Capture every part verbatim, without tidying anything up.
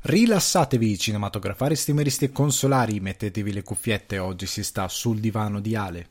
Rilassatevi cinematografari, streameristi e consolari, mettetevi le cuffiette, oggi si sta sul divano di Ale.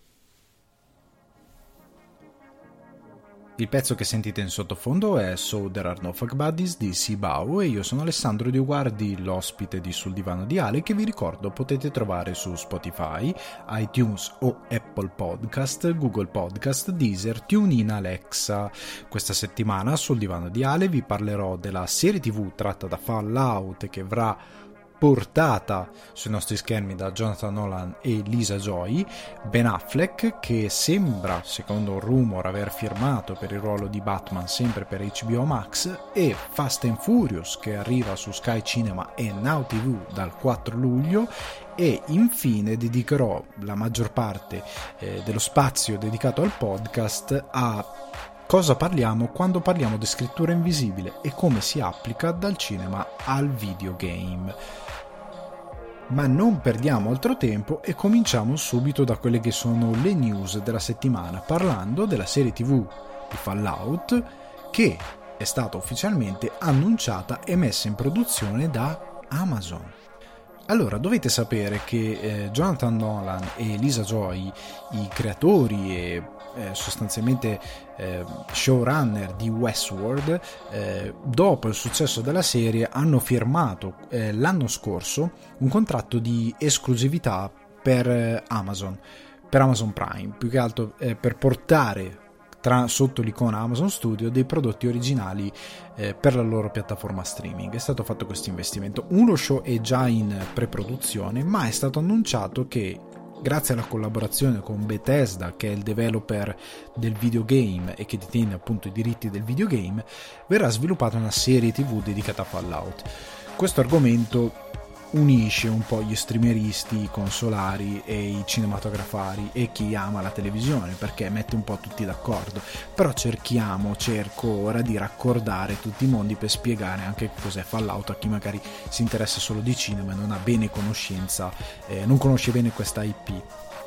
Il pezzo che sentite in sottofondo è So There Are No Fuck Buddies di Sibau e io sono Alessandro Di Uguardi, l'ospite di Sul Divano di Ale, che vi ricordo potete trovare su Spotify, iTunes o Apple Podcast, Google Podcast, Deezer, TuneIn, Alexa. Questa settimana Sul Divano di Ale vi parlerò della serie tv tratta da Fallout che avrà portata sui nostri schermi da Jonathan Nolan e Lisa Joy, Ben Affleck che sembra, secondo un rumor, aver firmato per il ruolo di Batman sempre per H B O Max, e Fast and Furious che arriva su Sky Cinema e Now T V dal quattro luglio. E infine dedicherò la maggior parte eh, dello spazio dedicato al podcast a cosa parliamo quando parliamo di scrittura invisibile e come si applica dal cinema al videogame. Ma non perdiamo altro tempo e cominciamo subito da quelle che sono le news della settimana, parlando della serie tv di Fallout che è stata ufficialmente annunciata e messa in produzione da Amazon. Allora, dovete sapere che eh, Jonathan Nolan e Lisa Joy, i creatori e eh, sostanzialmente eh, showrunner di Westworld, eh, dopo il successo della serie hanno firmato eh, l'anno scorso un contratto di esclusività per eh, Amazon, per Amazon Prime, più che altro eh, per portare Tra, sotto l'icona Amazon Studio dei prodotti originali eh, per la loro piattaforma streaming. È stato fatto questo investimento. Uno show è già in pre-produzione, ma è stato annunciato che grazie alla collaborazione con Bethesda, che è il developer del videogame e che detiene appunto i diritti del videogame, verrà sviluppata una serie tv dedicata a Fallout. Questo argomento unisce un po' gli streameristi, i consolari e i cinematografari e chi ama la televisione, perché mette un po' tutti d'accordo. Però cerchiamo, cerco ora di raccordare tutti i mondi per spiegare anche cos'è Fallout a chi magari si interessa solo di cinema e non ha bene conoscenza, eh, non conosce bene questa I P.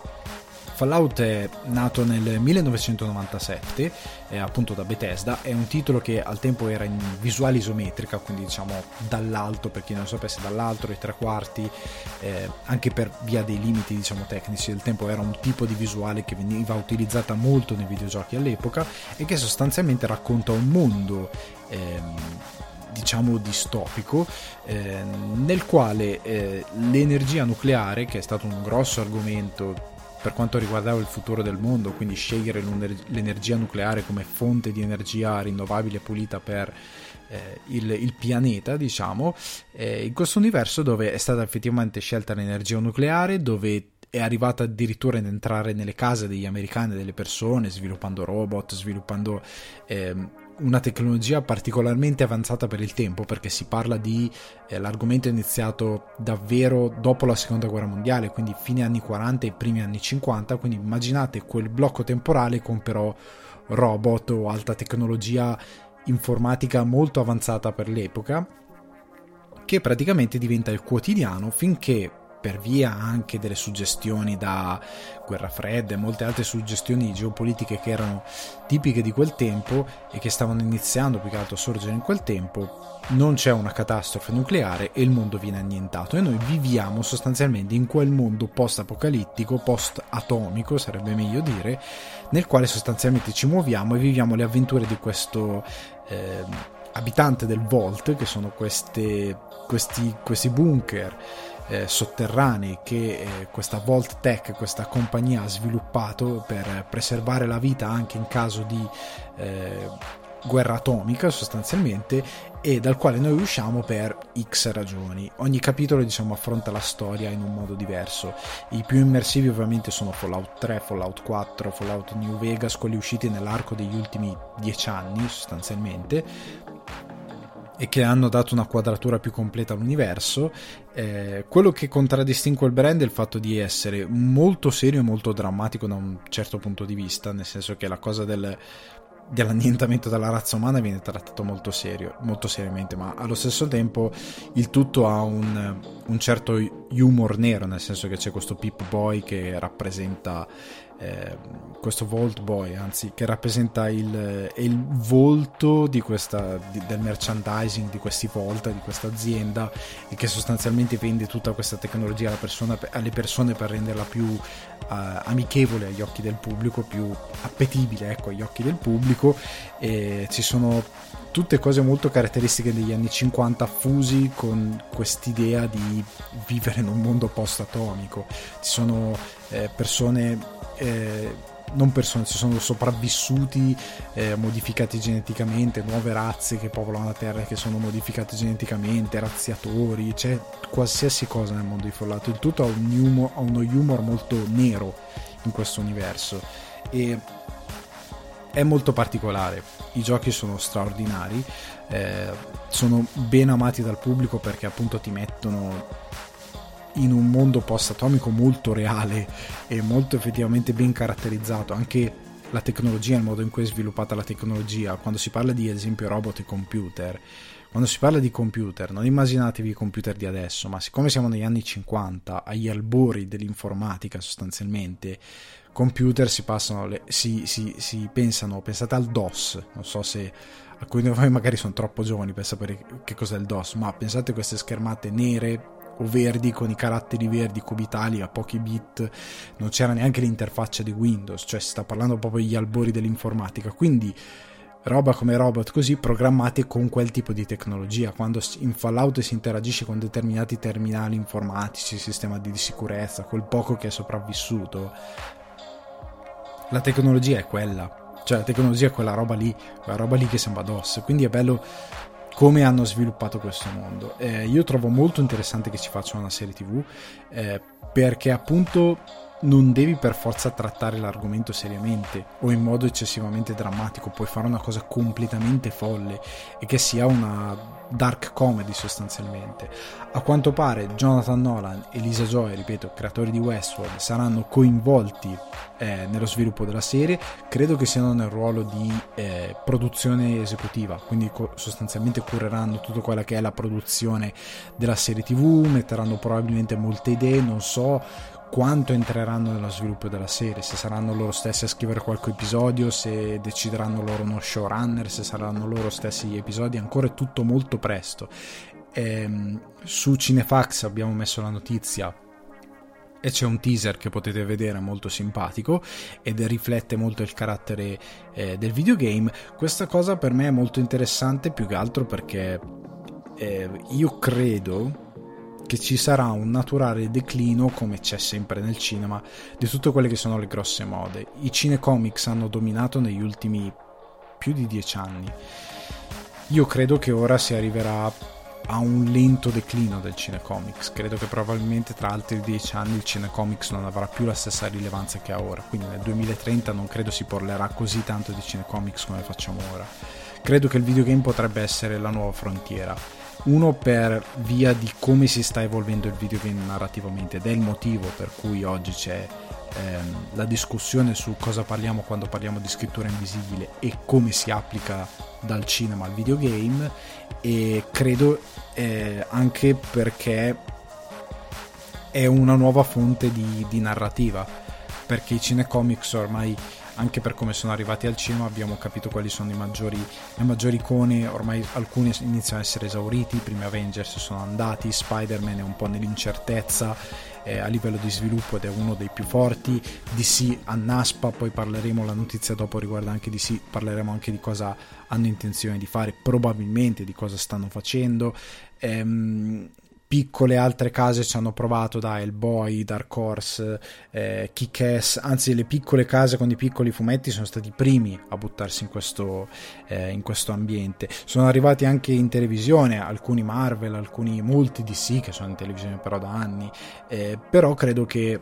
Fallout è nato nel millenovecentonovantasette, eh, appunto da Bethesda. È un titolo che al tempo era in visuale isometrica, quindi diciamo dall'alto, per chi non lo sapesse, dall'alto, ai tre quarti, eh, anche per via dei limiti diciamo tecnici del tempo. Era un tipo di visuale che veniva utilizzata molto nei videogiochi all'epoca e che sostanzialmente racconta un mondo ehm, diciamo distopico, eh, nel quale eh, l'energia nucleare, che è stato un grosso argomento per quanto riguardava il futuro del mondo, quindi scegliere l'energia nucleare come fonte di energia rinnovabile e pulita per eh, il, il pianeta, diciamo, eh, in questo universo dove è stata effettivamente scelta l'energia nucleare, dove è arrivata addirittura ad entrare nelle case degli americani, delle persone, sviluppando robot, sviluppando eh, una tecnologia particolarmente avanzata per il tempo, perché si parla di eh, l'argomento è iniziato davvero dopo la seconda guerra mondiale, quindi fine anni quaranta e primi anni cinquanta, quindi immaginate quel blocco temporale con però robot o alta tecnologia informatica molto avanzata per l'epoca, che praticamente diventa il quotidiano finché, per via anche delle suggestioni da guerra fredda e molte altre suggestioni geopolitiche che erano tipiche di quel tempo e che stavano iniziando più che altro a sorgere in quel tempo, non c'è una catastrofe nucleare e il mondo viene annientato, e noi viviamo sostanzialmente in quel mondo post-apocalittico, post-atomico sarebbe meglio dire, nel quale sostanzialmente ci muoviamo e viviamo le avventure di questo eh, abitante del Vault, che sono queste, questi, questi bunker Eh, sotterranei che eh, questa Vault Tech, questa compagnia, ha sviluppato per preservare la vita anche in caso di eh, guerra atomica sostanzialmente, e dal quale noi usciamo per X ragioni. Ogni capitolo diciamo affronta la storia in un modo diverso. I più immersivi ovviamente sono Fallout tre, Fallout quattro, Fallout New Vegas, quelli usciti nell'arco degli ultimi dieci anni sostanzialmente, e che hanno dato una quadratura più completa all'universo. Eh, quello che contraddistingue il brand è il fatto di essere molto serio e molto drammatico da un certo punto di vista, nel senso che la cosa del, dell'annientamento della razza umana viene trattato molto serio, molto seriamente, ma allo stesso tempo il tutto ha un, un certo humor nero, nel senso che c'è questo Pip Boy che rappresenta eh, questo Vault Boy, anzi, che rappresenta il, il volto di questa, di, del merchandising di questi Vault, di questa azienda, e che sostanzialmente vende tutta questa tecnologia alla persona, alle persone per renderla più uh, amichevole agli occhi del pubblico, più appetibile, ecco, agli occhi del pubblico. E ci sono tutte cose molto caratteristiche degli anni cinquanta fusi con quest'idea di vivere in un mondo post-atomico. Ci sono eh, persone eh, non persone, ci sono sopravvissuti eh, modificati geneticamente, nuove razze che popolano la Terra che sono modificate geneticamente, razziatori, c'è qualsiasi cosa nel mondo di Fallout. Il tutto ha, un humor, ha uno humor molto nero in questo universo e è molto particolare. I giochi sono straordinari, eh, sono ben amati dal pubblico perché appunto ti mettono in un mondo post-atomico molto reale e molto effettivamente ben caratterizzato. Anche la tecnologia, il modo in cui è sviluppata la tecnologia, quando si parla di ad esempio robot e computer, quando si parla di computer non immaginatevi i computer di adesso, ma siccome siamo negli anni cinquanta, agli albori dell'informatica sostanzialmente, computer si passano le, si, si, si pensano, pensate al DOS, non so se alcuni di voi magari sono troppo giovani per sapere che cos'è il DOS, ma pensate a queste schermate nere o verdi con i caratteri verdi cubitali a pochi bit, non c'era neanche l'interfaccia di Windows, cioè si sta parlando proprio degli albori dell'informatica, quindi roba come robot così programmati con quel tipo di tecnologia. Quando in Fallout si interagisce con determinati terminali informatici, sistema di sicurezza, quel poco che è sopravvissuto, la tecnologia è quella, cioè la tecnologia è quella roba lì, quella roba lì che sembra DOS, quindi è bello come hanno sviluppato questo mondo. Eh, io trovo molto interessante che ci facciano una serie tv, eh, perché appunto non devi per forza trattare l'argomento seriamente o in modo eccessivamente drammatico, puoi fare una cosa completamente folle e che sia una dark comedy sostanzialmente. A quanto pare Jonathan Nolan e Lisa Joy, ripeto, creatori di Westworld, saranno coinvolti eh, nello sviluppo della serie. Credo che siano nel ruolo di eh, produzione esecutiva, quindi co- sostanzialmente cureranno tutto quella che è la produzione della serie tv, metteranno probabilmente molte idee, non so quanto entreranno nello sviluppo della serie, se saranno loro stessi a scrivere qualche episodio, se decideranno loro uno showrunner, se saranno loro stessi gli episodi, ancora è tutto molto presto. Ehm, su Cinefax abbiamo messo la notizia e c'è un teaser che potete vedere molto simpatico ed riflette molto il carattere eh, del videogame. Questa cosa per me è molto interessante, più che altro perché eh, io credo che ci sarà un naturale declino, come c'è sempre nel cinema, di tutte quelle che sono le grosse mode. I cinecomics hanno dominato negli ultimi più di dieci anni. Io credo che ora si arriverà a un lento declino del cinecomics. Credo che probabilmente tra altri dieci anni il cinecomics non avrà più la stessa rilevanza che ha ora, quindi nel duemilatrenta non credo si parlerà così tanto di cinecomics come facciamo ora. Credo che il videogame potrebbe essere la nuova frontiera. Uno, per via di come si sta evolvendo il videogame narrativamente, ed è il motivo per cui oggi c'è ehm, la discussione su cosa parliamo quando parliamo di scrittura invisibile e come si applica dal cinema al videogame, e credo eh, anche perché è una nuova fonte di, di narrativa, perché i cinecomics ormai, anche per come sono arrivati al cinema, abbiamo capito quali sono i maggiori, le maggiori icone. Ormai alcuni iniziano a essere esauriti, i primi Avengers sono andati, Spider-Man è un po' nell'incertezza eh, a livello di sviluppo ed è uno dei più forti. D C annaspa, poi parleremo, la notizia dopo riguarda anche D C, parleremo anche di cosa hanno intenzione di fare, probabilmente di cosa stanno facendo. ehm Piccole altre case ci hanno provato, da Hellboy, Dark Horse, eh, Kick-Ass, anzi le piccole case con i piccoli fumetti sono stati i primi a buttarsi in questo, eh, in questo ambiente. Sono arrivati anche in televisione alcuni Marvel, alcuni molti D C che sono in televisione però da anni, eh, però credo che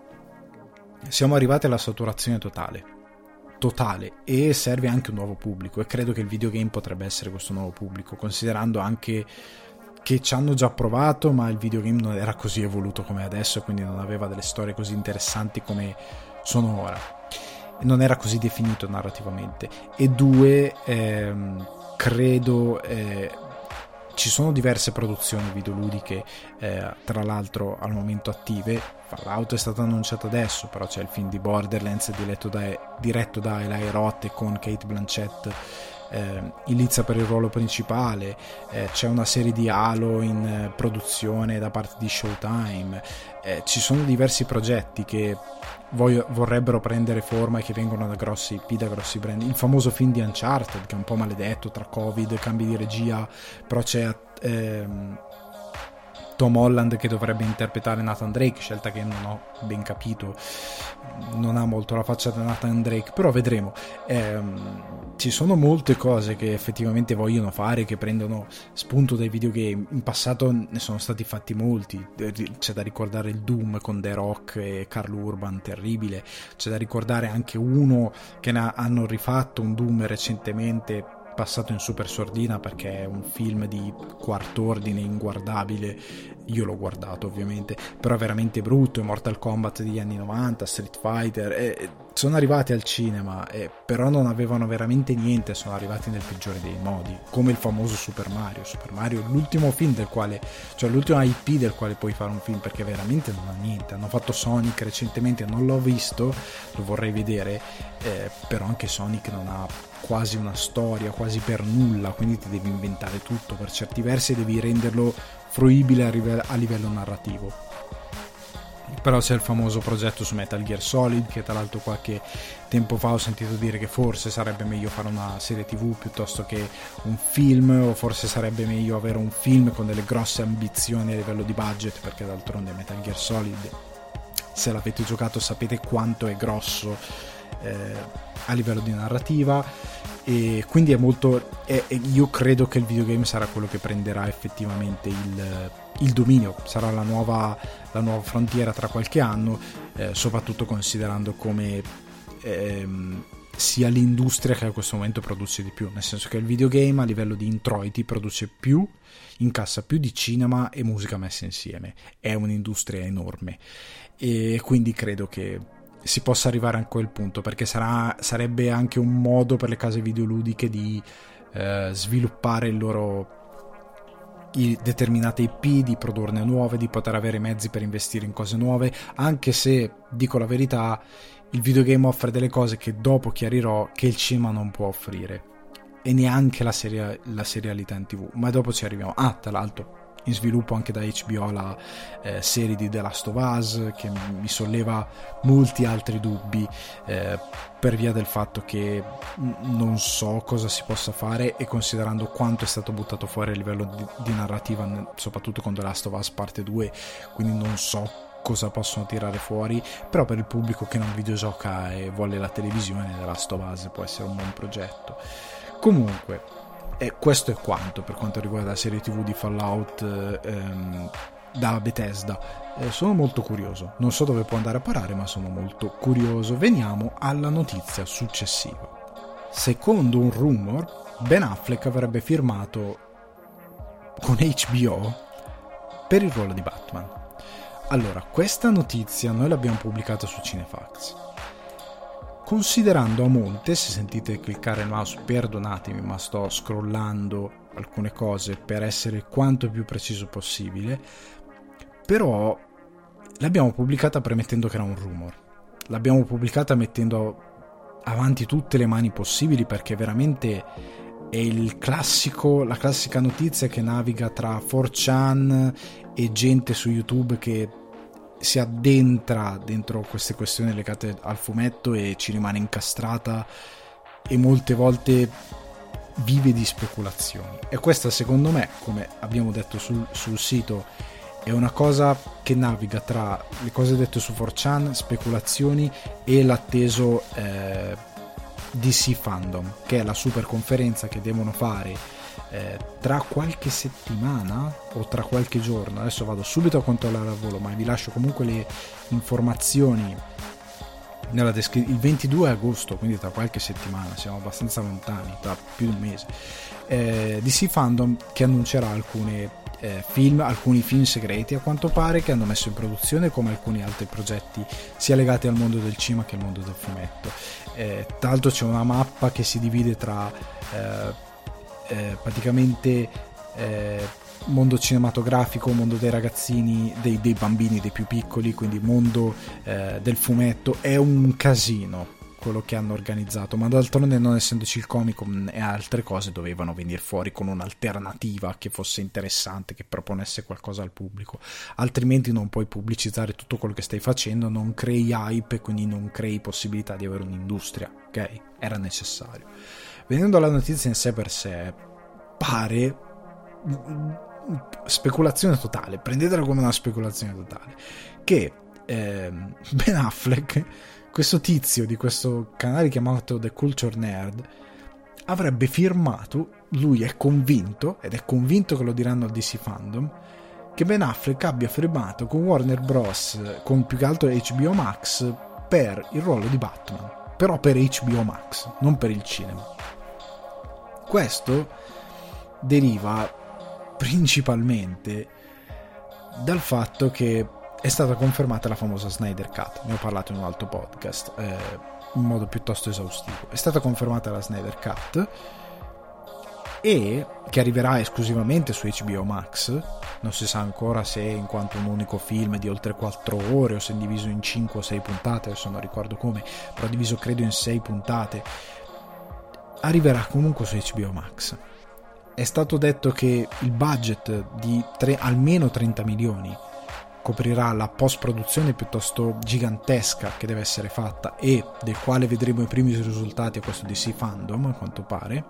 siamo arrivati alla saturazione totale totale e serve anche un nuovo pubblico, e credo che il videogame potrebbe essere questo nuovo pubblico, considerando anche che ci hanno già provato, ma il videogame non era così evoluto come adesso, quindi non aveva delle storie così interessanti come sono ora, non era così definito narrativamente. E due, ehm, credo eh, ci sono diverse produzioni videoludiche eh, tra l'altro al momento attive. Fallout è stato annunciato adesso, però c'è il film di Borderlands diretto da, diretto da Eli Roth con Cate Blanchett eh, in lizza per il ruolo principale, eh, c'è una serie di Halo in eh, produzione da parte di Showtime, eh, ci sono diversi progetti che voglio, vorrebbero prendere forma e che vengono da grossi I P, da grossi brand. Il famoso film di Uncharted, che è un po' maledetto tra Covid, cambi di regia, però c'è ehm, Tom Holland che dovrebbe interpretare Nathan Drake, scelta che non ho ben capito, non ha molto la faccia da Nathan Drake, però vedremo. Ehm, ci sono molte cose che effettivamente vogliono fare, che prendono spunto dai videogame. In passato ne sono stati fatti molti, c'è da ricordare il Doom con The Rock e Carl Urban, terribile, c'è da ricordare anche uno che ne hanno rifatto, un Doom recentemente, passato in super sordina perché è un film di quart'ordine inguardabile. Io l'ho guardato ovviamente, però è veramente brutto. È Mortal Kombat degli anni novanta, Street Fighter, eh, sono arrivati al cinema, eh, però non avevano veramente niente, sono arrivati nel peggiore dei modi, come il famoso Super Mario. Super Mario, l'ultimo film del quale, cioè l'ultima I P del quale puoi fare un film, perché veramente non ha niente. Hanno fatto Sonic recentemente, non l'ho visto, lo vorrei vedere, eh, però anche Sonic non ha quasi una storia, quasi per nulla, quindi ti devi inventare tutto per certi versi e devi renderlo fruibile a livello, a livello narrativo. Però c'è il famoso progetto su Metal Gear Solid, che tra l'altro qualche tempo fa ho sentito dire che forse sarebbe meglio fare una serie tv piuttosto che un film, o forse sarebbe meglio avere un film con delle grosse ambizioni a livello di budget, perché d'altronde Metal Gear Solid, se l'avete giocato sapete quanto è grosso eh, a livello di narrativa, e quindi è molto è, è, io credo che il videogame sarà quello che prenderà effettivamente il, il dominio, sarà la nuova, la nuova frontiera tra qualche anno, eh, soprattutto considerando come ehm, sia l'industria che a questo momento produce di più, nel senso che il videogame a livello di introiti produce più, incassa più di cinema e musica messe insieme, è un'industria enorme, e quindi credo che si possa arrivare a quel punto, perché sarà, sarebbe anche un modo per le case videoludiche di eh, sviluppare il loro i determinate I P, di produrne nuove, di poter avere mezzi per investire in cose nuove, anche se, dico la verità, il videogame offre delle cose che dopo chiarirò che il cinema non può offrire, e neanche la, seria, la serialità in tv, ma dopo ci arriviamo. Ah, tra l'altro in sviluppo anche da H B O la eh, serie di The Last of Us, che mi solleva molti altri dubbi eh, per via del fatto che non so cosa si possa fare, e considerando quanto è stato buttato fuori a livello di, di narrativa, soprattutto con The Last of Us parte due, quindi non so cosa possono tirare fuori, però per il pubblico che non videogioca e vuole la televisione, The Last of Us può essere un buon progetto. Comunque, e questo è quanto per quanto riguarda la serie tv di Fallout ehm, da Bethesda. Eh, sono molto curioso, non so dove può andare a parare, ma sono molto curioso. Veniamo alla notizia successiva. Secondo un rumor, Ben Affleck avrebbe firmato con H B O per il ruolo di Batman. Allora, questa notizia noi l'abbiamo pubblicata su Cinefax. Considerando a monte, se sentite cliccare il mouse perdonatemi, ma sto scrollando alcune cose per essere quanto più preciso possibile, però l'abbiamo pubblicata premettendo che era un rumor, l'abbiamo pubblicata mettendo avanti tutte le mani possibili, perché veramente è il classico, la classica notizia che naviga tra four chan e gente su YouTube che si addentra dentro queste questioni legate al fumetto e ci rimane incastrata, e molte volte vive di speculazioni. E questa, secondo me, come abbiamo detto sul, sul sito, è una cosa che naviga tra le cose dette su four chan, speculazioni, e l'atteso eh, D C Fandom, che è la super conferenza che devono fare Eh, tra qualche settimana o tra qualche giorno. Adesso vado subito a controllare al volo, ma vi lascio comunque le informazioni nella descrizione. Il ventidue agosto, quindi tra qualche settimana, siamo abbastanza lontani, tra più di un mese. eh, D C Fandom, che annuncerà alcune eh, film, alcuni film segreti a quanto pare, che hanno messo in produzione, come alcuni altri progetti sia legati al mondo del cinema che al mondo del fumetto. Eh, tra l'altro c'è una mappa che si divide tra eh, Eh, praticamente eh, mondo cinematografico, mondo dei ragazzini, dei, dei bambini, dei più piccoli, quindi mondo eh, del fumetto. È un casino quello che hanno organizzato, ma d'altronde, non essendoci il comico e altre cose, dovevano venire fuori con un'alternativa che fosse interessante, che proponesse qualcosa al pubblico, altrimenti non puoi pubblicizzare tutto quello che stai facendo, non crei hype e quindi non crei possibilità di avere un'industria, ok? Era necessario. Venendo alla notizia in sé per sé, pare speculazione totale, prendetela come una speculazione totale, che ehm, Ben Affleck, questo tizio di questo canale chiamato The Culture Nerd, avrebbe firmato, lui è convinto, ed è convinto che lo diranno al D C Fandom, che Ben Affleck abbia firmato con Warner Bros, con più che altro H B O Max, per il ruolo di Batman, però per H B O Max, non per il cinema. Questo deriva principalmente dal fatto che è stata confermata la famosa Snyder Cut, ne ho parlato in un altro podcast eh, in modo piuttosto esaustivo. È stata confermata la Snyder Cut, e che arriverà esclusivamente su H B O Max, non si sa ancora se in quanto un unico film di oltre quattro ore o se è diviso in cinque o sei puntate, adesso non ricordo come, però diviso credo in sei puntate. Arriverà comunque su H B O Max. È stato detto che il budget di tre, almeno trenta milioni coprirà la post-produzione piuttosto gigantesca che deve essere fatta, e del quale vedremo i primi risultati a questo D C Fandom, a quanto pare,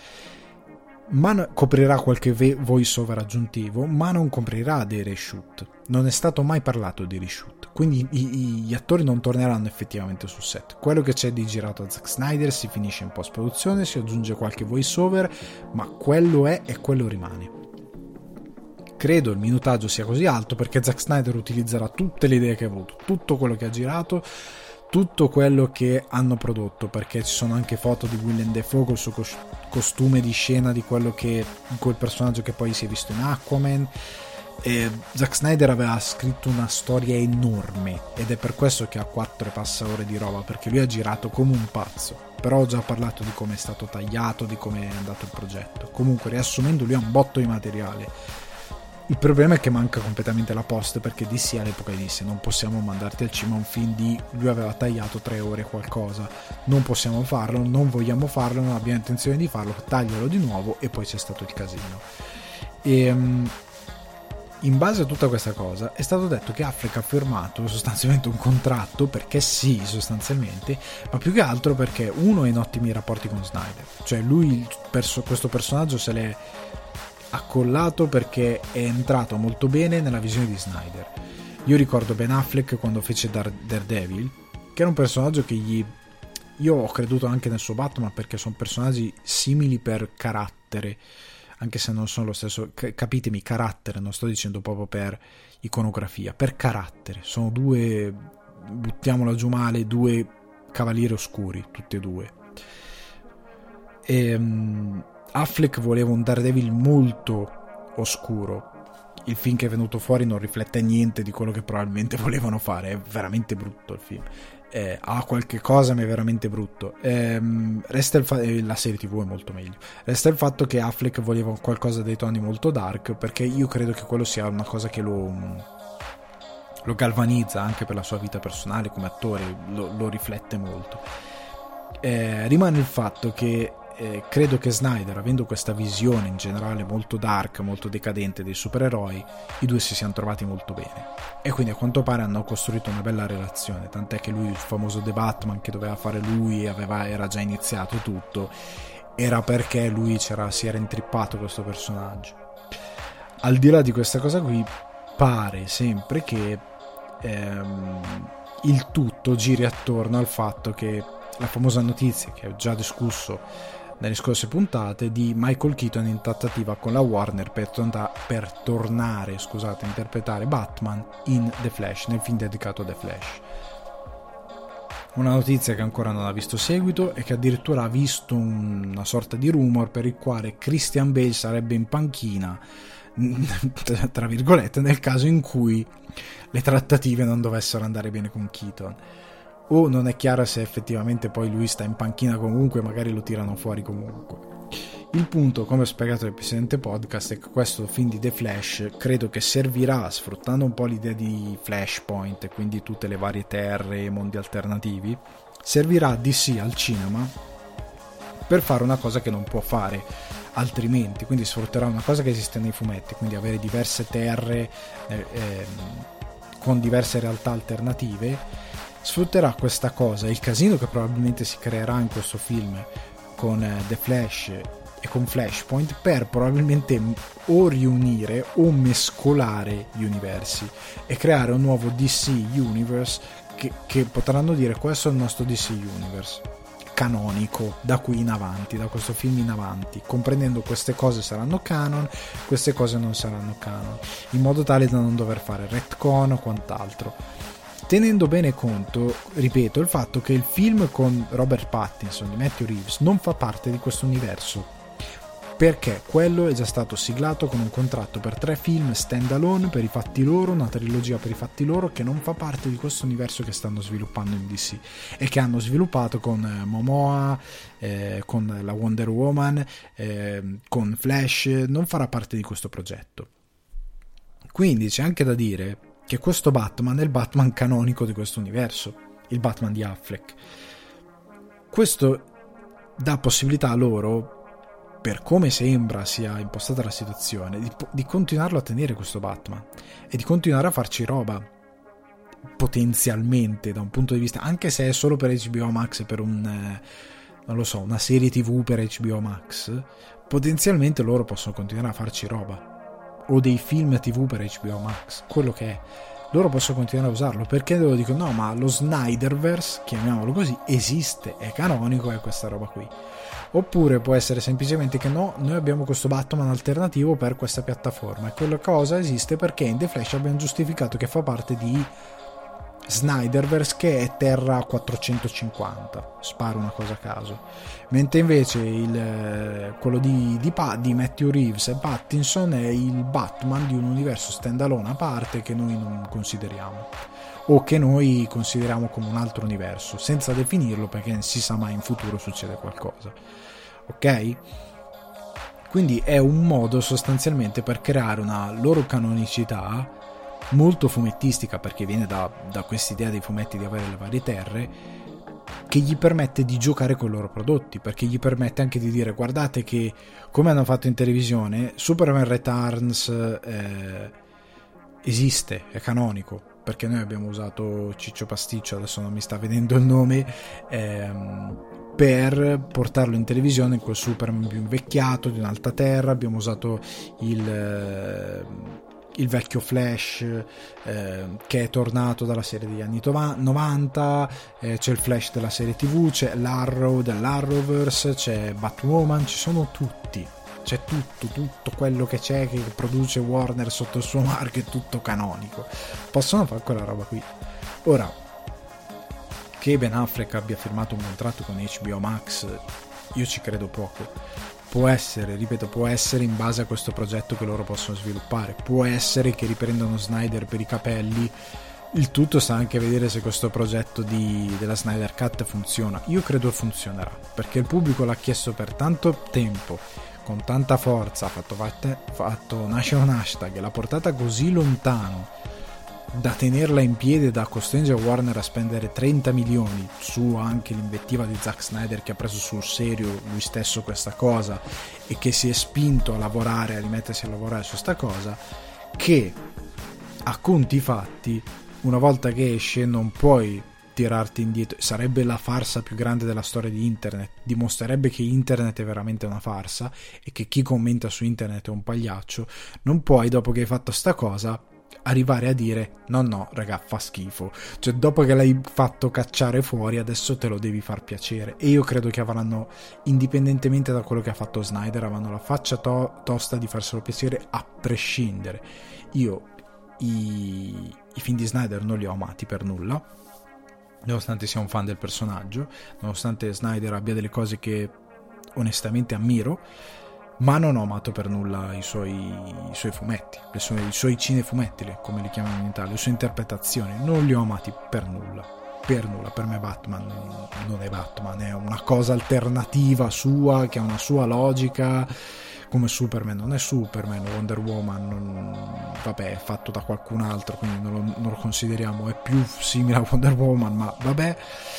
ma coprirà qualche voice over aggiuntivo, ma non coprirà dei reshoot. Non è stato mai parlato di reshoot, quindi i, i, gli attori non torneranno effettivamente sul set. Quello che c'è di girato a Zack Snyder si finisce in post produzione, si aggiunge qualche voice over, ma quello è e quello rimane. Credo il minutaggio sia così alto perché Zack Snyder utilizzerà tutte le idee che ha avuto, tutto quello che ha girato, tutto quello che hanno prodotto, perché ci sono anche foto di Willem Dafoe col suo costume di scena di quello che, quel personaggio che poi si è visto in Aquaman. E Zack Snyder aveva scritto una storia enorme, ed è per questo che ha quattro e passa ore di roba, perché lui ha girato come un pazzo. Però ho già parlato di come è stato tagliato, di come è andato il progetto. Comunque, riassumendo, lui ha un botto di materiale. Il problema è che manca completamente la post, perché D C all'epoca disse: non possiamo mandarti al cinema un film di... lui aveva tagliato tre ore qualcosa, non possiamo farlo, non vogliamo farlo, non abbiamo intenzione di farlo, taglialo di nuovo. E poi c'è stato il casino. E in base a tutta questa cosa è stato detto che Affleck ha firmato sostanzialmente un contratto, perché sì, sostanzialmente, ma più che altro perché uno è in ottimi rapporti con Snyder, cioè lui perso- questo personaggio se l'è accollato perché è entrato molto bene nella visione di Snyder. Io ricordo Ben Affleck quando fece Dar- Daredevil, che era un personaggio che gli... io ho creduto anche nel suo Batman, perché sono personaggi simili per carattere, anche se non sono lo stesso, C- capitemi, carattere, non sto dicendo proprio per iconografia, per carattere. Sono due, buttiamola giù male, due cavalieri oscuri, tutti e due. E um, Affleck voleva un Daredevil molto oscuro. Il film che è venuto fuori non riflette niente di quello che probabilmente volevano fare, è veramente brutto il film. Eh, ha qualche cosa ma è veramente brutto. Eh, resta il fa- la serie tv è molto meglio. Resta il fatto che Affleck voleva qualcosa dei toni molto dark, perché io credo che quello sia una cosa che lo, lo galvanizza anche per la sua vita personale come attore, lo, lo riflette molto. Eh, rimane il fatto che Eh, credo che Snyder, avendo questa visione in generale molto dark, molto decadente dei supereroi, i due si siano trovati molto bene, e quindi a quanto pare hanno costruito una bella relazione, tant'è che lui, il famoso The Batman che doveva fare lui, aveva, era già iniziato tutto, era perché lui c'era, si era intrippato questo personaggio. Al di là di questa cosa qui, pare sempre che ehm, il tutto giri attorno al fatto che la famosa notizia che ho già discusso nelle scorse puntate di Michael Keaton in trattativa con la Warner per, tonda, per tornare scusate, a interpretare Batman in The Flash, nel film dedicato a The Flash. Una notizia che ancora non ha visto seguito e che addirittura ha visto un, una sorta di rumor per il quale Christian Bale sarebbe in panchina, tra virgolette, nel caso in cui le trattative non dovessero andare bene con Keaton. O non è chiaro se effettivamente poi lui sta in panchina comunque, magari lo tirano fuori comunque. Il punto, come ho spiegato nel precedente podcast, è che questo film di The Flash credo che servirà, sfruttando un po' l'idea di Flashpoint e quindi tutte le varie terre e mondi alternativi, servirà a D C al cinema per fare una cosa che non può fare altrimenti, quindi sfrutterà una cosa che esiste nei fumetti, quindi avere diverse terre eh, eh, con diverse realtà alternative. Sfrutterà questa cosa, il casino che probabilmente si creerà in questo film con eh, The Flash e con Flashpoint, per probabilmente o riunire o mescolare gli universi e creare un nuovo D C Universe che, che potranno dire questo è il nostro D C Universe canonico da qui in avanti, da questo film in avanti, comprendendo queste cose saranno canon, queste cose non saranno canon, in modo tale da non dover fare retcon o quant'altro, tenendo bene conto, ripeto, il fatto che il film con Robert Pattinson di Matthew Reeves non fa parte di questo universo, perché quello è già stato siglato con un contratto per tre film stand alone per i fatti loro, una trilogia per i fatti loro, che non fa parte di questo universo che stanno sviluppando in D C e che hanno sviluppato con eh, Momoa, eh, con la Wonder Woman, eh, con Flash. Non farà parte di questo progetto, quindi c'è anche da dire che questo Batman è il Batman canonico di questo universo, il Batman di Affleck. Questo dà possibilità a loro, per come sembra sia impostata la situazione, di, di continuarlo a tenere questo Batman e di continuare a farci roba, potenzialmente, da un punto di vista, anche se è solo per H B O Max, per un eh, non lo so, una serie tv per H B O Max, potenzialmente loro possono continuare a farci roba, o dei film tv per H B O Max, quello che è, loro possono continuare a usarlo, perché loro dicono no, ma lo Snyderverse, chiamiamolo così, esiste, è canonico, è questa roba qui. Oppure può essere semplicemente che no, noi abbiamo questo Batman alternativo per questa piattaforma e quella cosa esiste perché in The Flash abbiamo giustificato che fa parte di Snyderverse, che è Terra quattrocentocinquanta, sparo una cosa a caso, mentre invece il, quello di, di, di Matthew Reeves e Pattinson è il Batman di un universo standalone a parte che noi non consideriamo, o che noi consideriamo come un altro universo, senza definirlo, perché non si sa mai in futuro succede qualcosa, ok? Quindi è un modo sostanzialmente per creare una loro canonicità molto fumettistica, perché viene da, da quest'idea dei fumetti di avere le varie terre, che gli permette di giocare con i loro prodotti, perché gli permette anche di dire guardate che, come hanno fatto in televisione, Superman Returns eh, esiste, è canonico, perché noi abbiamo usato Ciccio Pasticcio, adesso non mi sta vedendo il nome, ehm, per portarlo in televisione col Superman più invecchiato di un'altra terra. Abbiamo usato il, eh, il vecchio Flash eh, che è tornato dalla serie degli anni novanta, eh, c'è il Flash della serie tv, c'è l'Arrow dell'Arrowverse, c'è Batwoman, ci sono tutti, c'è tutto, tutto quello che c'è che produce Warner sotto il suo marchio, è tutto canonico, possono fare quella roba qui. Ora, che Ben Affleck abbia firmato un contratto con H B O Max, io ci credo poco. Può essere, ripeto, può essere in base a questo progetto che loro possono sviluppare, può essere che riprendano Snyder per i capelli, il tutto sta anche a vedere se questo progetto di, della Snyder Cut funziona. Io credo funzionerà, perché il pubblico l'ha chiesto per tanto tempo, con tanta forza, ha fatto, fatto nascere un hashtag, l'ha portata così lontano da tenerla in piedi, da costringere Warner a spendere trenta milioni su anche l'invettiva di Zack Snyder, che ha preso sul serio lui stesso questa cosa e che si è spinto a lavorare, a rimettersi a lavorare su sta cosa, che a conti fatti una volta che esce non puoi tirarti indietro, sarebbe la farsa più grande della storia di internet, dimostrerebbe che internet è veramente una farsa e che chi commenta su internet è un pagliaccio. Non puoi, dopo che hai fatto sta cosa, arrivare a dire no no raga fa schifo, cioè dopo che l'hai fatto cacciare fuori adesso te lo devi far piacere. E io credo che avranno, indipendentemente da quello che ha fatto Snyder, avranno la faccia to- tosta di farselo piacere a prescindere. Io i, i film di Snyder non li ho amati per nulla, nonostante sia un fan del personaggio, nonostante Snyder abbia delle cose che onestamente ammiro, ma non ho amato per nulla i suoi, i suoi fumetti, le sue, i suoi cinefumetti, come li chiamano in Italia, le sue interpretazioni, non li ho amati per nulla. per nulla. Per me Batman non è Batman, è una cosa alternativa sua che ha una sua logica, come Superman non è Superman, Wonder Woman non, vabbè, è fatto da qualcun altro, quindi non lo, non lo consideriamo, è più simile a Wonder Woman, ma vabbè.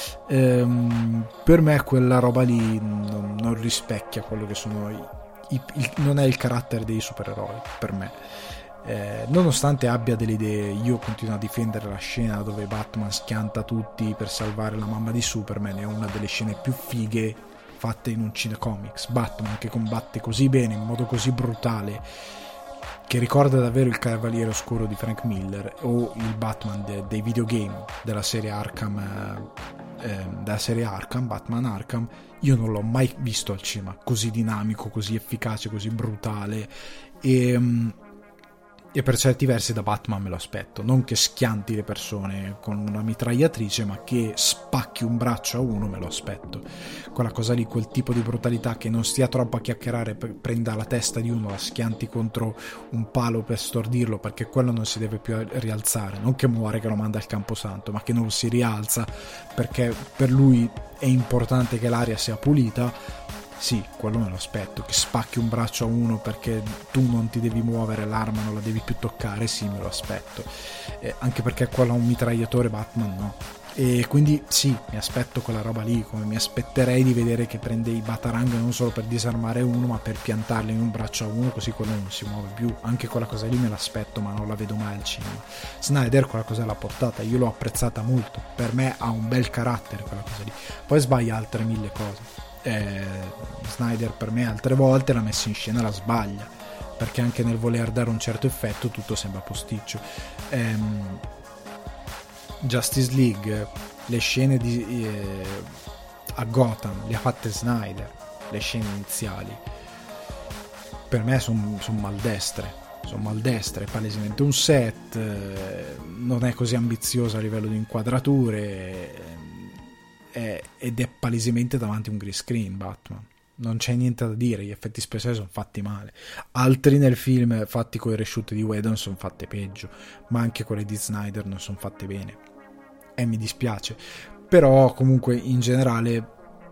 Ehm, per me quella roba lì non, non rispecchia quello che sono i, i, il, non è il carattere dei supereroi per me. Eh, nonostante abbia delle idee, io continuo a difendere la scena dove Batman schianta tutti per salvare la mamma di Superman, è una delle scene più fighe fatte in un cinecomics. Batman che combatte così bene, in modo così brutale, che ricorda davvero il Cavaliere Oscuro di Frank Miller o il Batman de- dei videogame della serie Arkham, eh, eh, della serie Arkham, Batman Arkham. Io non l'ho mai visto al cinema così dinamico, così efficace, così brutale, e um, e per certi versi da Batman me lo aspetto, non che schianti le persone con una mitragliatrice, ma che spacchi un braccio a uno, me lo aspetto. Quella cosa lì, quel tipo di brutalità, che non stia troppo a chiacchierare, prenda la testa di uno, la schianti contro un palo per stordirlo, perché quello non si deve più rialzare, non che muore, che lo manda al camposanto, ma che non si rialza perché per lui è importante che l'aria sia pulita. Sì, quello me lo aspetto. Che spacchi un braccio a uno perché tu non ti devi muovere, l'arma non la devi più toccare, sì, me lo aspetto. Eh, anche perché quello ha un mitragliatore, Batman no. E quindi sì, mi aspetto quella roba lì, come mi aspetterei di vedere che prende i batarang non solo per disarmare uno, ma per piantarli in un braccio a uno, così quello non si muove più. Anche quella cosa lì me l'aspetto, ma non la vedo mai al cinema. Snyder quella cosa l'ha portata, io l'ho apprezzata molto, per me ha un bel carattere quella cosa lì. Poi sbaglia altre mille cose. Eh, Snyder per me altre volte l'ha messa in scena, la sbaglia, perché anche nel voler dare un certo effetto tutto sembra posticcio. ehm, Justice League, le scene di, eh, a Gotham le ha fatte Snyder, le scene iniziali per me sono son maldestre, sono maldestre, è palesemente un set, eh, non è così ambizioso a livello di inquadrature, È, ed è palesemente davanti a un green screen. Batman non c'è niente da dire, gli effetti speciali sono fatti male, altri nel film fatti con i reshoot di Whedon sono fatte peggio, ma anche quelle di Snyder non sono fatte bene e mi dispiace, però comunque in generale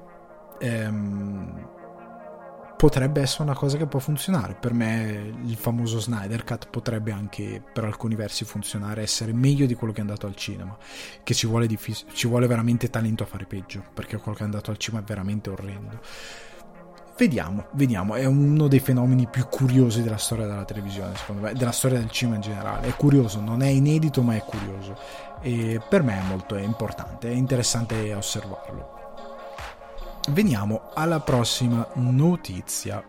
ehm, potrebbe essere una cosa che può funzionare. Per me il famoso Snyder Cut potrebbe anche per alcuni versi funzionare, essere meglio di quello che è andato al cinema, che ci vuole, diffi- ci vuole veramente talento a fare peggio, perché quello che è andato al cinema è veramente orrendo. Vediamo, vediamo, è uno dei fenomeni più curiosi della storia della televisione, secondo me, della storia del cinema in generale. È curioso, non è inedito, ma è curioso, e per me è molto è importante, è interessante osservarlo. Veniamo alla prossima notizia.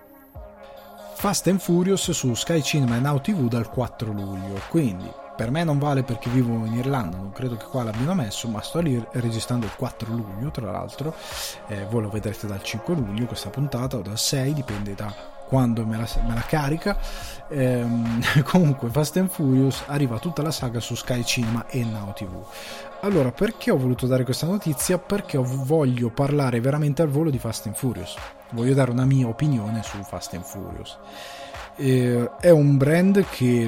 Fast and Furious su Sky Cinema e Now ti vu dal quattro luglio, quindi per me non vale perché vivo in Irlanda, non credo che qua l'abbiano messo, ma sto lì registrando il quattro luglio, tra l'altro, eh, voi lo vedrete dal cinque luglio questa puntata, o dal sei, dipende da quando me la, me la carica. Ehm, comunque Fast and Furious arriva tutta la saga su Sky Cinema e Now ti vu. Allora, perché ho voluto dare questa notizia? Perché voglio parlare veramente al volo di Fast and Furious, voglio dare una mia opinione su Fast and Furious. Eh, è un brand che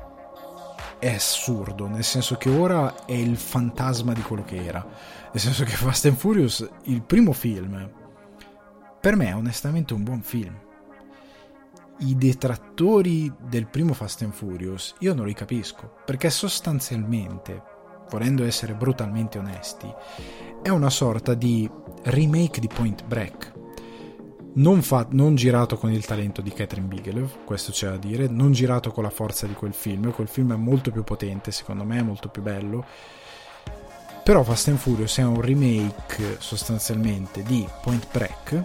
è assurdo, nel senso che ora è il fantasma di quello che era, nel senso che Fast and Furious, il primo film, per me è onestamente un buon film. I detrattori del primo Fast and Furious io non li capisco, perché sostanzialmente, volendo essere brutalmente onesti, è una sorta di remake di Point Break, non, fa, non girato con il talento di Catherine Bigelow, questo c'è da dire, non girato con la forza di quel film. Quel film è molto più potente, secondo me è molto più bello, però Fast and Furious è un remake sostanzialmente di Point Break,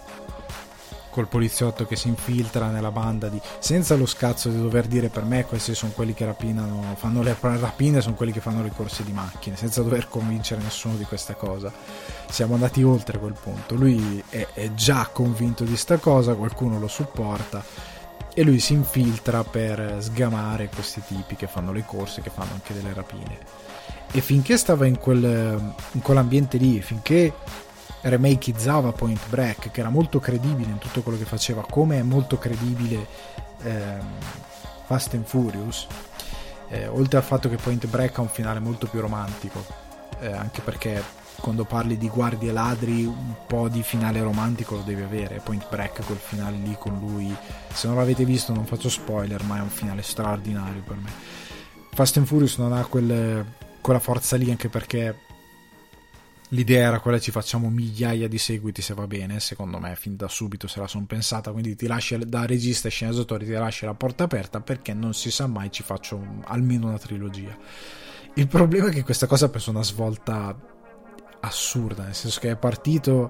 col poliziotto che si infiltra nella banda di, senza lo scazzo di dover dire per me questi sono quelli che rapinano, fanno le rapine, sono quelli che fanno le corse di macchine, senza dover convincere nessuno di questa cosa. Siamo andati oltre quel punto, lui è, è già convinto di sta cosa, qualcuno lo supporta e lui si infiltra per sgamare questi tipi che fanno le corse, che fanno anche delle rapine. E finché stava in quel in quell'ambiente lì, finché remakeizzava Point Break, che era molto credibile in tutto quello che faceva, come è molto credibile ehm, Fast and Furious, eh, oltre al fatto che Point Break ha un finale molto più romantico, eh, anche perché quando parli di guardie ladri un po' di finale romantico lo devi avere. Point Break, quel finale lì con lui, se non l'avete visto non faccio spoiler, ma è un finale straordinario per me. Fast and Furious non ha quel, quella forza lì, anche perché l'idea era quella: ci facciamo migliaia di seguiti se va bene. Secondo me fin da subito se la son pensata, quindi ti lasci, da regista e sceneggiatori ti lasci la porta aperta, perché non si sa mai, ci faccio almeno una trilogia. Il problema è che questa cosa ha preso una svolta assurda, nel senso che è partito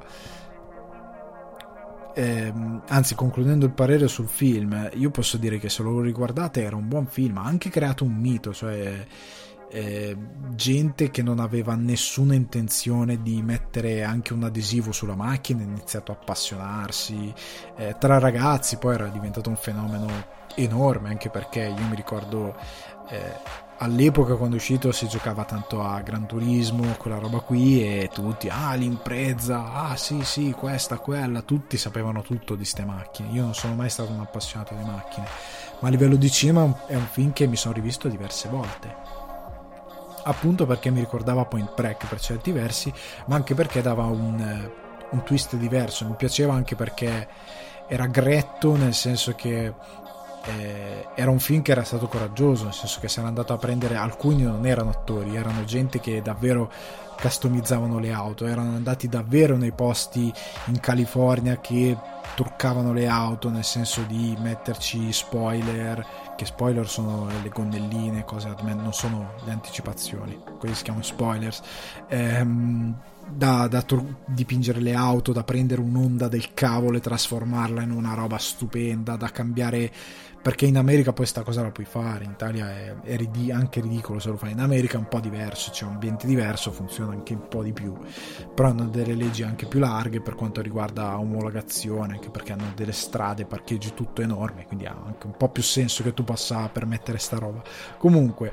ehm, anzi, concludendo il parere sul film, io posso dire che se lo riguardate era un buon film, ha anche creato un mito, cioè eh, gente che non aveva nessuna intenzione di mettere anche un adesivo sulla macchina ha iniziato a appassionarsi, eh, tra ragazzi poi era diventato un fenomeno enorme, anche perché io mi ricordo eh, all'epoca quando è uscito si giocava tanto a Gran Turismo, quella roba qui, e tutti, ah l'impreza, ah sì sì questa, quella, tutti sapevano tutto di ste macchine. Io non sono mai stato un appassionato di macchine, ma a livello di cinema è un film che mi sono rivisto diverse volte, appunto perché mi ricordava Point Break per certi versi, ma anche perché dava un, un twist diverso. Mi piaceva anche perché era gretto, nel senso che Eh, era un film che era stato coraggioso, nel senso che si era andato a prendere, alcuni non erano attori, erano gente che davvero customizzavano le auto, erano andati davvero nei posti in California che truccavano le auto, nel senso di metterci spoiler, che spoiler sono le gonnelline, cose, non sono le anticipazioni, quelli si chiamano spoilers, ehm, da, da tru- dipingere le auto, da prendere un'onda del cavolo e trasformarla in una roba stupenda, da cambiare, perché in America poi sta cosa la puoi fare, in Italia è, è ridi- anche ridicolo se lo fai, in America è un po' diverso, c'è un ambiente diverso, funziona anche un po' di più, però hanno delle leggi anche più larghe per quanto riguarda omologazione, anche perché hanno delle strade, parcheggi, tutto enorme, quindi ha anche un po' più senso che tu possa permettere sta roba. Comunque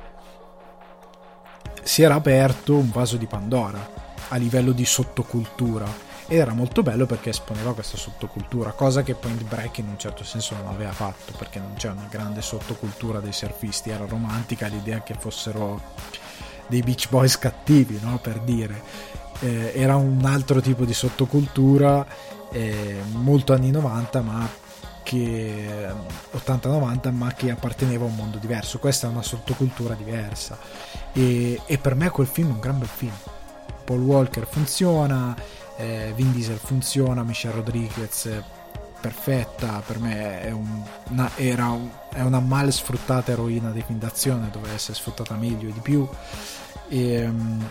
si era aperto un vaso di Pandora a livello di sottocultura, ed era molto bello perché esponeva questa sottocultura, cosa che Point Break in un certo senso non aveva fatto, perché non c'è una grande sottocultura dei surfisti, era romantica l'idea che fossero dei Beach Boys cattivi, no? Per dire, eh, era un altro tipo di sottocultura, eh, molto anni novanta, ma che ottanta novanta, ma che apparteneva a un mondo diverso. Questa è una sottocultura diversa, e, e per me quel film è un gran bel film. Paul Walker funziona, eh, Vin Diesel funziona, Michelle Rodriguez perfetta, per me è, un, una, era un, è una mal sfruttata eroina di film d'azione, doveva essere sfruttata meglio e di più. E, um,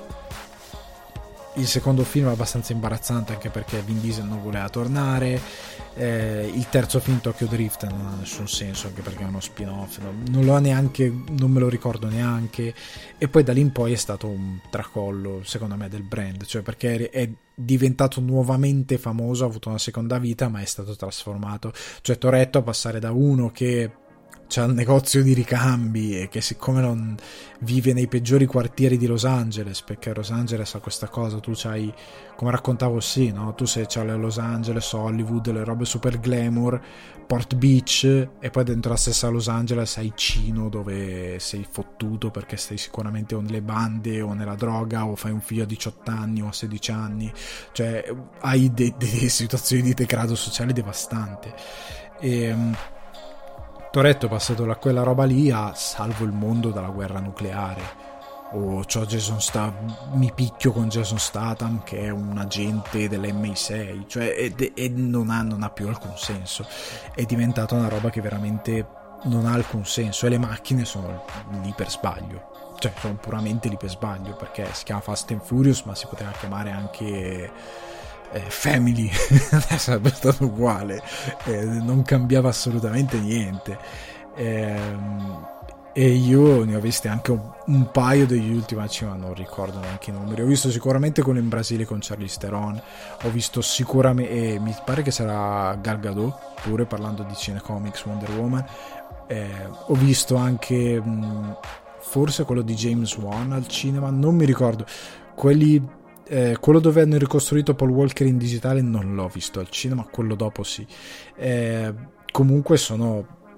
il secondo film è abbastanza imbarazzante, anche perché Vin Diesel non voleva tornare, eh, il terzo film, Tokyo Drift, non ha nessun senso, anche perché è uno spin-off, non, non lo ha neanche, non me lo ricordo neanche, e poi da lì in poi è stato un tracollo secondo me del brand, cioè perché è diventato nuovamente famoso, ha avuto una seconda vita, ma è stato trasformato, cioè Toretto a passare da uno che c'ha il negozio di ricambi e che siccome non vive nei peggiori quartieri di Los Angeles, perché Los Angeles ha questa cosa, tu c'hai, come raccontavo, sì, no? Tu sei, c'hai Los Angeles, Hollywood, le robe super glamour, Port Beach, e poi dentro la stessa Los Angeles hai Cino, dove sei fottuto perché stai sicuramente o nelle bande o nella droga, o fai un figlio a diciotto anni o a sedici anni, cioè hai delle de- situazioni di degrado sociale devastante. E Toretto è passato da quella roba lì a salvo il mondo dalla guerra nucleare, o c'ho Jason Statham, mi picchio con Jason Statham che è un agente dell'emme i sei, cioè e, e non, ha, non ha più alcun senso, è diventata una roba che veramente non ha alcun senso, e le macchine sono lì per sbaglio, cioè sono puramente lì per sbaglio, perché si chiama Fast and Furious ma si poteva chiamare anche Eh, Family, sarebbe stato uguale, eh, non cambiava assolutamente niente, eh, e io ne ho viste anche un, un paio degli ultimi, ma non ricordo neanche i numeri. Ho visto sicuramente quello in Brasile con Charlize Theron, ho visto sicuramente, e mi pare che sarà Gal Gadot pure, parlando di Cinecomics, Wonder Woman, eh, ho visto anche mh, forse quello di James Wan al cinema, non mi ricordo, quelli Eh, quello dove hanno ricostruito Paul Walker in digitale non l'ho visto al cinema, quello dopo sì. Eh, comunque sono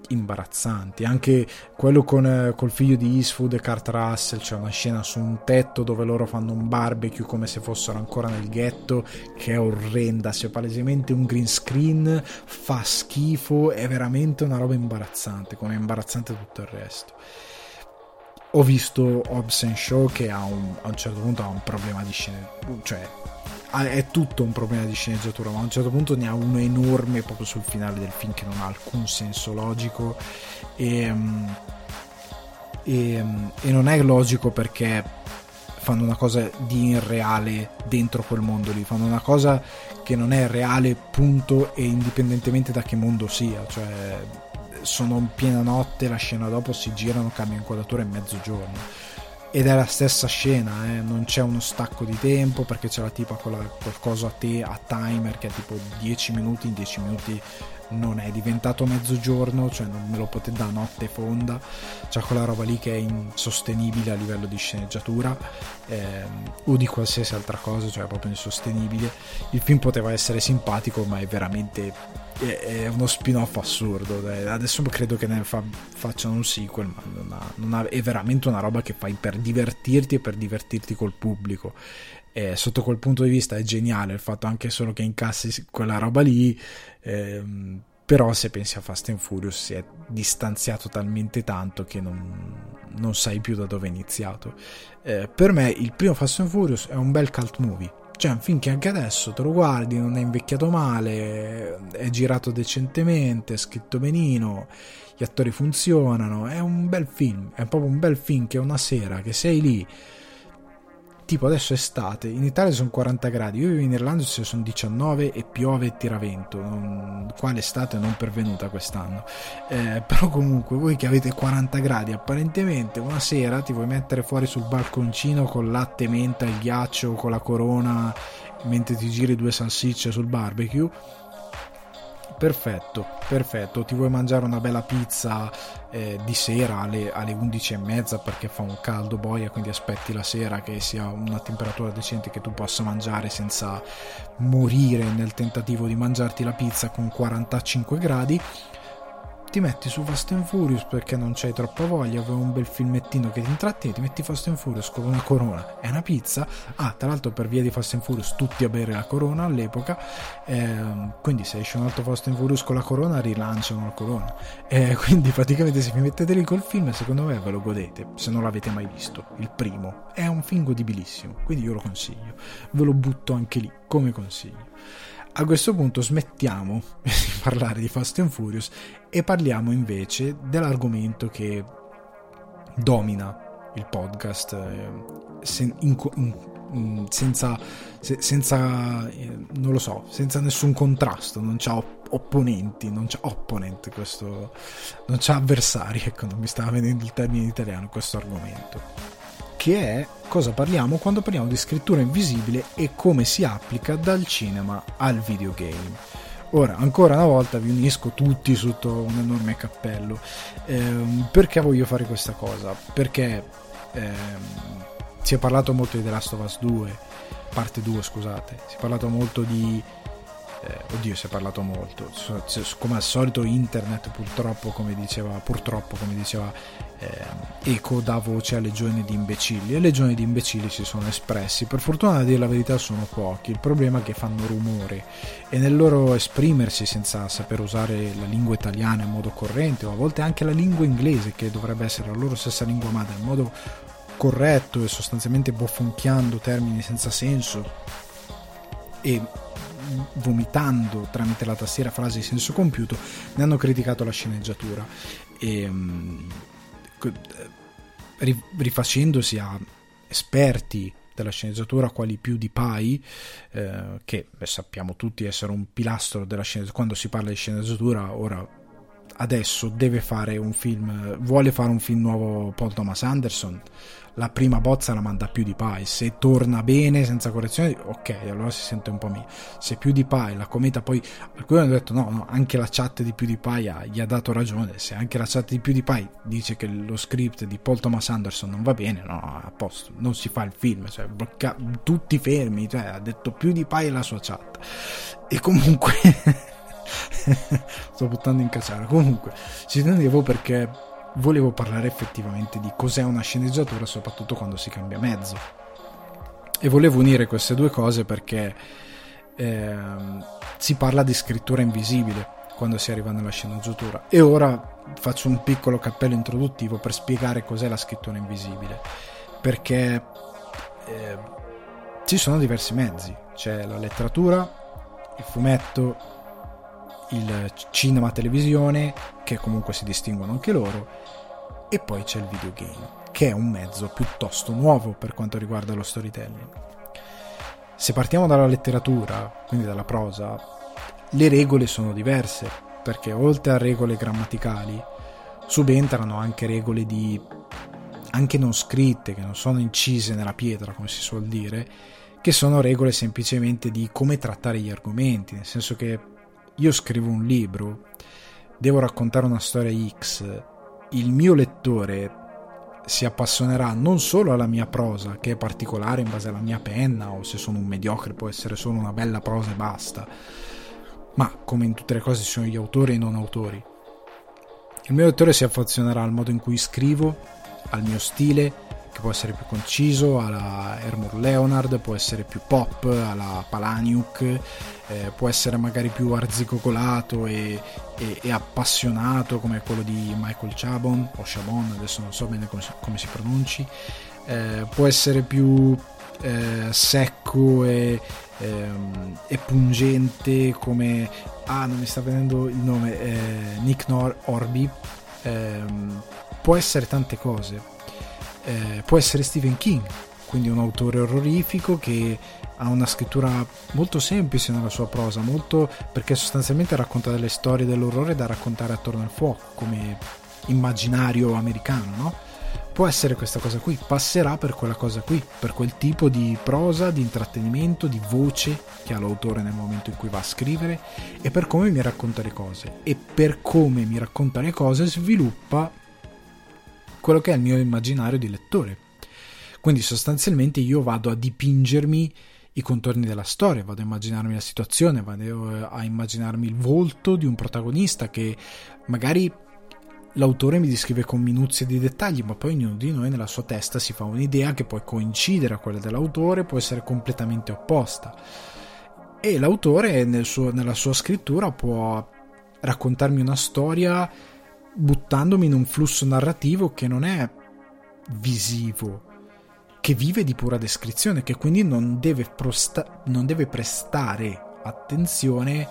imbarazzanti. Anche quello con col figlio di Eastwood e Kurt Russell, c'è una scena su un tetto dove loro fanno un barbecue come se fossero ancora nel ghetto, che è orrenda, c'è palesemente un green screen, fa schifo, è veramente una roba imbarazzante, come è imbarazzante tutto il resto. Ho visto Hobbs and Shaw che ha un, a un certo punto ha un problema di sceneggiatura, cioè è tutto un problema di sceneggiatura, ma a un certo punto ne ha uno enorme proprio sul finale del film che non ha alcun senso logico e, e, e non è logico perché fanno una cosa di irreale dentro quel mondo lì, fanno una cosa che non è reale punto e indipendentemente da che mondo sia, cioè sono in piena notte, la scena dopo si girano, cambia inquadratura in mezzogiorno ed è la stessa scena, eh? Non c'è uno stacco di tempo perché c'è la tipa con la, quel coso a te a timer che è tipo dieci minuti, in dieci minuti non è diventato mezzogiorno, cioè non me lo potete da notte fonda, c'è quella roba lì che è insostenibile a livello di sceneggiatura ehm, o di qualsiasi altra cosa, cioè è proprio insostenibile. Il film poteva essere simpatico ma è veramente è, è uno spin-off assurdo, adesso credo che ne fa, facciano un sequel, ma non ha, non ha, è veramente una roba che fai per divertirti e per divertirti col pubblico. Eh, sotto quel punto di vista è geniale il fatto anche solo che incassi quella roba lì, ehm, però se pensi a Fast and Furious si è distanziato talmente tanto che non, non sai più da dove è iniziato. Eh, per me il primo Fast and Furious è un bel cult movie, cioè un film che anche adesso te lo guardi, non è invecchiato male, è girato decentemente, è scritto benino, gli attori funzionano, è un bel film, è proprio un bel film che una sera che sei lì, tipo adesso è estate, in Italia sono quaranta gradi, io vivo in Irlanda, ci sono diciannove e piove e tira vento, non, qua l'estate non è pervenuta quest'anno, eh, però comunque voi che avete quaranta gradi apparentemente una sera ti vuoi mettere fuori sul balconcino con latte, menta, il ghiaccio, con la Corona mentre ti giri due salsicce sul barbecue, perfetto, perfetto. Ti vuoi mangiare una bella pizza eh, di sera alle, alle undici e mezza perché fa un caldo boia, quindi aspetti la sera che sia una temperatura decente che tu possa mangiare senza morire nel tentativo di mangiarti la pizza con quarantacinque gradi. Ti metti su Fast and Furious perché non c'hai troppa voglia, avevo un bel filmettino che ti intrattiene, ti metti Fast and Furious con una Corona e una pizza. Ah, tra l'altro per via di Fast and Furious tutti a bere la Corona all'epoca, eh, quindi se esce un altro Fast and Furious con la Corona rilanciano la Corona, eh, quindi praticamente se vi mettete lì col film secondo me ve lo godete, se non l'avete mai visto. Il primo è un film godibilissimo, quindi io lo consiglio, ve lo butto anche lì come consiglio. A questo punto smettiamo di parlare di Fast and Furious e parliamo invece dell'argomento che domina il podcast, eh, sen, in, in, senza, se, senza eh, non lo so, senza nessun contrasto, non c'ha opp- opponenti, non c'ha opponent, questo, non c'ha avversari, ecco, non mi stava venendo il termine in italiano questo argomento, che è cosa parliamo quando parliamo di scrittura invisibile e come si applica dal cinema al videogame. Ora, ancora una volta vi unisco tutti sotto un enorme cappello. Ehm, perché voglio fare questa cosa? Perché ehm, si è parlato molto di The Last of Us due, parte due, scusate, si è parlato molto di Eh, oddio, si è parlato molto, come al solito internet purtroppo come diceva purtroppo come diceva eh, Eco dà voce a legioni di imbecilli e legioni di imbecilli si sono espressi, per fortuna a dire la verità sono pochi, il problema è che fanno rumore e nel loro esprimersi senza saper usare la lingua italiana in modo corrente o a volte anche la lingua inglese che dovrebbe essere la loro stessa lingua madre in modo corretto e sostanzialmente bofonchiando termini senza senso e vomitando tramite la tastiera frasi di senso compiuto, ne hanno criticato la sceneggiatura e rifacendosi a esperti della sceneggiatura quali PewDiePie, eh, che beh, sappiamo tutti essere un pilastro della sceneggiatura. Quando si parla di sceneggiatura ora adesso deve fare un film, vuole fare un film nuovo Paul Thomas Anderson, la prima bozza la manda PewDiePie, se torna bene senza correzioni ok, allora si sente un po' meglio. Se PewDiePie la cometa, poi alcuni hanno detto no, no, anche la chat di PewDiePie ha, gli ha dato ragione, se anche la chat di PewDiePie dice che lo script di Paul Thomas Anderson non va bene, no, a posto, non si fa il film, cioè blocca, tutti fermi, cioè ha detto PewDiePie e la sua chat. E comunque sto buttando in caciara. Comunque ci tenevo perché volevo parlare effettivamente di cos'è una sceneggiatura, soprattutto quando si cambia mezzo, e volevo unire queste due cose perché eh, si parla di scrittura invisibile quando si arriva nella sceneggiatura, e ora faccio un piccolo cappello introduttivo per spiegare cos'è la scrittura invisibile, perché eh, ci sono diversi mezzi. C'è la letteratura, il fumetto, il cinema, televisione, che comunque si distinguono anche loro, e poi c'è il videogame, che è un mezzo piuttosto nuovo per quanto riguarda lo storytelling. Se partiamo dalla letteratura, quindi dalla prosa, le regole sono diverse, perché oltre a regole grammaticali subentrano anche regole di anche non scritte, che non sono incise nella pietra, come si suol dire, che sono regole semplicemente di come trattare gli argomenti, nel senso che io scrivo un libro, devo raccontare una storia X, il mio lettore si appassionerà non solo alla mia prosa, che è particolare in base alla mia penna, o se sono un mediocre può essere solo una bella prosa e basta, ma come in tutte le cose ci sono gli autori e i non autori. Il mio lettore si affezionerà al modo in cui scrivo, al mio stile, che può essere più conciso, alla Ermor Leonard, può essere più pop, alla Palahniuk, eh, può essere magari più arzigogolato e, e, e appassionato come quello di Michael Chabon o Chabon, adesso non so bene come si, come si pronunci, eh, può essere più eh, secco e, ehm, e pungente come ah non mi sta venendo il nome eh, Nick Nor- Orby, ehm, può essere tante cose. Eh, può essere Stephen King, quindi un autore orrorifico che ha una scrittura molto semplice nella sua prosa, molto perché sostanzialmente racconta delle storie dell'orrore da raccontare attorno al fuoco, come immaginario americano, no? Può essere questa cosa qui, passerà per quella cosa qui, per quel tipo di prosa, di intrattenimento, di voce che ha l'autore nel momento in cui va a scrivere, e per come mi racconta le cose, e per come mi racconta le cose sviluppa quello che è il mio immaginario di lettore. Quindi sostanzialmente io vado a dipingermi i contorni della storia, vado a immaginarmi la situazione, vado a immaginarmi il volto di un protagonista che magari l'autore mi descrive con minuzie di dettagli, ma poi ognuno di noi nella sua testa si fa un'idea che può coincidere a quella dell'autore, può essere completamente opposta, e l'autore nel suo, nella sua scrittura può raccontarmi una storia buttandomi in un flusso narrativo che non è visivo, che vive di pura descrizione, che quindi non deve, prosta- non deve prestare attenzione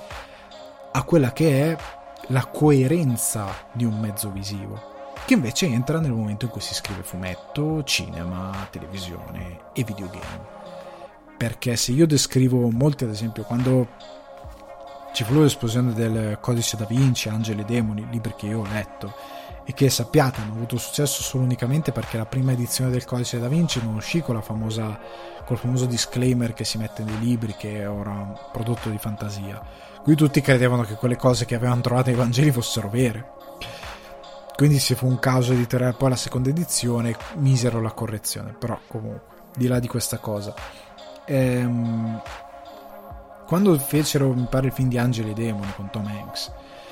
a quella che è la coerenza di un mezzo visivo, che invece entra nel momento in cui si scrive fumetto, cinema, televisione e videogame. Perché se io descrivo molti, ad esempio quando ci fu l'esplosione del Codice da Vinci, Angeli e Demoni, libri che io ho letto e che, sappiate, hanno avuto successo solo unicamente perché la prima edizione del Codice da Vinci non uscì con la famosa, col famoso disclaimer che si mette nei libri, che è ora un prodotto di fantasia. Qui tutti credevano che quelle cose che avevano trovato nei Vangeli fossero vere, quindi se fu un caso editoriale. Poi la seconda edizione misero la correzione, però comunque di là di questa cosa, ehm quando fecero, mi pare, il film di Angeli e Demoni con Tom Hanks,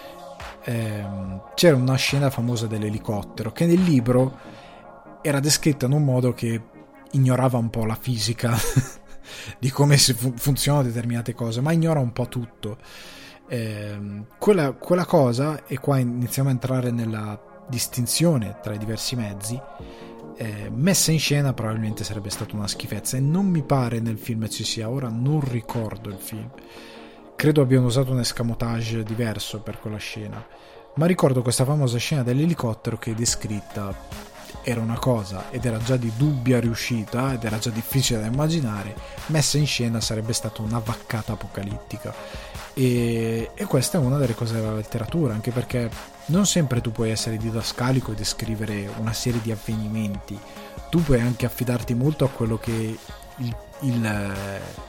ehm, c'era una scena famosa dell'elicottero che nel libro era descritta in un modo che ignorava un po' la fisica di come si fu- funzionano determinate cose, ma ignora un po' tutto. Ehm, quella, quella cosa, e qua iniziamo a entrare nella distinzione tra i diversi mezzi, Eh, messa in scena probabilmente sarebbe stata una schifezza, e non mi pare nel film ci sia, ora non ricordo il film, credo abbiano usato un escamotage diverso per quella scena, ma ricordo questa famosa scena dell'elicottero che è descritta, era una cosa ed era già di dubbia riuscita ed era già difficile da immaginare, messa in scena sarebbe stata una vaccata apocalittica. E, e questa è una delle cose della letteratura, anche perché non sempre tu puoi essere didascalico e descrivere una serie di avvenimenti, tu puoi anche affidarti molto a quello che il, il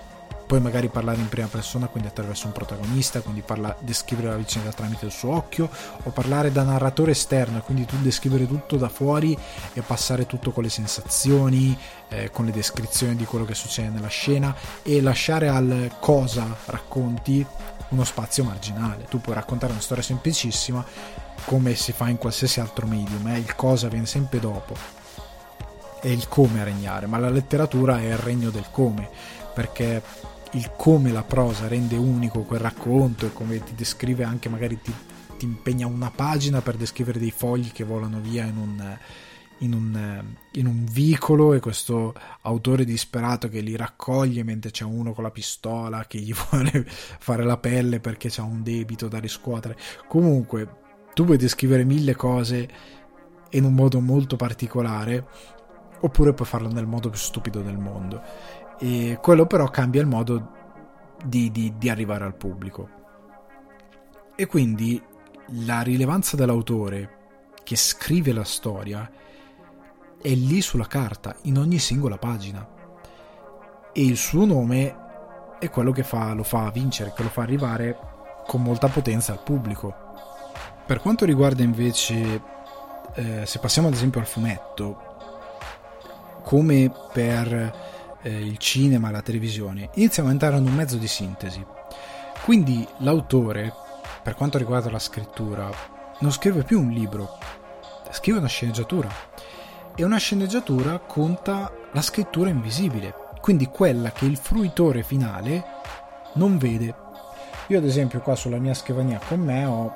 puoi magari parlare in prima persona, quindi attraverso un protagonista, quindi parla, descrivere la vicenda tramite il suo occhio, o parlare da narratore esterno, quindi tu descrivere tutto da fuori e passare tutto con le sensazioni, eh, con le descrizioni di quello che succede nella scena, e lasciare al cosa racconti uno spazio marginale. Tu puoi raccontare una storia semplicissima come si fa in qualsiasi altro medium, eh? Il cosa viene sempre dopo, è il come a regnare, ma la letteratura è il regno del come, perché il come la prosa rende unico quel racconto, e come ti descrive anche, magari ti, ti impegna una pagina per descrivere dei fogli che volano via in un, in un, in un vicolo, e questo autore disperato che li raccoglie mentre c'è uno con la pistola che gli vuole fare la pelle perché c'ha un debito da riscuotere. Comunque tu puoi descrivere mille cose in un modo molto particolare, oppure puoi farlo nel modo più stupido del mondo, e quello però cambia il modo di, di, di arrivare al pubblico. E quindi la rilevanza dell'autore che scrive la storia è lì sulla carta, in ogni singola pagina, e il suo nome è quello che fa, lo fa vincere, che lo fa arrivare con molta potenza al pubblico. Per quanto riguarda invece, eh, se passiamo ad esempio al fumetto, come per eh, il cinema e la televisione, iniziamo a entrare in un mezzo di sintesi. Quindi l'autore, per quanto riguarda la scrittura, non scrive più un libro, scrive una sceneggiatura, e una sceneggiatura conta la scrittura invisibile, quindi quella che il fruitore finale non vede. Io ad esempio qua sulla mia scrivania con me ho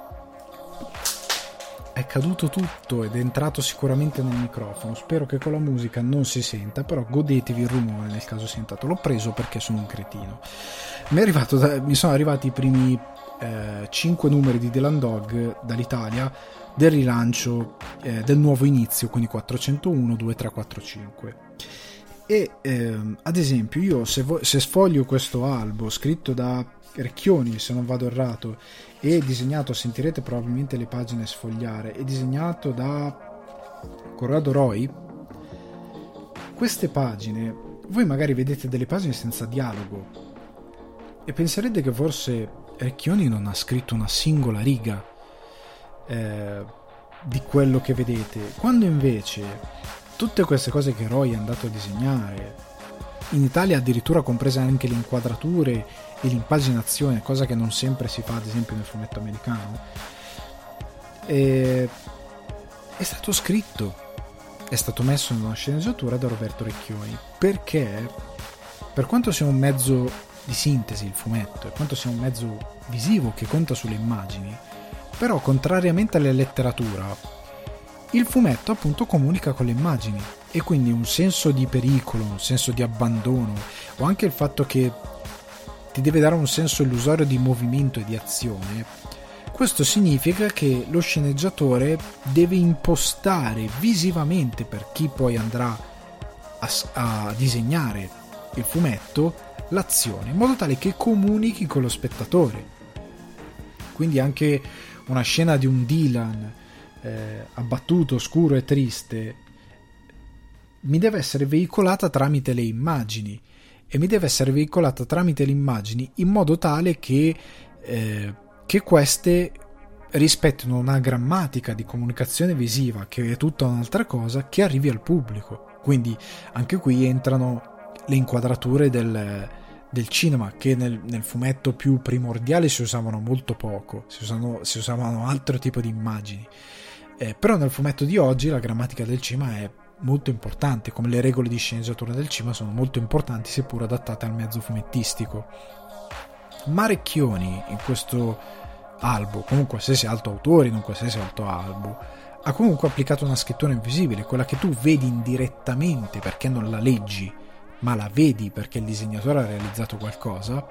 è caduto tutto ed è entrato sicuramente nel microfono, spero che con la musica non si senta, però godetevi il rumore nel caso sentiate. L'ho preso perché sono un cretino. Mi, è arrivato da, mi sono arrivati i primi eh, cinque numeri di Dylan Dog dall'Italia, del rilancio eh, del nuovo inizio, quindi quattrocentouno, due, tre, quattro, cinque. E ehm, ad esempio io se, vo- se sfoglio questo albo scritto da Recchioni, se non vado errato, e disegnato, sentirete probabilmente le pagine sfogliare, è disegnato da Corrado Roy, queste pagine, voi magari vedete delle pagine senza dialogo e penserete che forse Recchioni non ha scritto una singola riga eh, di quello che vedete, quando invece tutte queste cose che Roy è andato a disegnare, in Italia addirittura comprese anche le inquadrature e l'impaginazione, cosa che non sempre si fa ad esempio nel fumetto americano, è, è stato scritto, è stato messo in una sceneggiatura da Roberto Recchioni, perché per quanto sia un mezzo di sintesi il fumetto, e quanto sia un mezzo visivo che conta sulle immagini, però contrariamente alla letteratura il fumetto appunto comunica con le immagini, e quindi un senso di pericolo, un senso di abbandono, o anche il fatto che ti deve dare un senso illusorio di movimento e di azione. Questo significa che lo sceneggiatore deve impostare visivamente, per chi poi andrà a, a disegnare il fumetto, l'azione, in modo tale che comunichi con lo spettatore. Quindi anche una scena di un Dylan eh, abbattuto, scuro e triste mi deve essere veicolata tramite le immagini, e mi deve essere veicolata tramite le immagini in modo tale che, eh, che queste rispettino una grammatica di comunicazione visiva, che è tutta un'altra cosa, che arrivi al pubblico. Quindi anche qui entrano le inquadrature del, del cinema, che nel, nel fumetto più primordiale si usavano molto poco, si, usano, si usavano altro tipo di immagini, eh, però nel fumetto di oggi la grammatica del cinema è molto importante, come le regole di sceneggiatura del cinema sono molto importanti, seppur adattate al mezzo fumettistico. Ma Recchioni in questo albo, comunque qualsiasi altro autore in un qualsiasi altro albo, ha comunque applicato una scrittura invisibile, quella che tu vedi indirettamente perché non la leggi, ma la vedi perché il disegnatore ha realizzato qualcosa,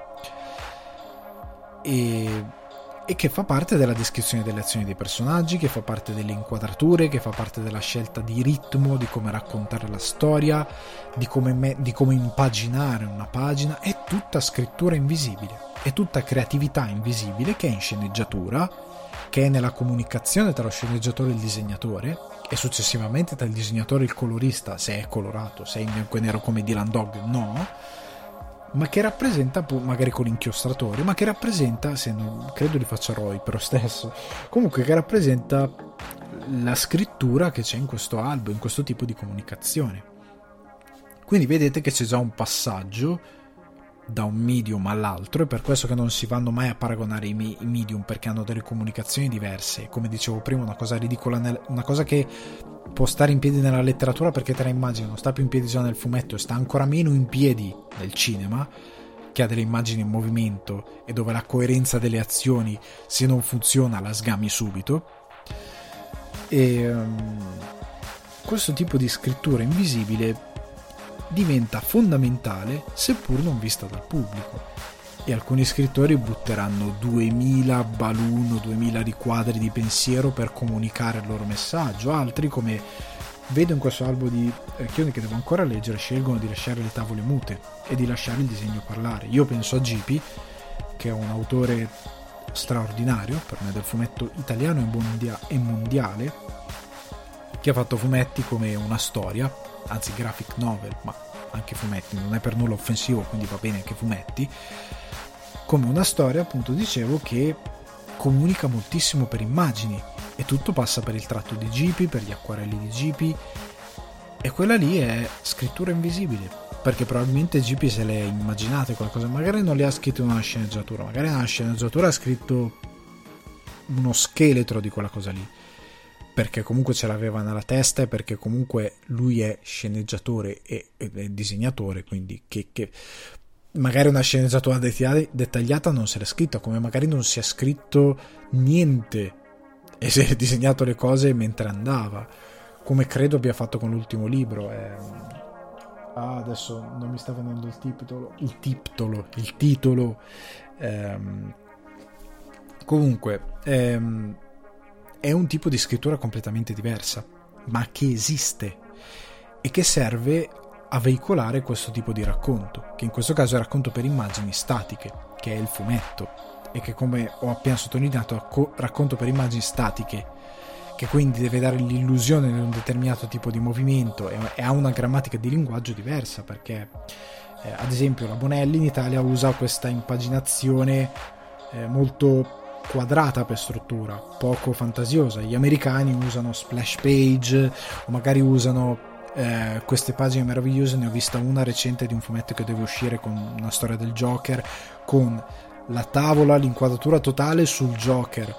e e che fa parte della descrizione delle azioni dei personaggi, che fa parte delle inquadrature, che fa parte della scelta di ritmo, di come raccontare la storia, di come, me, di come impaginare una pagina. È tutta scrittura invisibile, è tutta creatività invisibile, che è in sceneggiatura, che è nella comunicazione tra lo sceneggiatore e il disegnatore, e successivamente tra il disegnatore e il colorista, se è colorato, se è in bianco e nero come Dylan Dog, no, ma che rappresenta, magari con l'inchiostratore, ma che rappresenta, se non credo li faccia Roy però stesso, comunque che rappresenta la scrittura che c'è in questo albo, in questo tipo di comunicazione. Quindi vedete che c'è già un passaggio da un medium all'altro, e per questo che non si vanno mai a paragonare i, me- i medium, perché hanno delle comunicazioni diverse. Come dicevo prima, una cosa ridicola, nel- una cosa che può stare in piedi nella letteratura perché te la immagini, non sta più in piedi già nel fumetto e sta ancora meno in piedi nel cinema, che ha delle immagini in movimento e dove la coerenza delle azioni, se non funziona, la sgami subito. E um, questo tipo di scrittura invisibile diventa fondamentale seppur non vista dal pubblico, e alcuni scrittori butteranno duemila balloon, duemila riquadri di pensiero per comunicare il loro messaggio. Altri, come vedo in questo albo di Recchioni che devo ancora leggere, scelgono di lasciare le tavole mute e di lasciare il disegno parlare. Io penso a Gipi, che è un autore straordinario per me del fumetto italiano e, mondia- e mondiale, che ha fatto fumetti come Una storia, anzi graphic novel, ma anche fumetti, non è per nulla offensivo, quindi va bene anche fumetti, come Una storia, appunto, dicevo, che comunica moltissimo per immagini, e tutto passa per il tratto di Gipi, per gli acquarelli di Gipi, e quella lì è scrittura invisibile, perché probabilmente Gipi se le immaginate qualcosa, magari non le ha scritto in una sceneggiatura, magari nella sceneggiatura ha scritto uno scheletro di quella cosa lì, perché comunque ce l'aveva nella testa, e perché comunque lui è sceneggiatore e, e, e disegnatore, quindi che, che magari una sceneggiatura dettagliata non se l'è scritta, come magari non si è scritto niente e si è disegnato le cose mentre andava, come credo abbia fatto con l'ultimo libro. eh... ah, adesso non mi sta venendo il titolo il titolo il titolo ehm... comunque ehm... è un tipo di scrittura completamente diversa, ma che esiste e che serve a veicolare questo tipo di racconto, che in questo caso è racconto per immagini statiche, che è il fumetto, e che, come ho appena sottolineato, racconto per immagini statiche, che quindi deve dare l'illusione di un determinato tipo di movimento e ha una grammatica di linguaggio diversa, perché eh, ad esempio la Bonelli in Italia usa questa impaginazione eh, molto quadrata per struttura, poco fantasiosa. Gli americani usano splash page, o magari usano eh, queste pagine meravigliose. Ne ho vista una recente di un fumetto che deve uscire con una storia del Joker, con la tavola, l'inquadratura totale sul Joker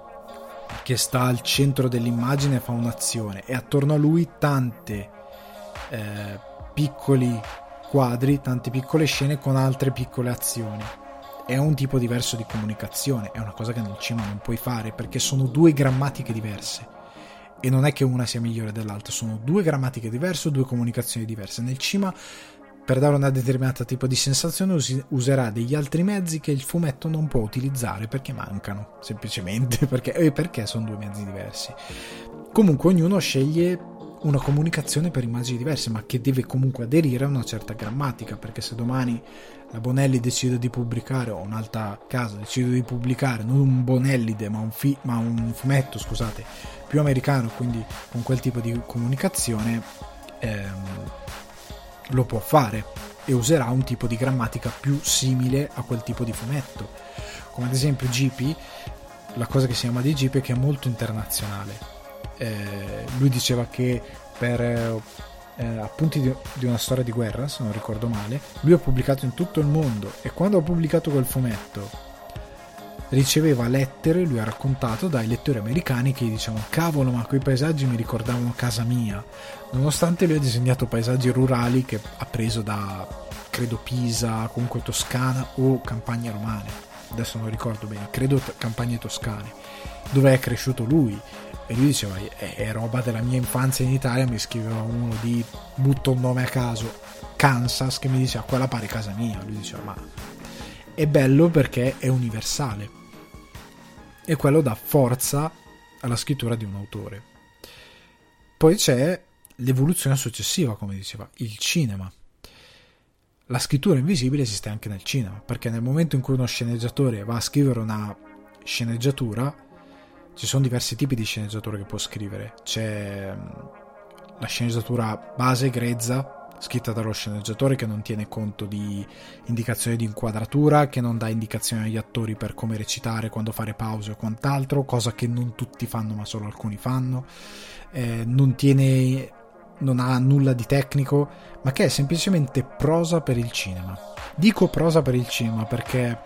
che sta al centro dell'immagine e fa un'azione, e attorno a lui tante eh, piccoli quadri, tante piccole scene con altre piccole azioni. È un tipo diverso di comunicazione, è una cosa che nel cinema non puoi fare, perché sono due grammatiche diverse, e non è che una sia migliore dell'altra, sono due grammatiche diverse, due comunicazioni diverse. Nel cinema, per dare una determinata tipo di sensazione, userà degli altri mezzi che il fumetto non può utilizzare perché mancano, semplicemente perché, e perché sono due mezzi diversi. Comunque ognuno sceglie una comunicazione per immagini diverse, ma che deve comunque aderire a una certa grammatica, perché se domani la Bonelli decide di pubblicare, o un'altra casa decide di pubblicare non un Bonellide ma un, fi- ma un fumetto, scusate, più americano, quindi con quel tipo di comunicazione, ehm, lo può fare e userà un tipo di grammatica più simile a quel tipo di fumetto. Come ad esempio G P, la cosa che si chiama di G P è che è molto internazionale. Eh, lui diceva che per eh, appunti di, di una storia di guerra, se non ricordo male, lui ha pubblicato in tutto il mondo, e quando ha pubblicato quel fumetto riceveva lettere, lui ha raccontato, dai lettori americani che gli dicevano: cavolo, ma quei paesaggi mi ricordavano casa mia, nonostante lui ha disegnato paesaggi rurali che ha preso da, credo, Pisa, comunque Toscana o campagne romane, adesso non ricordo bene, credo campagne toscane, dove è cresciuto lui. E lui diceva: è, è roba della mia infanzia in Italia. Mi scriveva uno di, butto un nome a caso, Kansas, che mi diceva: quella pare casa mia. Lui diceva: ma è bello perché è universale, e quello dà forza alla scrittura di un autore. Poi c'è l'evoluzione successiva, come diceva, il cinema. La scrittura invisibile esiste anche nel cinema, perché nel momento in cui uno sceneggiatore va a scrivere una sceneggiatura, ci sono diversi tipi di sceneggiatura che può scrivere. C'è la sceneggiatura base, grezza, scritta dallo sceneggiatore, che non tiene conto di indicazioni di inquadratura, che non dà indicazioni agli attori per come recitare, quando fare pause o quant'altro, cosa che non tutti fanno ma solo alcuni fanno, eh, non tiene non ha nulla di tecnico, ma che è semplicemente prosa per il cinema. Dico prosa per il cinema perché,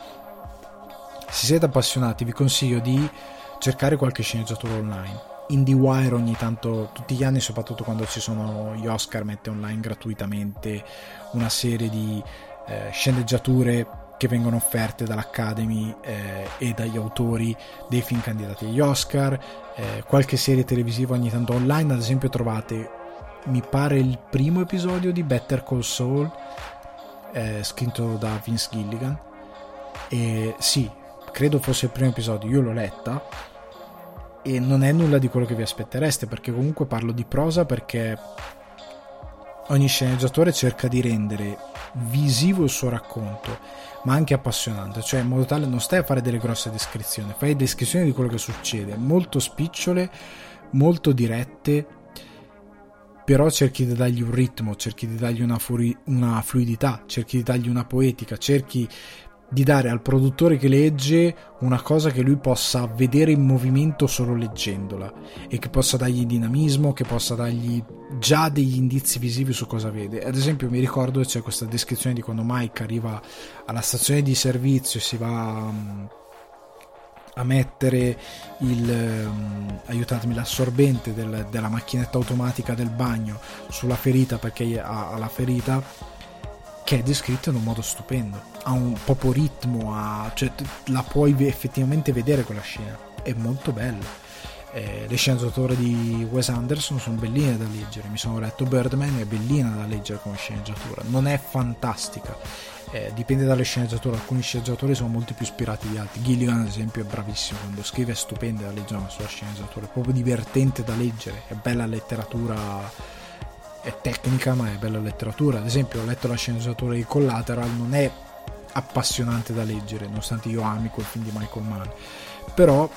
se siete appassionati, vi consiglio di cercare qualche sceneggiatura online. IndieWire ogni tanto, tutti gli anni, soprattutto quando ci sono gli Oscar, mette online gratuitamente una serie di eh, sceneggiature che vengono offerte dall'Academy eh, e dagli autori dei film candidati agli Oscar. Eh, qualche serie televisiva ogni tanto online. Ad esempio trovate, mi pare, il primo episodio di Better Call Saul, eh, scritto da Vince Gilligan, e sì, credo fosse il primo episodio, io l'ho letta e non è nulla di quello che vi aspettereste, perché comunque parlo di prosa perché ogni sceneggiatore cerca di rendere visivo il suo racconto, ma anche appassionante, cioè in modo tale non stai a fare delle grosse descrizioni, fai descrizioni di quello che succede, molto spicciole, molto dirette, però cerchi di dargli un ritmo, cerchi di dargli una, furi- una fluidità, cerchi di dargli una poetica, cerchi di dare al produttore che legge una cosa che lui possa vedere in movimento solo leggendola, e che possa dargli dinamismo, che possa dargli già degli indizi visivi su cosa vede. Ad esempio mi ricordo c'è questa descrizione di quando Mike arriva alla stazione di servizio e si va um, a mettere il um, aiutatemi l'assorbente del, della macchinetta automatica del bagno sulla ferita, perché ha, ha la ferita, che è descritta in un modo stupendo, ha un proprio ritmo, ha, cioè la puoi effettivamente vedere quella scena, è molto bello. Eh, le sceneggiature di Wes Anderson sono belline da leggere, mi sono letto Birdman, è bellina da leggere come sceneggiatura, non è fantastica, eh, dipende dalle sceneggiature, alcuni sceneggiatori sono molto più ispirati di altri. Gilligan ad esempio è bravissimo, quando scrive è stupenda da leggere la sua sceneggiatura, è proprio divertente da leggere, è bella letteratura, è tecnica ma è bella letteratura. Ad esempio ho letto la sceneggiatura di Collateral, non è appassionante da leggere nonostante io ami quel film di Michael Mann, però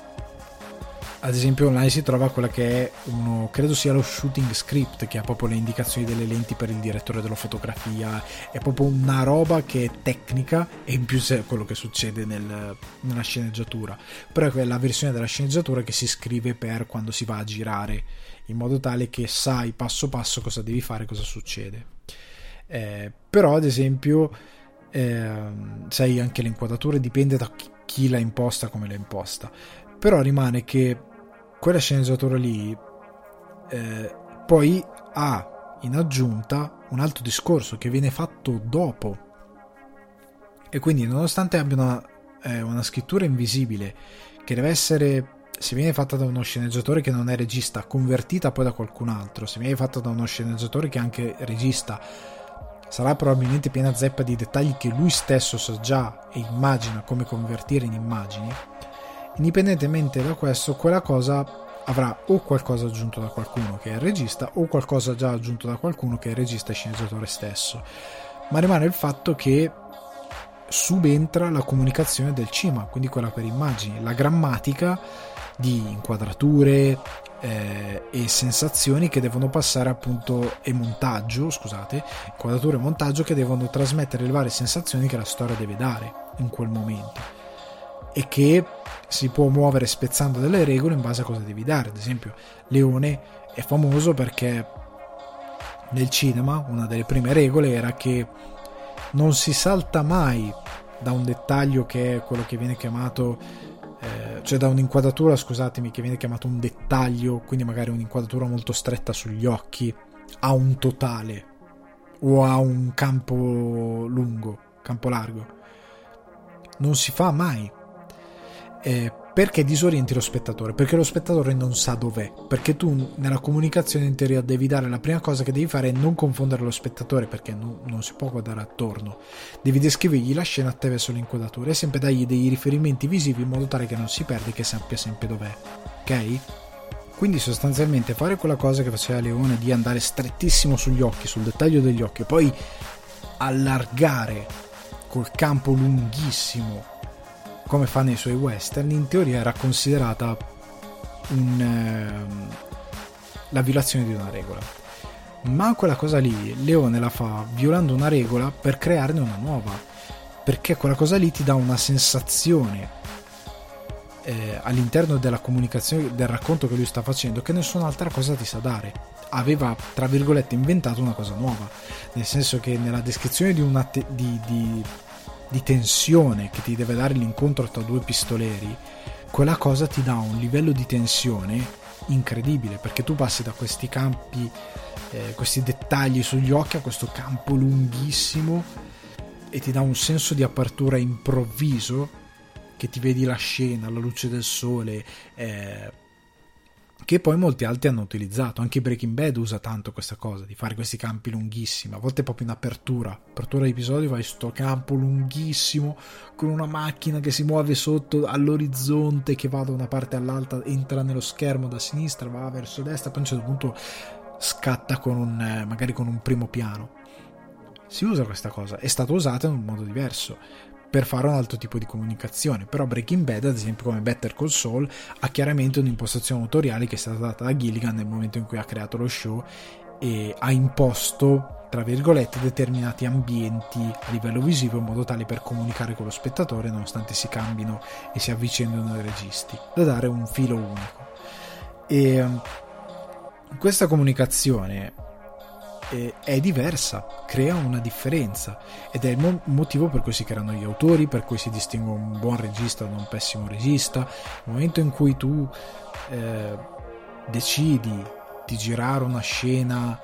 ad esempio online si trova quella che è uno, credo sia lo shooting script, che ha proprio le indicazioni delle lenti per il direttore della fotografia, è proprio una roba che è tecnica, e in più è quello che succede nel, nella sceneggiatura, però è la versione della sceneggiatura che si scrive per quando si va a girare, in modo tale che sai passo passo cosa devi fare, cosa succede. Eh, però ad esempio eh, sai, anche le inquadrature dipende da chi, chi l'ha imposta, come l'ha imposta, però rimane che quella sceneggiatura lì eh, poi ha in aggiunta un altro discorso che viene fatto dopo, e quindi nonostante abbia una, eh, una scrittura invisibile che deve essere, se viene fatta da uno sceneggiatore che non è regista, convertita poi da qualcun altro, se viene fatta da uno sceneggiatore che è anche regista, sarà probabilmente piena zeppa di dettagli che lui stesso sa già e immagina come convertire in immagini. Indipendentemente da questo, quella cosa avrà o qualcosa aggiunto da qualcuno che è il regista, o qualcosa già aggiunto da qualcuno che è il regista e sceneggiatore stesso, ma rimane il fatto che subentra la comunicazione del cinema, quindi quella per immagini, la grammatica di inquadrature eh, e sensazioni che devono passare appunto, e montaggio, scusate, inquadrature e montaggio che devono trasmettere le varie sensazioni che la storia deve dare in quel momento, e che si può muovere spezzando delle regole in base a cosa devi dare. Ad esempio Leone è famoso perché nel cinema una delle prime regole era che non si salta mai da un dettaglio che è quello che viene chiamato eh, cioè da un'inquadratura, scusatemi, che viene chiamato un dettaglio, quindi magari un'inquadratura molto stretta sugli occhi, a un totale o a un campo lungo, campo largo. Non si fa mai, eh, perché disorienti lo spettatore, perché lo spettatore non sa dov'è, perché tu nella comunicazione in teoria devi dare, la prima cosa che devi fare è non confondere lo spettatore, perché non, non si può guardare attorno, devi descrivergli la scena attraverso l'inquadratura e sempre dargli dei riferimenti visivi in modo tale che non si perde, che sappia sempre dov'è, ok? Quindi sostanzialmente fare quella cosa che faceva Leone di andare strettissimo sugli occhi, sul dettaglio degli occhi, e poi allargare col campo lunghissimo come fa nei suoi western, in teoria era considerata un, eh, la violazione di una regola. ma quella cosa lì Leone la fa violando una regola per crearne una nuova, perché quella cosa lì ti dà una sensazione eh, all'interno della comunicazione, del racconto che lui sta facendo, che nessun'altra cosa ti sa dare. Aveva, tra virgolette, inventato una cosa nuova, nel senso che nella descrizione di una te- di, di, di tensione che ti deve dare l'incontro tra due pistoleri, quella cosa ti dà un livello di tensione incredibile, perché tu passi da questi campi, eh, questi dettagli sugli occhi, a questo campo lunghissimo, e ti dà un senso di apertura improvviso, che ti vedi la scena, la luce del sole, eh, che poi molti altri hanno utilizzato. Anche Breaking Bad usa tanto questa cosa di fare questi campi lunghissimi, a volte proprio in apertura apertura di episodio vai sto campo lunghissimo con una macchina che si muove sotto all'orizzonte, che va da una parte all'altra, entra nello schermo da sinistra, va verso destra, poi a un certo punto scatta con un eh, magari con un primo piano. Si usa questa cosa, è stata usata in un modo diverso per fare un altro tipo di comunicazione, però Breaking Bad, ad esempio, come Better Call Saul, ha chiaramente un'impostazione autoriale che è stata data da Gilligan nel momento in cui ha creato lo show e ha imposto, tra virgolette, determinati ambienti a livello visivo in modo tale per comunicare con lo spettatore, nonostante si cambino e si avvicendino i registi, da dare un filo unico. E questa comunicazione è diversa, crea una differenza, ed è il mo- motivo per cui si creano gli autori, per cui si distingue un buon regista da un pessimo regista. Nel momento in cui tu eh, decidi di girare una scena,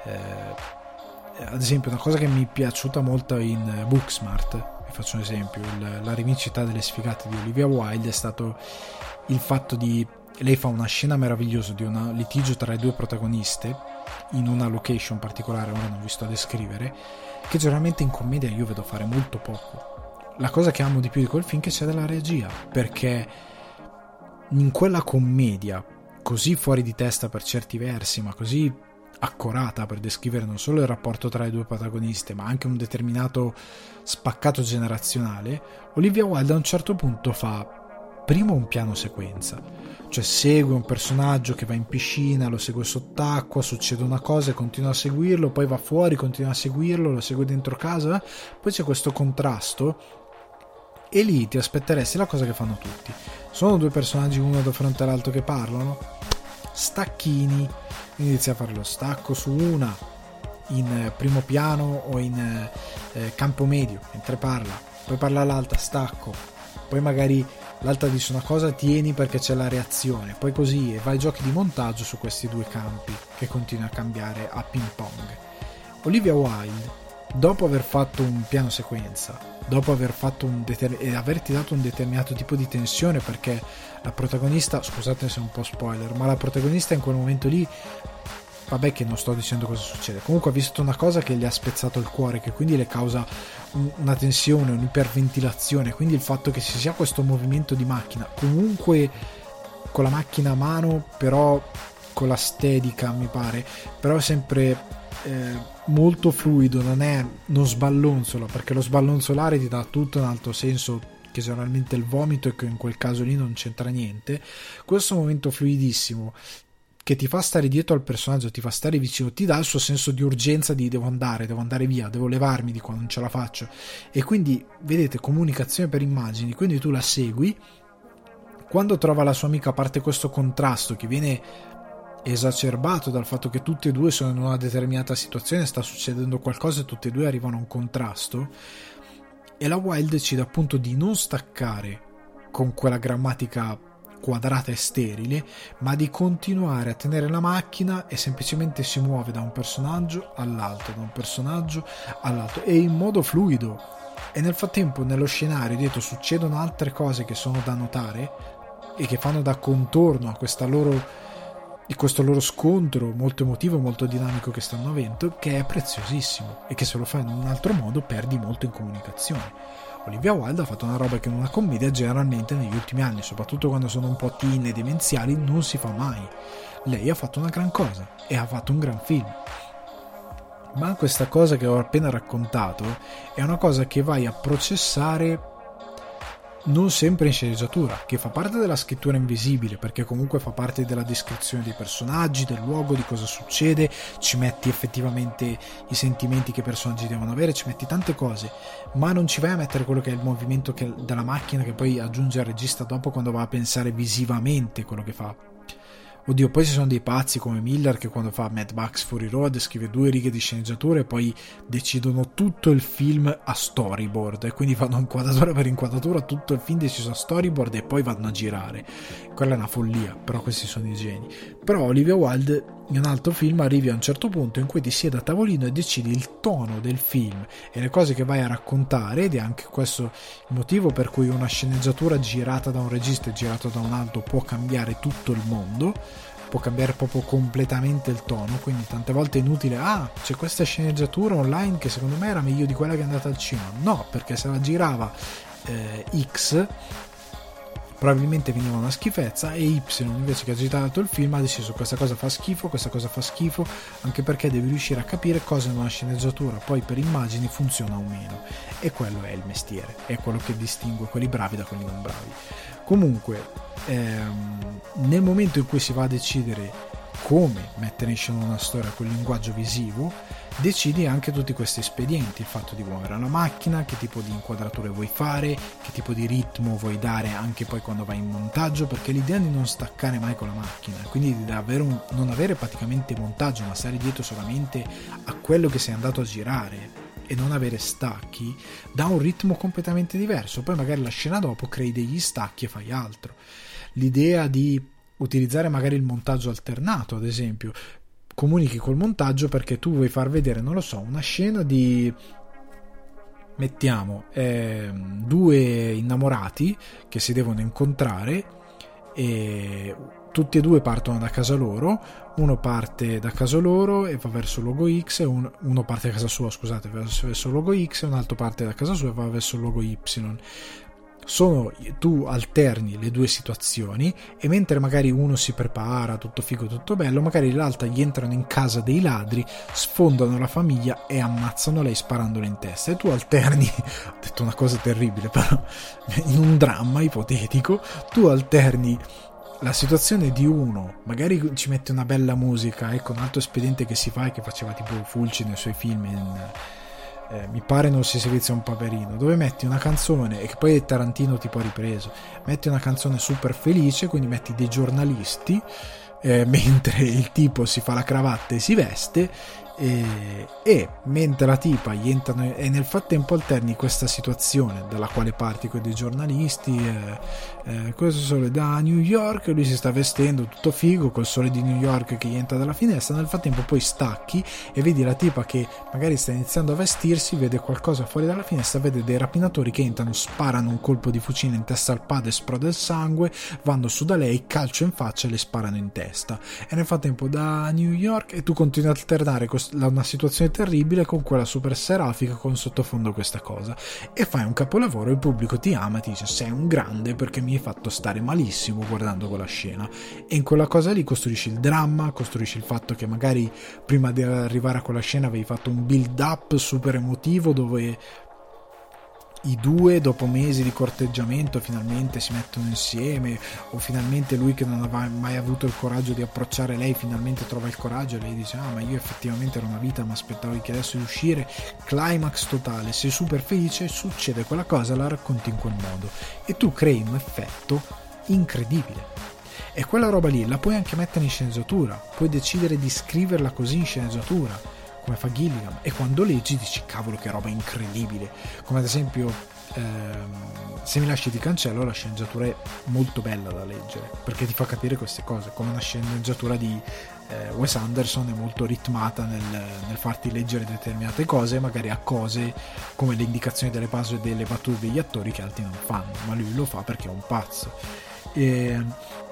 eh, ad esempio una cosa che mi è piaciuta molto in Booksmart, vi faccio un esempio, il, la rivincita delle sfigate di Olivia Wilde è stato il fatto di, lei fa una scena meravigliosa di un litigio tra le due protagoniste in una location particolare, ora non vi sto a descrivere, che generalmente in commedia io vedo fare molto poco. La cosa che amo di più di quel film è che c'è della regia, perché in quella commedia così fuori di testa per certi versi, ma così accurata per descrivere non solo il rapporto tra le due protagoniste, ma anche un determinato spaccato generazionale, Olivia Wilde a un certo punto fa prima un piano sequenza, cioè segue un personaggio che va in piscina, lo segue sott'acqua, succede una cosa e continua a seguirlo, poi va fuori, continua a seguirlo, lo segue dentro casa, poi c'è questo contrasto e lì ti aspetteresti la cosa che fanno tutti. Sono due personaggi uno di fronte all'altro che parlano, stacchini, inizia a fare lo stacco su una in primo piano o in eh, campo medio mentre parla, poi parla l'altra, stacco, poi magari l'altra dice una cosa, tieni perché c'è la reazione, poi così, e vai giochi di montaggio su questi due campi che continua a cambiare a ping pong. Olivia Wilde, dopo aver fatto un piano sequenza, dopo aver fatto un deter- e averti dato un determinato tipo di tensione, perché la protagonista, scusate se è un po' spoiler, ma la protagonista in quel momento lì, vabbè che non sto dicendo cosa succede, comunque ha visto una cosa che gli ha spezzato il cuore, che quindi le causa una tensione, un'iperventilazione, quindi il fatto che ci sia questo movimento di macchina, comunque con la macchina a mano, però con la stedica mi pare, però sempre eh, molto fluido, non è, non sballonzola, perché lo sballonzolare ti dà tutto un altro senso che generalmente è il vomito e che in quel caso lì non c'entra niente. Questo momento fluidissimo che ti fa stare dietro al personaggio, ti fa stare vicino, ti dà il suo senso di urgenza, di devo andare, devo andare via, devo levarmi di qua, non ce la faccio, e quindi vedete, comunicazione per immagini, quindi tu la segui, quando trova la sua amica, a parte questo contrasto che viene esacerbato dal fatto che tutti e due sono in una determinata situazione, sta succedendo qualcosa e tutti e due arrivano a un contrasto, e la Wilde decide appunto di non staccare con quella grammatica quadrata e sterile, ma di continuare a tenere la macchina, e semplicemente si muove da un personaggio all'altro, da un personaggio all'altro, e in modo fluido, e nel frattempo nello scenario dietro succedono altre cose che sono da notare e che fanno da contorno a questa loro, di questo loro scontro molto emotivo, molto dinamico che stanno avendo, che è preziosissimo, e che se lo fai in un altro modo perdi molto in comunicazione. Olivia Wilde ha fatto una roba che in una commedia generalmente negli ultimi anni, soprattutto quando sono un po' teen e demenziali, non si fa mai. Lei ha fatto una gran cosa e ha fatto un gran film. Ma questa cosa che ho appena raccontato è una cosa che vai a processare non sempre in sceneggiatura, che fa parte della scrittura invisibile, perché comunque fa parte della descrizione dei personaggi, del luogo, di cosa succede, ci metti effettivamente i sentimenti che i personaggi devono avere, ci metti tante cose, ma non ci vai a mettere quello che è il movimento che, della macchina, che poi aggiunge il regista dopo quando va a pensare visivamente quello che fa. Oddio, poi ci sono dei pazzi come Miller che quando fa Mad Max Fury Road scrive due righe di sceneggiatura e poi decidono tutto il film a storyboard, e quindi fanno inquadratura per inquadratura tutto il film deciso a storyboard e poi vanno a girare. Quella è una follia, però questi sono i geni. Però Olivia Wilde in un altro film arrivi a un certo punto in cui ti siedi a tavolino e decidi il tono del film e le cose che vai a raccontare, ed è anche questo il motivo per cui una sceneggiatura girata da un regista e girata da un altro può cambiare tutto il mondo, può cambiare proprio completamente il tono. Quindi tante volte è inutile, ah, c'è questa sceneggiatura online che secondo me era meglio di quella che è andata al cinema. No, perché se la girava eh, X probabilmente veniva una schifezza, e Y invece che ha girato il film ha deciso questa cosa fa schifo, questa cosa fa schifo, anche perché devi riuscire a capire cosa in una sceneggiatura poi per immagini funziona o meno, e quello è il mestiere, è quello che distingue quelli bravi da quelli non bravi. Comunque ehm, nel momento in cui si va a decidere come mettere in scena una storia con il linguaggio visivo, decidi anche tutti questi espedienti, il fatto di muovere la macchina, che tipo di inquadrature vuoi fare, che tipo di ritmo vuoi dare anche poi quando vai in montaggio, perché l'idea è di non staccare mai con la macchina, quindi di avere un, non avere praticamente montaggio, ma stare dietro solamente a quello che sei andato a girare e non avere stacchi, dà un ritmo completamente diverso. Poi magari la scena dopo crei degli stacchi e fai altro. L'idea di utilizzare magari il montaggio alternato, ad esempio, comunichi col montaggio perché tu vuoi far vedere, non lo so, una scena di, mettiamo, eh, due innamorati che si devono incontrare e tutti e due partono da casa loro, uno parte da casa loro e va verso il luogo X, e un, uno parte da casa sua, scusate, verso, verso il luogo X, e un altro parte da casa sua e va verso il luogo Y. Sono, tu alterni le due situazioni, e mentre magari uno si prepara, tutto figo, tutto bello, magari l'altra gli entrano in casa dei ladri, sfondano la famiglia e ammazzano lei sparandole in testa, e tu alterni, ho detto una cosa terribile, però in un dramma ipotetico tu alterni la situazione di uno, magari ci mette una bella musica, ecco un altro espediente che si fa e che faceva tipo Fulci nei suoi film in, Eh, mi pare Non si servizia un paperino, dove metti una canzone, e che poi Tarantino tipo ha ripreso, metti una canzone super felice, quindi metti dei giornalisti eh, mentre il tipo si fa la cravatta e si veste, e, e mentre la tipa gli entrano, e nel frattempo alterni questa situazione dalla quale parti con dei giornalisti, eh, eh, questo sole da New York, lui si sta vestendo tutto figo col sole di New York che gli entra dalla finestra, nel frattempo poi stacchi e vedi la tipa che magari sta iniziando a vestirsi, vede qualcosa fuori dalla finestra, vede dei rapinatori che entrano, sparano un colpo di fucile in testa al padre, esplode il sangue, vanno su da lei, calcio in faccia e le sparano in testa, e nel frattempo da New York, e tu continui ad alternare una situazione terribile con quella super serafica con sottofondo questa cosa, e fai un capolavoro, il pubblico ti ama, ti dice sei un grande perché mi hai fatto stare malissimo guardando quella scena, e in quella cosa lì costruisci il dramma, costruisci il fatto che magari prima di arrivare a quella scena avevi fatto un build up super emotivo dove i due dopo mesi di corteggiamento finalmente si mettono insieme, o finalmente lui che non aveva mai avuto il coraggio di approcciare lei finalmente trova il coraggio, e lei dice ah ma io effettivamente era una vita, ma aspettavo che adesso di uscire, climax totale, sei super felice, succede quella cosa, la racconti in quel modo e tu crei un effetto incredibile. E quella roba lì la puoi anche mettere in sceneggiatura, puoi decidere di scriverla così in sceneggiatura come fa Gilligan, e quando leggi dici cavolo che roba incredibile, come ad esempio ehm, Se mi lasci ti cancello, la sceneggiatura è molto bella da leggere perché ti fa capire queste cose, come una sceneggiatura di eh, Wes Anderson è molto ritmata nel, nel farti leggere determinate cose, magari a cose come le indicazioni delle pause e delle battute degli attori che altri non fanno, ma lui lo fa perché è un pazzo. E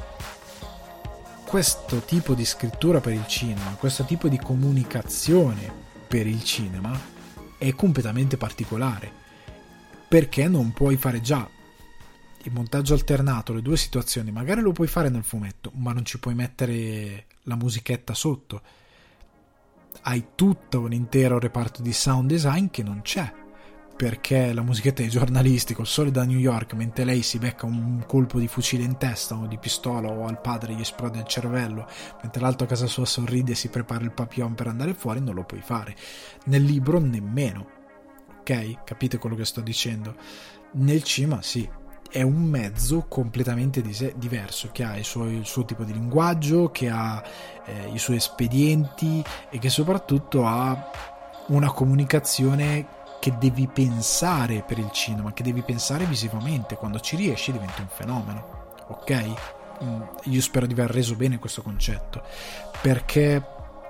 questo tipo di scrittura per il cinema, questo tipo di comunicazione per il cinema è completamente particolare, perché non puoi fare già il montaggio alternato, le due situazioni, magari lo puoi fare nel fumetto, ma non ci puoi mettere la musichetta sotto, hai tutto un intero reparto di sound design che non c'è, perché la musichetta dei giornalisti col sole da New York, mentre lei si becca un colpo di fucile in testa o di pistola, o al padre gli esplode il cervello, mentre l'altro a casa sua sorride e si prepara il papillon per andare fuori, non lo puoi fare. Nel libro nemmeno, ok? Capite quello che sto dicendo? Nel cinema sì, è un mezzo completamente dis- diverso, che ha il suo, il suo tipo di linguaggio, che ha eh, i suoi espedienti e che soprattutto ha una comunicazione che devi pensare per il cinema, che devi pensare visivamente. Quando ci riesci diventa un fenomeno, ok? Mm, io spero di aver reso bene questo concetto, perché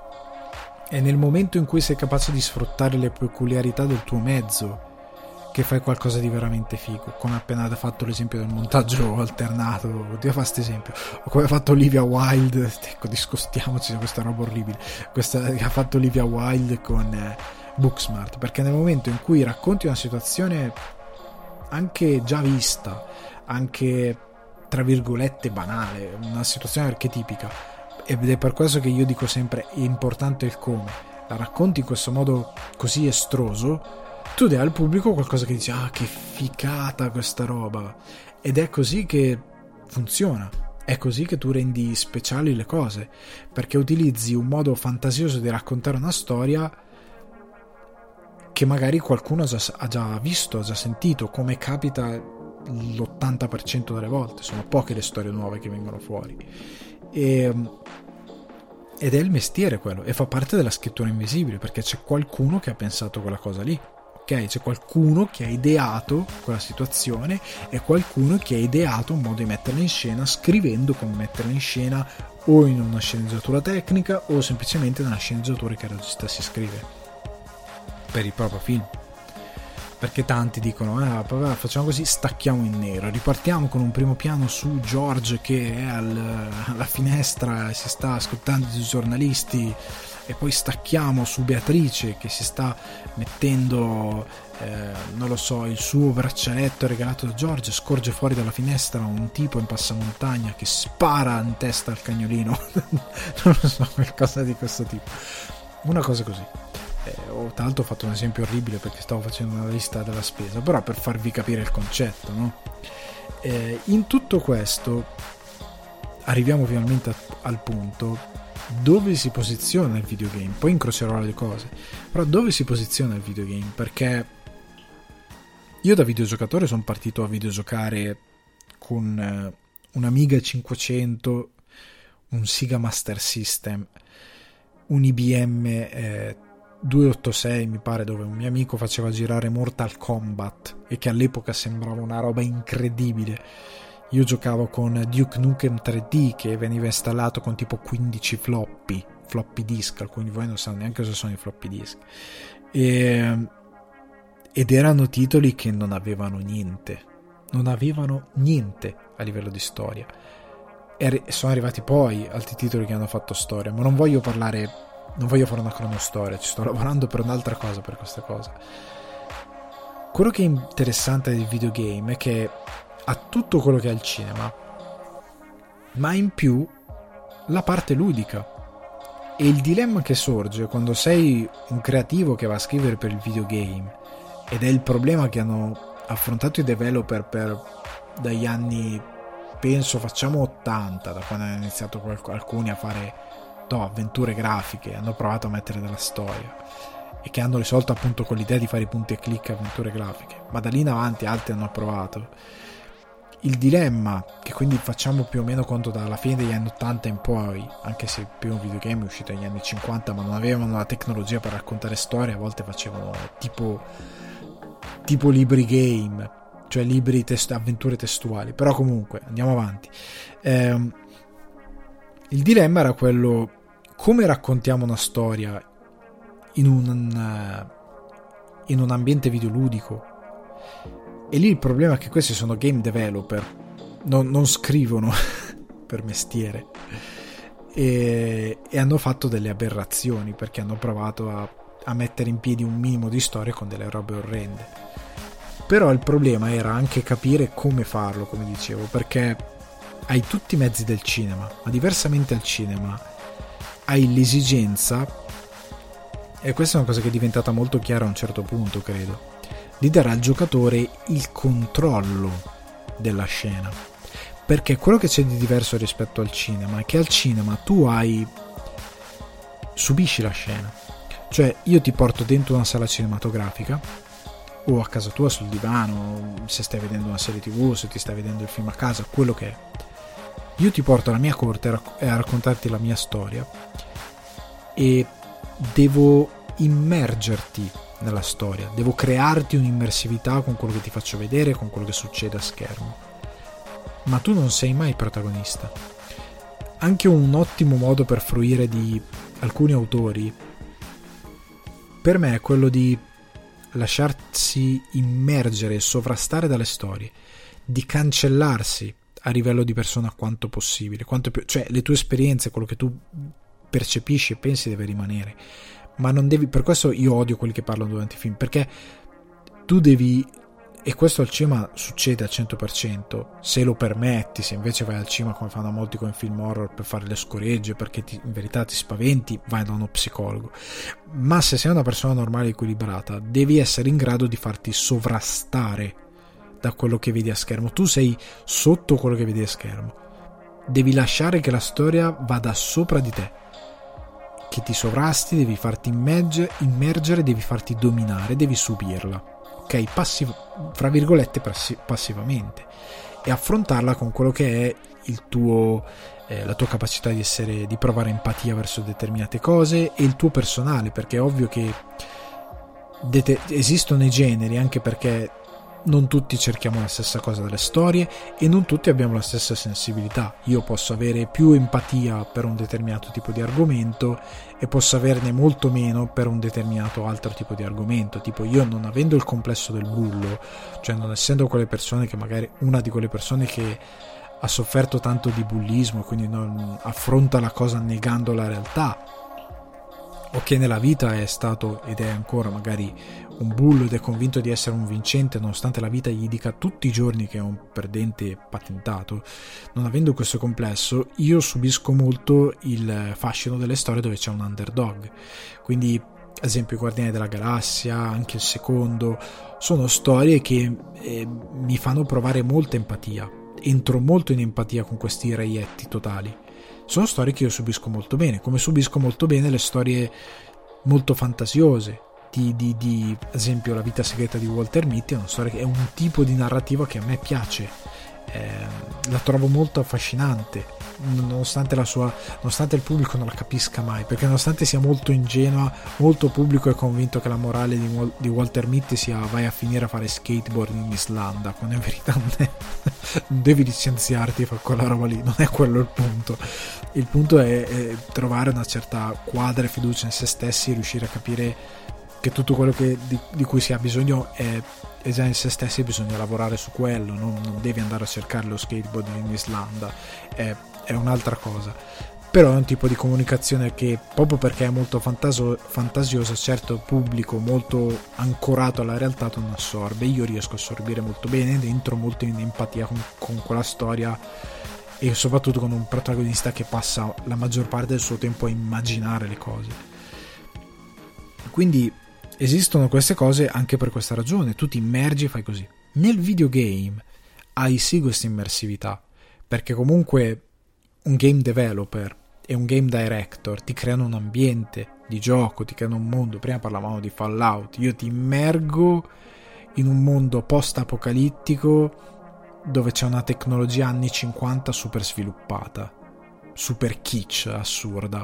è nel momento in cui sei capace di sfruttare le peculiarità del tuo mezzo che fai qualcosa di veramente figo, come appena fatto l'esempio del montaggio alternato, oddio fa questo esempio, o come ha fatto Olivia Wilde, ecco, discostiamoci da questa roba orribile, questa che ha fatto Olivia Wilde con eh, Booksmart, perché nel momento in cui racconti una situazione anche già vista, anche tra virgolette banale, una situazione archetipica, ed è per questo che io dico sempre è importante il come, la racconti in questo modo così estroso, tu dai al pubblico qualcosa che dice ah che figata questa roba, ed è così che funziona, è così che tu rendi speciali le cose, perché utilizzi un modo fantasioso di raccontare una storia che magari qualcuno ha già, ha già visto, ha già sentito, come capita l'ottanta per cento delle volte. Sono poche le storie nuove che vengono fuori, e, ed è il mestiere quello, e fa parte della scrittura invisibile, perché c'è qualcuno che ha pensato quella cosa lì, ok? C'è qualcuno che ha ideato quella situazione e qualcuno che ha ideato un modo di metterla in scena, scrivendo come metterla in scena, o in una sceneggiatura tecnica o semplicemente nella sceneggiatura che il regista si scrive per il proprio film. Perché tanti dicono ah, vabbè, facciamo così, stacchiamo in nero, ripartiamo con un primo piano su George che è al, alla finestra e si sta ascoltando i giornalisti, e poi stacchiamo su Beatrice che si sta mettendo eh, non lo so, il suo braccialetto regalato da George, scorge fuori dalla finestra un tipo in passamontagna che spara in testa al cagnolino non lo so, qualcosa di questo tipo, una cosa così. Eh, ho, tra l'altro ho fatto un esempio orribile perché stavo facendo una lista della spesa, però per farvi capire il concetto, no? Eh, in tutto questo arriviamo finalmente a, al punto dove si posiziona il videogame. Poi incrocerò le cose, però dove si posiziona il videogame, perché io da videogiocatore sono partito a videogiocare con eh, un Amiga cinquecento, un Sega Master System, un I B M eh, duecentoottantasei mi pare, dove un mio amico faceva girare Mortal Kombat e che all'epoca sembrava una roba incredibile. Io giocavo con Duke Nukem tre D che veniva installato con tipo quindici floppy floppy disk, alcuni di voi non sanno neanche cosa sono i floppy disk, e, ed erano titoli che non avevano niente non avevano niente a livello di storia, e sono arrivati poi altri titoli che hanno fatto storia, ma non voglio parlare non voglio fare una cronostoria, ci sto lavorando per un'altra cosa per questa cosa. Quello che è interessante del videogame è che ha tutto quello che ha il cinema, ma in più la parte ludica, e il dilemma che sorge quando sei un creativo che va a scrivere per il videogame, ed è il problema che hanno affrontato i developer per dagli anni, penso facciamo ottanta, da quando hanno iniziato alcuni a fare no, avventure grafiche, hanno provato a mettere della storia e che hanno risolto appunto con l'idea di fare i punti e clic avventure grafiche, ma da lì in avanti altri hanno provato. Il dilemma, che quindi facciamo più o meno conto dalla fine degli anni ottanta in poi, anche se il primo videogame è uscito negli anni cinquanta, ma non avevano la tecnologia per raccontare storie, a volte facevano tipo tipo libri game, cioè libri test- avventure testuali, però comunque andiamo avanti. Ehm, il dilemma era quello: come raccontiamo una storia in un in un ambiente videoludico? E lì il problema è che questi sono game developer, non, non scrivono per mestiere, e, e hanno fatto delle aberrazioni perché hanno provato a, a mettere in piedi un minimo di storia con delle robe orrende. Però il problema era anche capire come farlo, come dicevo, perché hai tutti i mezzi del cinema, ma diversamente al cinema hai l'esigenza e questa è una cosa che è diventata molto chiara a un certo punto, credo, di dare al giocatore il controllo della scena, perché quello che c'è di diverso rispetto al cinema è che al cinema tu hai subisci la scena, cioè io ti porto dentro una sala cinematografica o a casa tua sul divano, se stai vedendo una serie tv, se ti stai vedendo il film a casa, quello che è, io ti porto alla mia corte a raccontarti la mia storia e devo immergerti nella storia, devo crearti un'immersività con quello che ti faccio vedere, con quello che succede a schermo, ma tu non sei mai protagonista. Anche un ottimo modo per fruire di alcuni autori per me è quello di lasciarsi immergere e sovrastare dalle storie, di cancellarsi a livello di persona quanto possibile, quanto più, cioè le tue esperienze, quello che tu percepisci e pensi deve rimanere, ma non devi, per questo io odio quelli che parlano durante i film, perché tu devi, e questo al cinema succede al cento per cento se lo permetti, se invece vai al cinema come fanno molti con i film horror per fare le scoregge perché ti, in verità ti spaventi, vai da uno psicologo, ma se sei una persona normale e equilibrata devi essere in grado di farti sovrastare da quello che vedi a schermo, tu sei sotto quello che vedi a schermo, devi lasciare che la storia vada sopra di te, che ti sovrasti, devi farti immergere, immergere devi farti dominare, devi subirla, ok, passiv- fra virgolette passi- passivamente, e affrontarla con quello che è il tuo eh, la tua capacità di essere, di provare empatia verso determinate cose e il tuo personale, perché è ovvio che det- esistono i generi, anche perché non tutti cerchiamo la stessa cosa dalle storie e non tutti abbiamo la stessa sensibilità. Io posso avere più empatia per un determinato tipo di argomento e posso averne molto meno per un determinato altro tipo di argomento, tipo io non avendo il complesso del bullo, cioè non essendo quelle persone che magari una di quelle persone che ha sofferto tanto di bullismo, quindi non affronta la cosa negando la realtà, o che nella vita è stato ed è ancora magari un bullo ed è convinto di essere un vincente nonostante la vita gli dica tutti i giorni che è un perdente patentato, non avendo questo complesso io subisco molto il fascino delle storie dove c'è un underdog, quindi ad esempio i Guardiani della Galassia, anche il secondo, sono storie che eh, mi fanno provare molta empatia, entro molto in empatia con questi reietti totali. Sono storie che io subisco molto bene, come subisco molto bene le storie molto fantasiose di, di, di ad esempio La vita segreta di Walter Mitty, è una storia che è un tipo di narrativa che a me piace, eh, la trovo molto affascinante, nonostante la sua nonostante il pubblico non la capisca mai, perché nonostante sia molto ingenua, molto pubblico è convinto che la morale di, di Walter Mitty sia vai a finire a fare skateboard in Islanda, quando in verità non è non devi licenziarti e fare quella roba lì, non è quello il punto. Il punto è, è trovare una certa quadra e fiducia in se stessi e riuscire a capire che tutto quello che, di, di cui si ha bisogno è, è già in se stessi e bisogna lavorare su quello, non, non devi andare a cercare lo skateboard in Islanda, è, è un'altra cosa. Però è un tipo di comunicazione che proprio perché è molto fantaso- fantasiosa certo pubblico molto ancorato alla realtà non assorbe. Io riesco a assorbire molto bene, dentro molto in empatia con, con quella storia e soprattutto con un protagonista che passa la maggior parte del suo tempo a immaginare le cose. Quindi esistono queste cose anche per questa ragione, tu ti immergi e fai così. Nel videogame hai sì questa immersività, perché comunque un game developer e un game director ti creano un ambiente di gioco, ti creano un mondo. Prima parlavamo di Fallout, io ti immergo in un mondo post-apocalittico dove c'è una tecnologia anni cinquanta super sviluppata, super kitsch, assurda,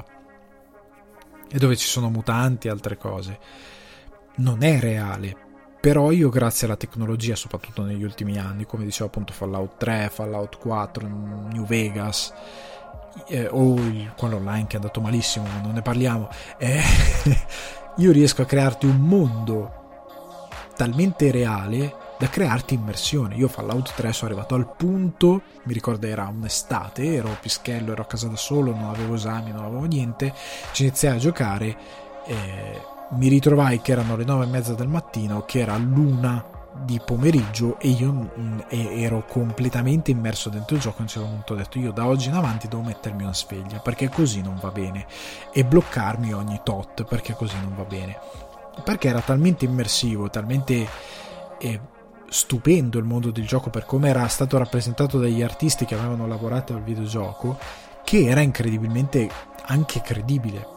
e dove ci sono mutanti e altre cose. Non è reale, però io grazie alla tecnologia, soprattutto negli ultimi anni, come dicevo appunto Fallout tre, Fallout quattro, New Vegas, eh, o il, quello online che è andato malissimo, ma non ne parliamo, eh, io riesco a crearti un mondo talmente reale da crearti immersione. Io Fallout tre sono arrivato al punto, mi ricordo era un'estate, ero pischello, ero a casa da solo, non avevo esami, non avevo niente, ci iniziai a giocare, eh, mi ritrovai che erano le nove e mezza del mattino, che era l'una di pomeriggio e io mh, ero completamente immerso dentro il gioco. A un certo punto ho detto io da oggi in avanti devo mettermi una sveglia perché così non va bene, e bloccarmi ogni tot perché così non va bene, perché era talmente immersivo, talmente eh, stupendo il mondo del gioco per come era stato rappresentato dagli artisti che avevano lavorato al videogioco, che era incredibilmente anche credibile.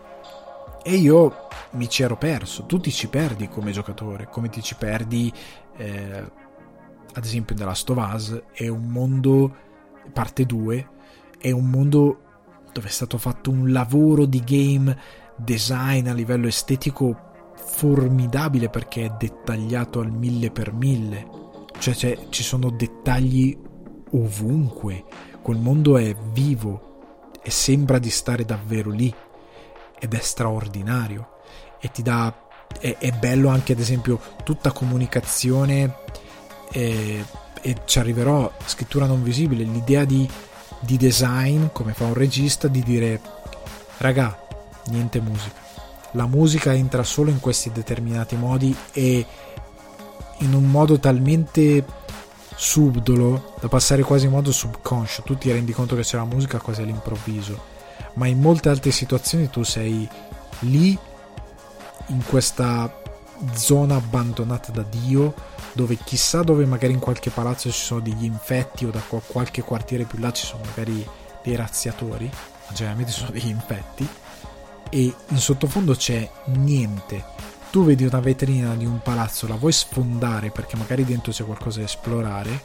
E io mi ci ero perso. Tu ti ci perdi come giocatore, come ti ci perdi eh, ad esempio in The Last of Us. È un mondo, parte due, è un mondo dove è stato fatto un lavoro di game design a livello estetico formidabile, perché è dettagliato al mille per mille, cioè, cioè ci sono dettagli ovunque, quel mondo è vivo e sembra di stare davvero lì, ed è straordinario, e ti dà è, è bello anche ad esempio tutta comunicazione, e, e ci arriverò, scrittura non visibile, l'idea di, di design come fa un regista, di dire raga, niente musica, la musica entra solo in questi determinati modi e in un modo talmente subdolo da passare quasi in modo subconscio. Tu ti rendi conto che c'è la musica quasi all'improvviso, ma in molte altre situazioni tu sei lì in questa zona abbandonata da Dio, dove chissà dove, magari in qualche palazzo ci sono degli infetti, o da qualche quartiere più là ci sono magari dei razziatori, ma generalmente sono degli infetti, e in sottofondo c'è niente. Tu vedi una vetrina di un palazzo, la vuoi sfondare perché magari dentro c'è qualcosa da esplorare,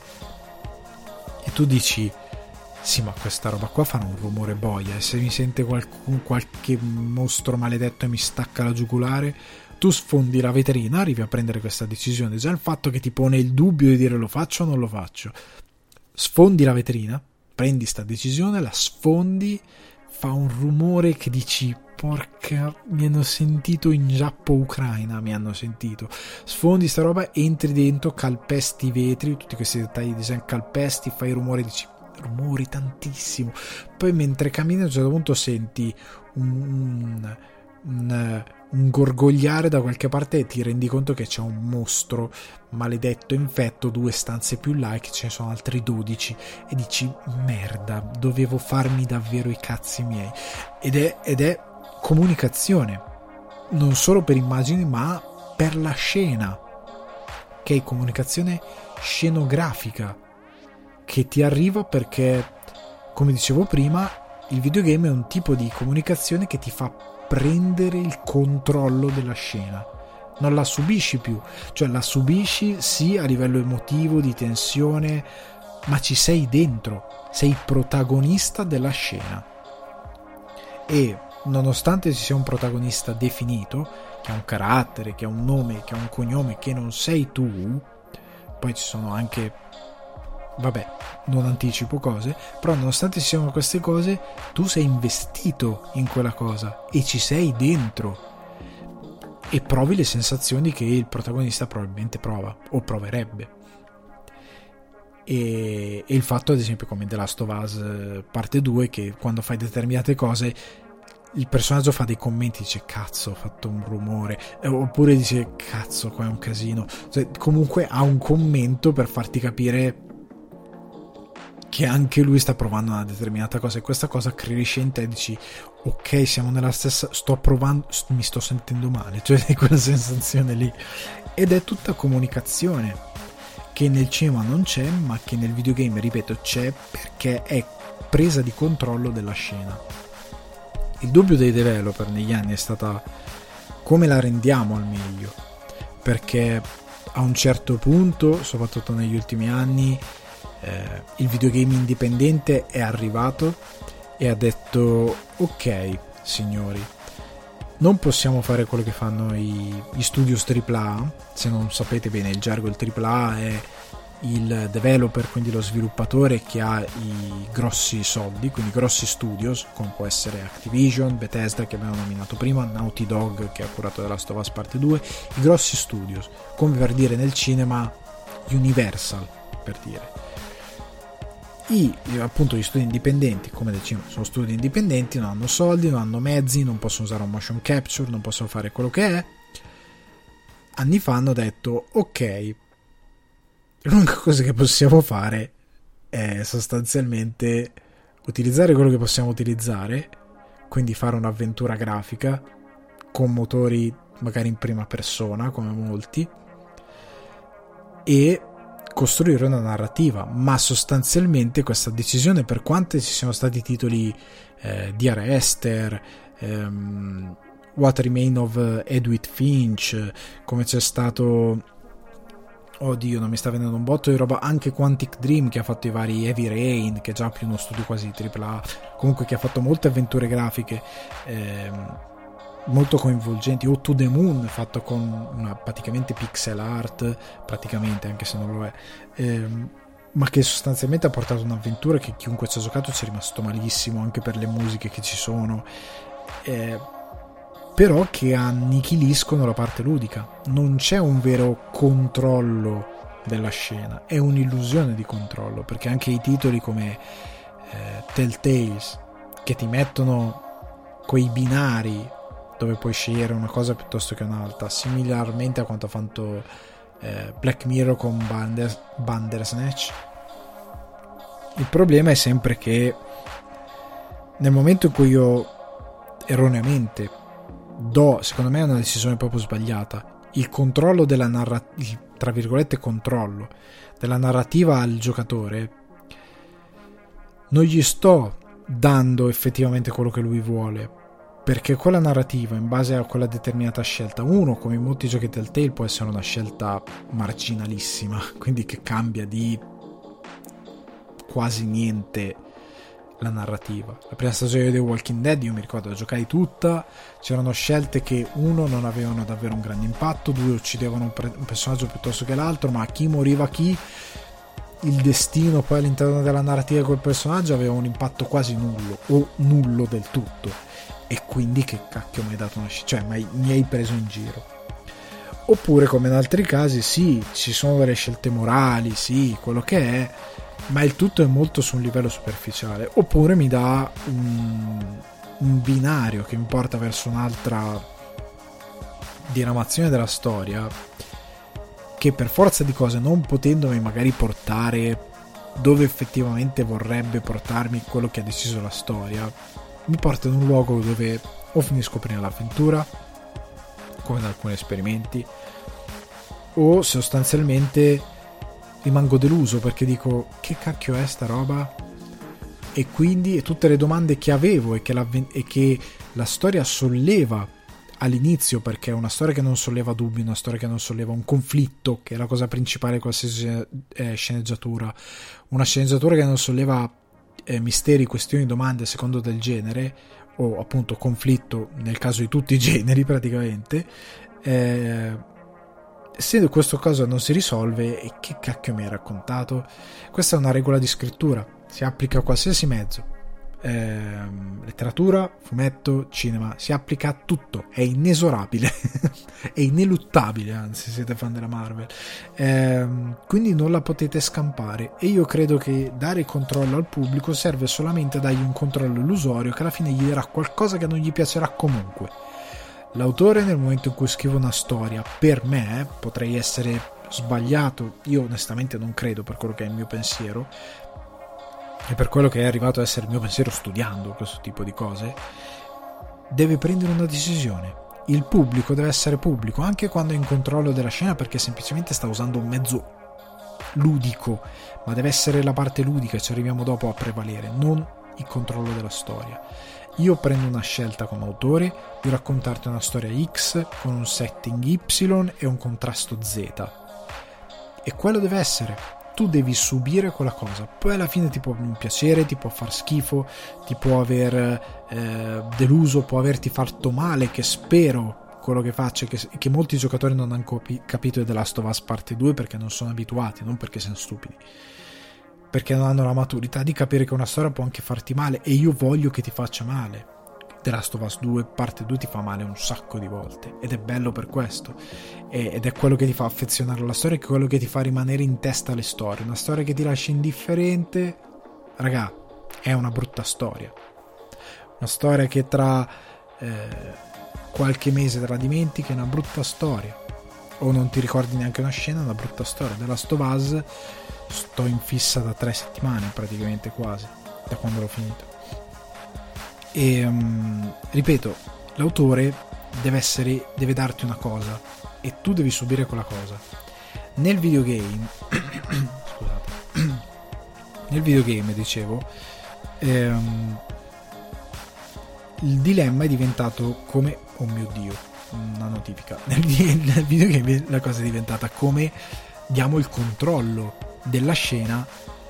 e tu dici sì, ma questa roba qua fa un rumore boia, e se mi sente qualcun, qualche mostro maledetto e mi stacca la giugulare, tu sfondi la vetrina, arrivi a prendere questa decisione. Già il fatto che ti pone il dubbio di dire lo faccio o non lo faccio, sfondi la vetrina, prendi sta decisione, la sfondi, fa un rumore che dici porca, mi hanno sentito in Giappo-Ucraina, mi hanno sentito. Sfondi sta roba, entri dentro, calpesti i vetri, tutti questi dettagli di design, calpesti, fai rumore, dici rumori tantissimo. Poi mentre cammini a un certo punto senti un, un, un gorgogliare da qualche parte e ti rendi conto che c'è un mostro maledetto infetto due stanze più là e che ce ne sono altri dodici, e dici merda, dovevo farmi davvero i cazzi miei. Ed è, ed è comunicazione non solo per immagini ma per la scena, che è comunicazione scenografica che ti arriva perché, come dicevo prima, il videogame è un tipo di comunicazione che ti fa prendere il controllo della scena, non la subisci più, cioè la subisci sì a livello emotivo, di tensione, ma ci sei dentro, sei protagonista della scena. E nonostante ci sia un protagonista definito, che ha un carattere, che ha un nome, che ha un cognome, che non sei tu, poi ci sono anche, vabbè, non anticipo cose, però nonostante ci siano queste cose, tu sei investito in quella cosa e ci sei dentro e provi le sensazioni che il protagonista probabilmente prova o proverebbe. E, e il fatto, ad esempio, come in The Last of Us parte due, che quando fai determinate cose il personaggio fa dei commenti, dice cazzo ho fatto un rumore, eh, oppure dice cazzo qua è un casino, cioè, comunque ha un commento per farti capire che anche lui sta provando una determinata cosa, e questa cosa cresce in te e dici ok, siamo nella stessa, sto provando, mi sto sentendo male, cioè è quella sensazione lì. Ed è tutta comunicazione che nel cinema non c'è, ma che nel videogame, ripeto, c'è, perché è presa di controllo della scena. Il dubbio dei developer negli anni è stata come la rendiamo al meglio, perché a un certo punto, soprattutto negli ultimi anni, eh, il videogame indipendente è arrivato e ha detto ok signori, non possiamo fare quello che fanno i, gli studios tripla A. Se non sapete bene il gergo, il tripla A è il developer, quindi lo sviluppatore che ha i grossi soldi, quindi grossi studios, come può essere Activision, Bethesda che abbiamo nominato prima, Naughty Dog che ha curato The Last of Us parte due, i grossi studios, come per dire nel cinema Universal, per dire. I, appunto, gli studi indipendenti, come nel cinema sono studi indipendenti, non hanno soldi, non hanno mezzi, non possono usare un motion capture, non possono fare quello che è. Anni fa hanno detto ok, l'unica cosa che possiamo fare è sostanzialmente utilizzare quello che possiamo utilizzare, quindi fare un'avventura grafica con motori magari in prima persona come molti, e costruire una narrativa. Ma sostanzialmente questa decisione, per quanto ci siano stati titoli eh, D R Esther, ehm, What Remains of Edith Finch, come c'è stato, oddio non mi sta venendo un botto di roba, anche Quantic Dream che ha fatto i vari Heavy Rain, che è già più uno studio quasi tripla A, comunque che ha fatto molte avventure grafiche ehm, molto coinvolgenti, o To The Moon fatto con una praticamente pixel art, praticamente anche se non lo è, ehm, ma che sostanzialmente ha portato un'avventura che chiunque ci ha giocato ci è rimasto malissimo, anche per le musiche che ci sono, eh, però che annichiliscono la parte ludica. Non c'è un vero controllo della scena, è un'illusione di controllo, perché anche i titoli come eh, Telltales, che ti mettono quei binari dove puoi scegliere una cosa piuttosto che un'altra, similarmente a quanto ha fatto eh, Black Mirror con Bander- Bandersnatch. Il problema è sempre che nel momento in cui io erroneamente do, secondo me è una decisione proprio sbagliata, il controllo della narrativa, tra virgolette controllo della narrativa al giocatore, non gli sto dando effettivamente quello che lui vuole, perché quella narrativa in base a quella determinata scelta, uno, come in molti giochi Telltale, può essere una scelta marginalissima, quindi che cambia di quasi niente la narrativa. La prima stagione di The Walking Dead io mi ricordo la giocai tutta, c'erano scelte che uno non avevano davvero un grande impatto, due uccidevano un, pre- un personaggio piuttosto che l'altro, ma chi moriva chi, il destino poi all'interno della narrativa di quel personaggio aveva un impatto quasi nullo o nullo del tutto, e quindi che cacchio mi hai dato una scelta, cioè mi, mi hai preso in giro. Oppure come in altri casi sì, ci sono delle scelte morali, sì, quello che è, ma il tutto è molto su un livello superficiale. Oppure mi dà un, un binario che mi porta verso un'altra diramazione della storia, che per forza di cose, non potendomi magari portare dove effettivamente vorrebbe portarmi quello che ha deciso la storia, mi porta in un luogo dove o finisco prima l'avventura, come in alcuni esperimenti, o sostanzialmente rimango deluso perché dico che cacchio è sta roba, e quindi tutte le domande che avevo e che la, e che la storia solleva all'inizio, perché è una storia che non solleva dubbi, una storia che non solleva un conflitto, che è la cosa principale di qualsiasi eh, sceneggiatura, una sceneggiatura che non solleva eh, misteri, questioni, domande a secondo del genere, o appunto conflitto nel caso di tutti i generi praticamente, eh, se questo cosa non si risolve, e che cacchio mi hai raccontato? Questa è una regola di scrittura, si applica a qualsiasi mezzo, eh, letteratura, fumetto, cinema, si applica a tutto, è inesorabile è ineluttabile, anzi, se siete fan della Marvel, eh, quindi non la potete scampare. E io credo che dare controllo al pubblico serve solamente a dargli un controllo illusorio che alla fine gli darà qualcosa che non gli piacerà comunque. L'autore, nel momento in cui scrive una storia, per me, potrei essere sbagliato, io onestamente non credo, per quello che è il mio pensiero e per quello che è arrivato a essere il mio pensiero studiando questo tipo di cose, deve prendere una decisione. Il pubblico deve essere pubblico anche quando è in controllo della scena, perché semplicemente sta usando un mezzo ludico, ma deve essere la parte ludica, ci arriviamo dopo, a prevalere, non il controllo della storia. Io prendo una scelta come autore di raccontarti una storia X con un setting Y e un contrasto Z, e quello deve essere. Tu devi subire quella cosa, poi alla fine ti può non piacere, ti può far schifo, ti può aver eh, deluso, può averti fatto male, che spero quello che faccio, che, che molti giocatori non hanno capito di The Last of Us parte due perché non sono abituati, non perché siano stupidi, perché non hanno la maturità di capire che una storia può anche farti male, e io voglio che ti faccia male. The Last of Us due parte due ti fa male un sacco di volte, ed è bello per questo, ed è quello che ti fa affezionare alla storia, è quello che ti fa rimanere in testa le storie. Una storia che ti lascia indifferente, raga, è una brutta storia, una storia che tra eh, qualche mese te la dimentichi, è una brutta storia. o non ti ricordi neanche una scena, una brutta storia. The Last of Us sto in fissa da tre settimane praticamente, quasi, da quando l'ho finito. E um, ripeto, l'autore deve essere deve darti una cosa e tu devi subire quella cosa. Nel videogame scusate nel videogame dicevo ehm, il dilemma è diventato come oh mio dio una notifica nel, nel videogame la cosa è diventata come diamo il controllo della scena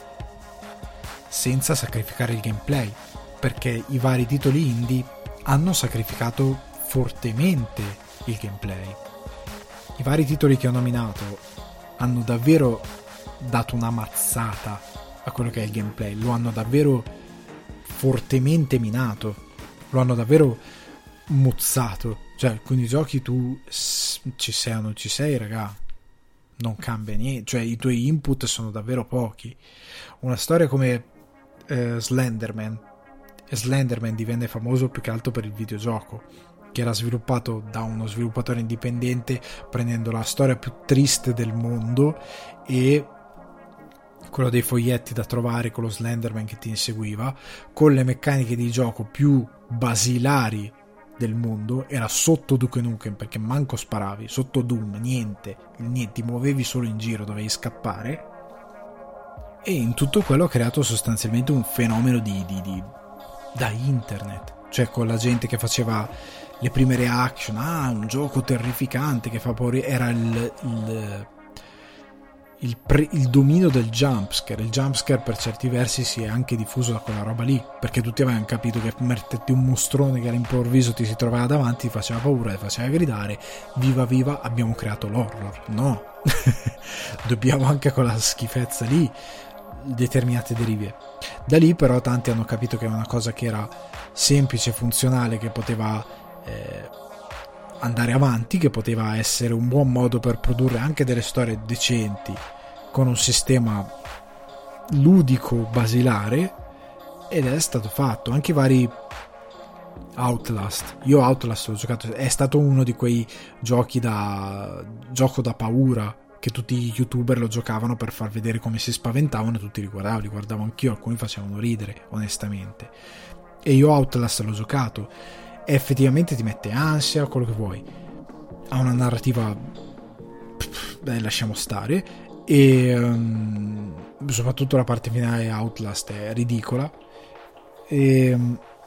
senza sacrificare il gameplay, perché i vari titoli indie hanno sacrificato fortemente il gameplay. I vari titoli che ho nominato hanno davvero dato una mazzata a quello che è il gameplay, lo hanno davvero fortemente minato, lo hanno davvero mozzato. Cioè alcuni giochi tu ci sei o non ci sei, raga, non cambia niente, cioè i tuoi input sono davvero pochi. Una storia come eh, Slenderman Slenderman divenne famoso più che altro per il videogioco, che era sviluppato da uno sviluppatore indipendente prendendo la storia più triste del mondo e quello dei foglietti da trovare con lo Slenderman che ti inseguiva, con le meccaniche di gioco più basilari del mondo. Era sotto Duke Nukem, perché manco sparavi, sotto Doom niente, niente, ti muovevi solo in giro, dovevi scappare, e in tutto quello ha creato sostanzialmente un fenomeno di, di, di da internet, cioè con la gente che faceva le prime reaction, ah, un gioco terrificante che fa paura, era il il, il, pre, il dominio del jumpscare. Il jumpscare per certi versi si è anche diffuso da quella roba lì, perché tutti avevano capito che metterti un mostrone che all'improvviso ti si trovava davanti, ti faceva paura, ti faceva gridare, viva viva abbiamo creato l'horror. No, dobbiamo anche con la schifezza lì determinate derive. Da lì però tanti hanno capito che è una cosa che era semplice, funzionale, che poteva eh, andare avanti, che poteva essere un buon modo per produrre anche delle storie decenti con un sistema ludico basilare, ed è stato fatto. Anche i vari Outlast, io Outlast l'ho giocato, è stato uno di quei giochi da gioco da paura che tutti i youtuber lo giocavano per far vedere come si spaventavano, e tutti li guardavo, li guardavo anch'io, alcuni facevano ridere onestamente, e io Outlast l'ho giocato e effettivamente ti mette ansia, quello che vuoi, ha una narrativa, beh, lasciamo stare, e um, soprattutto la parte finale Outlast è ridicola, e,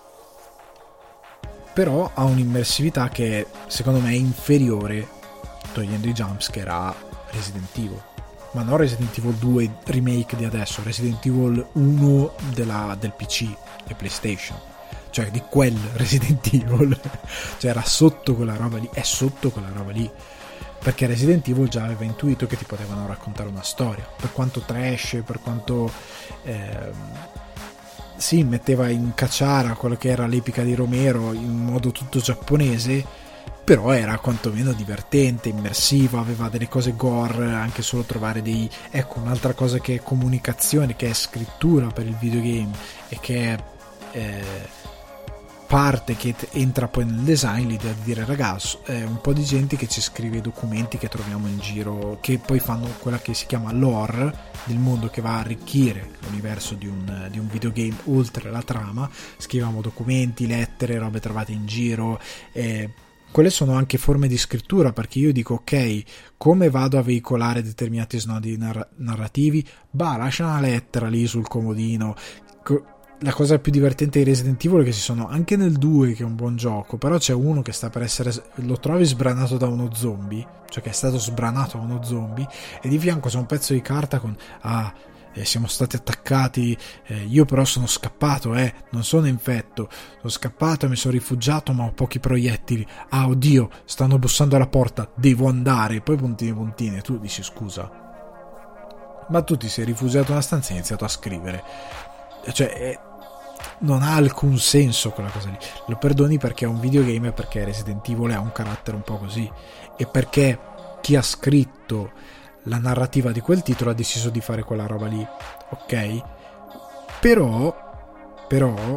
però ha un'immersività che secondo me è inferiore, togliendo i jumpscare, a Resident Evil, ma non Resident Evil due remake di adesso, Resident Evil uno della, del P C e PlayStation, cioè di quel Resident Evil, cioè era sotto quella roba lì, è sotto quella roba lì, perché Resident Evil già aveva intuito che ti potevano raccontare una storia, per quanto trash, per quanto eh, sì, metteva in cacciara quello che era l'epica di Romero in modo tutto giapponese, però era quantomeno divertente, immersivo, aveva delle cose gore, anche solo trovare dei... Ecco, un'altra cosa che è comunicazione, che è scrittura per il videogame e che è eh, parte che entra poi nel design, l'idea di dire ragazzo, è un po' di gente che ci scrive i documenti che troviamo in giro, che poi fanno quella che si chiama lore del mondo, che va a arricchire l'universo di un, di un videogame oltre la trama. Scriviamo documenti, lettere, robe trovate in giro, eh, quelle sono anche forme di scrittura, perché io dico ok, come vado a veicolare determinati snodi narra- narrativi? Bah, lascia una lettera lì sul comodino. La cosa più divertente di Resident Evil è che ci sono anche nel due, che è un buon gioco, però c'è uno che sta per essere, lo trovi sbranato da uno zombie, cioè che è stato sbranato da uno zombie, e di fianco c'è un pezzo di carta con ah, eh, siamo stati attaccati, eh, io però sono scappato, eh, non sono infetto, sono scappato e mi sono rifugiato, ma ho pochi proiettili, ah oddio, stanno bussando alla porta, devo andare, poi puntini puntini, e tu dici scusa, ma tu ti sei rifugiato in una stanza e hai iniziato a scrivere, cioè eh, non ha alcun senso quella cosa lì. Lo perdoni perché è un videogame, perché Resident Evil ha un carattere un po' così, e perché chi ha scritto la narrativa di quel titolo ha deciso di fare quella roba lì, ok? Però però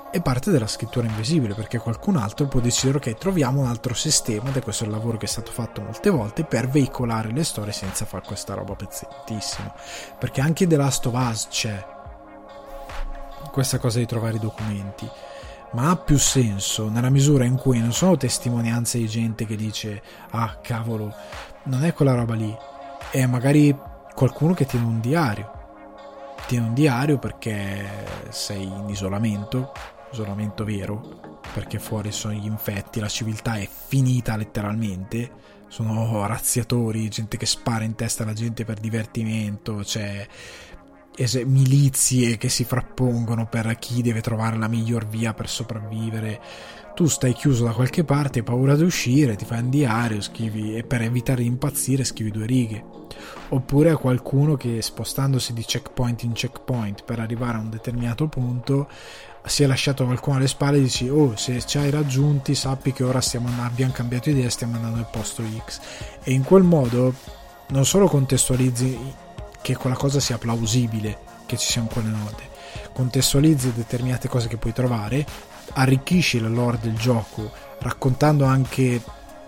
è parte della scrittura invisibile, perché qualcun altro può decidere ok, troviamo un altro sistema, ed è questo il lavoro che è stato fatto molte volte per veicolare le storie senza fare questa roba pezzentissima, perché anche in The Last of Us c'è questa cosa di trovare i documenti, ma ha più senso nella misura in cui non sono testimonianze di gente che dice ah cavolo, non è quella roba lì, è magari qualcuno che tiene un diario tiene un diario perché sei in isolamento isolamento vero, perché fuori sono gli infetti, la civiltà è finita letteralmente, sono razziatori, gente che spara in testa alla gente per divertimento, c'è milizie che si frappongono per chi deve trovare la miglior via per sopravvivere. Tu stai chiuso da qualche parte, hai paura di uscire, ti fai un diario, scrivi, e per evitare di impazzire scrivi due righe. Oppure a qualcuno che spostandosi di checkpoint in checkpoint per arrivare a un determinato punto si è lasciato qualcuno alle spalle e dici oh, se ci hai raggiunti sappi che ora stiamo, abbiamo cambiato idea, stiamo andando al posto X, e in quel modo non solo contestualizzi che quella cosa sia plausibile, che ci siano quelle note, contestualizzi determinate cose che puoi trovare, arricchisci la lore del gioco raccontando anche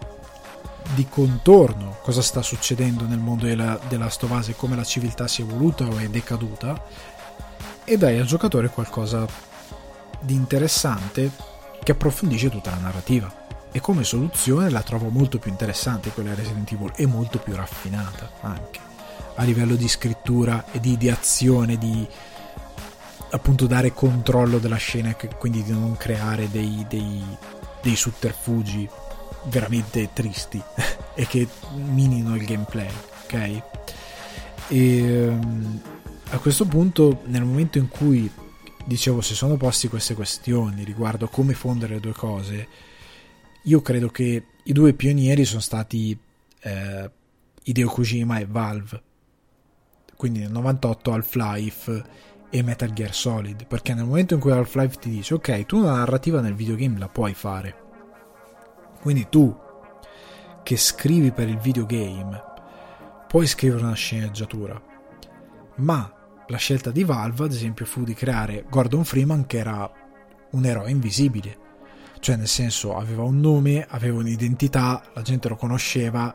di contorno cosa sta succedendo nel mondo della, della Last of Us e come la civiltà si è evoluta o è decaduta, e dai al giocatore qualcosa di interessante che approfondisce tutta la narrativa. E come soluzione la trovo molto più interessante quella Resident Evil, e molto più raffinata anche a livello di scrittura e di ideazione, di appunto dare controllo della scena, quindi di non creare dei, dei, dei sotterfugi veramente tristi e che minino il gameplay, ok? E um, a questo punto, nel momento in cui dicevo si sono posti queste questioni riguardo come fondere le due cose, io credo che i due pionieri sono stati eh, Hideo Kojima e Valve, quindi nel novantotto Half-Life e Metal Gear Solid, perché nel momento in cui Half-Life ti dice ok, tu una narrativa nel videogame la puoi fare, quindi tu che scrivi per il videogame puoi scrivere una sceneggiatura, ma la scelta di Valve ad esempio fu di creare Gordon Freeman, che era un eroe invisibile, cioè nel senso aveva un nome, aveva un'identità, la gente lo conosceva,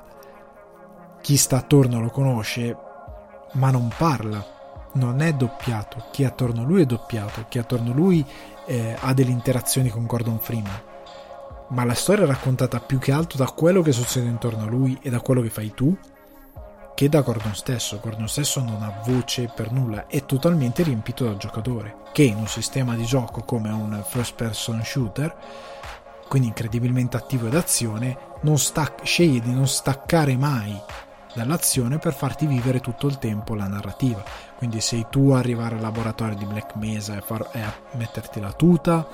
chi sta attorno lo conosce, ma non parla, non è doppiato, chi è attorno a lui è doppiato, chi è attorno a lui eh, ha delle interazioni con Gordon Freeman, ma la storia è raccontata più che altro da quello che succede intorno a lui e da quello che fai tu, che da Gordon stesso. Gordon stesso non ha voce per nulla, è totalmente riempito dal giocatore, che in un sistema di gioco come un first person shooter, quindi incredibilmente attivo ed azione, non stac- sceglie di non staccare mai dall'azione per farti vivere tutto il tempo la narrativa. Quindi sei tu a arrivare al laboratorio di Black Mesa e, far- e a metterti la tuta,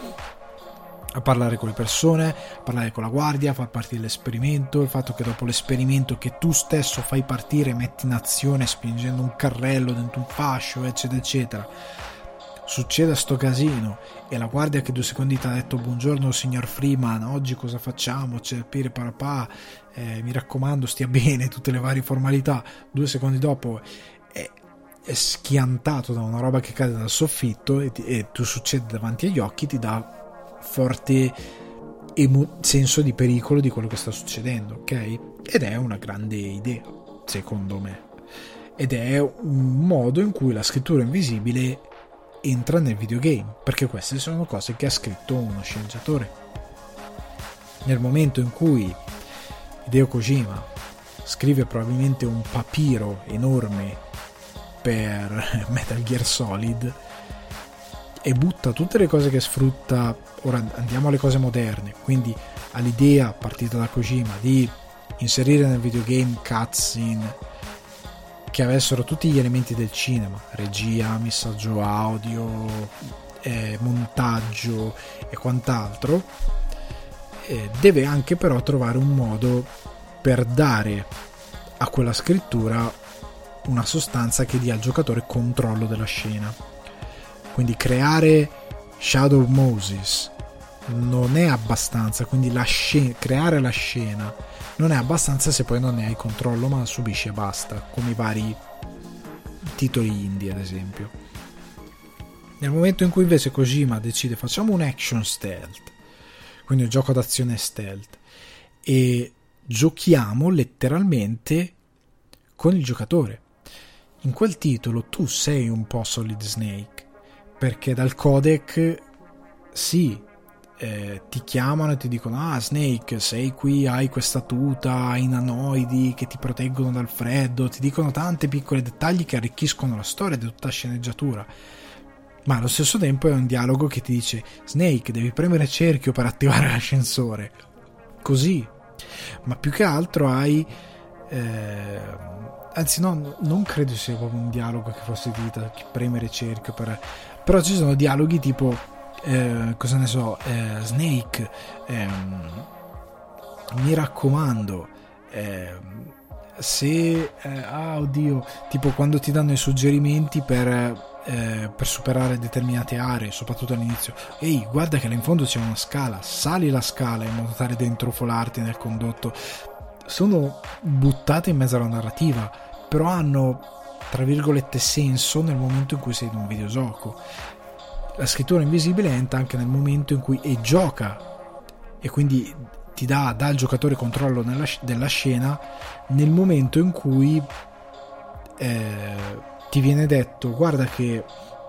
a parlare con le persone, a parlare con la guardia, a far partire l'esperimento, il fatto che dopo l'esperimento che tu stesso fai partire, metti in azione spingendo un carrello dentro un fascio, eccetera eccetera, succede sto casino e la guardia che due secondi ti ha detto buongiorno signor Freeman, oggi cosa facciamo, c'è pire parapà, eh, mi raccomando stia bene, tutte le varie formalità, due secondi dopo è, è schiantato da una roba che cade dal soffitto e, ti, e tu succede davanti agli occhi, ti dà forte emo- senso di pericolo di quello che sta succedendo, ok? Ed è una grande idea secondo me, ed è un modo in cui la scrittura invisibile entra nel videogame, perché queste sono cose che ha scritto uno sceneggiatore. Nel momento in cui Hideo Kojima scrive probabilmente un papiro enorme per Metal Gear Solid e butta tutte le cose che sfrutta, ora andiamo alle cose moderne, quindi all'idea partita da Kojima di inserire nel videogame cutscene che avessero tutti gli elementi del cinema, regia, messaggio audio, eh, montaggio e quant'altro, eh, deve anche però trovare un modo per dare a quella scrittura una sostanza che dia al giocatore controllo della scena. Quindi creare Shadow of Moses non è abbastanza, quindi la scena, creare la scena non è abbastanza se poi non ne hai controllo, ma subisci e basta, come i vari titoli indie ad esempio. Nel momento in cui invece Kojima decide facciamo un action stealth, quindi un gioco d'azione stealth, e giochiamo letteralmente con il giocatore. In quel titolo tu sei un po' Solid Snake, perché dal codec sì, eh, ti chiamano e ti dicono ah Snake sei qui, hai questa tuta, hai nanoidi che ti proteggono dal freddo, ti dicono tanti piccoli dettagli che arricchiscono la storia di tutta la sceneggiatura, ma allo stesso tempo è un dialogo che ti dice Snake devi premere cerchio per attivare l'ascensore, così. Ma più che altro hai eh, anzi no, non credo sia proprio un dialogo che fosse di premere cerchio per... però ci sono dialoghi tipo eh, cosa ne so, eh, Snake ehm, mi raccomando eh, se eh, ah oddio, tipo quando ti danno i suggerimenti per Eh, per superare determinate aree, soprattutto all'inizio, ehi guarda che là in fondo c'è una scala, sali la scala in modo tale da intrufolarti nel condotto. Sono buttate in mezzo alla narrativa, però hanno tra virgolette senso nel momento in cui sei in un videogioco. La scrittura invisibile entra anche nel momento in cui e gioca, e quindi ti dà, dà al giocatore controllo nella, della scena nel momento in cui eh, ti viene detto guarda che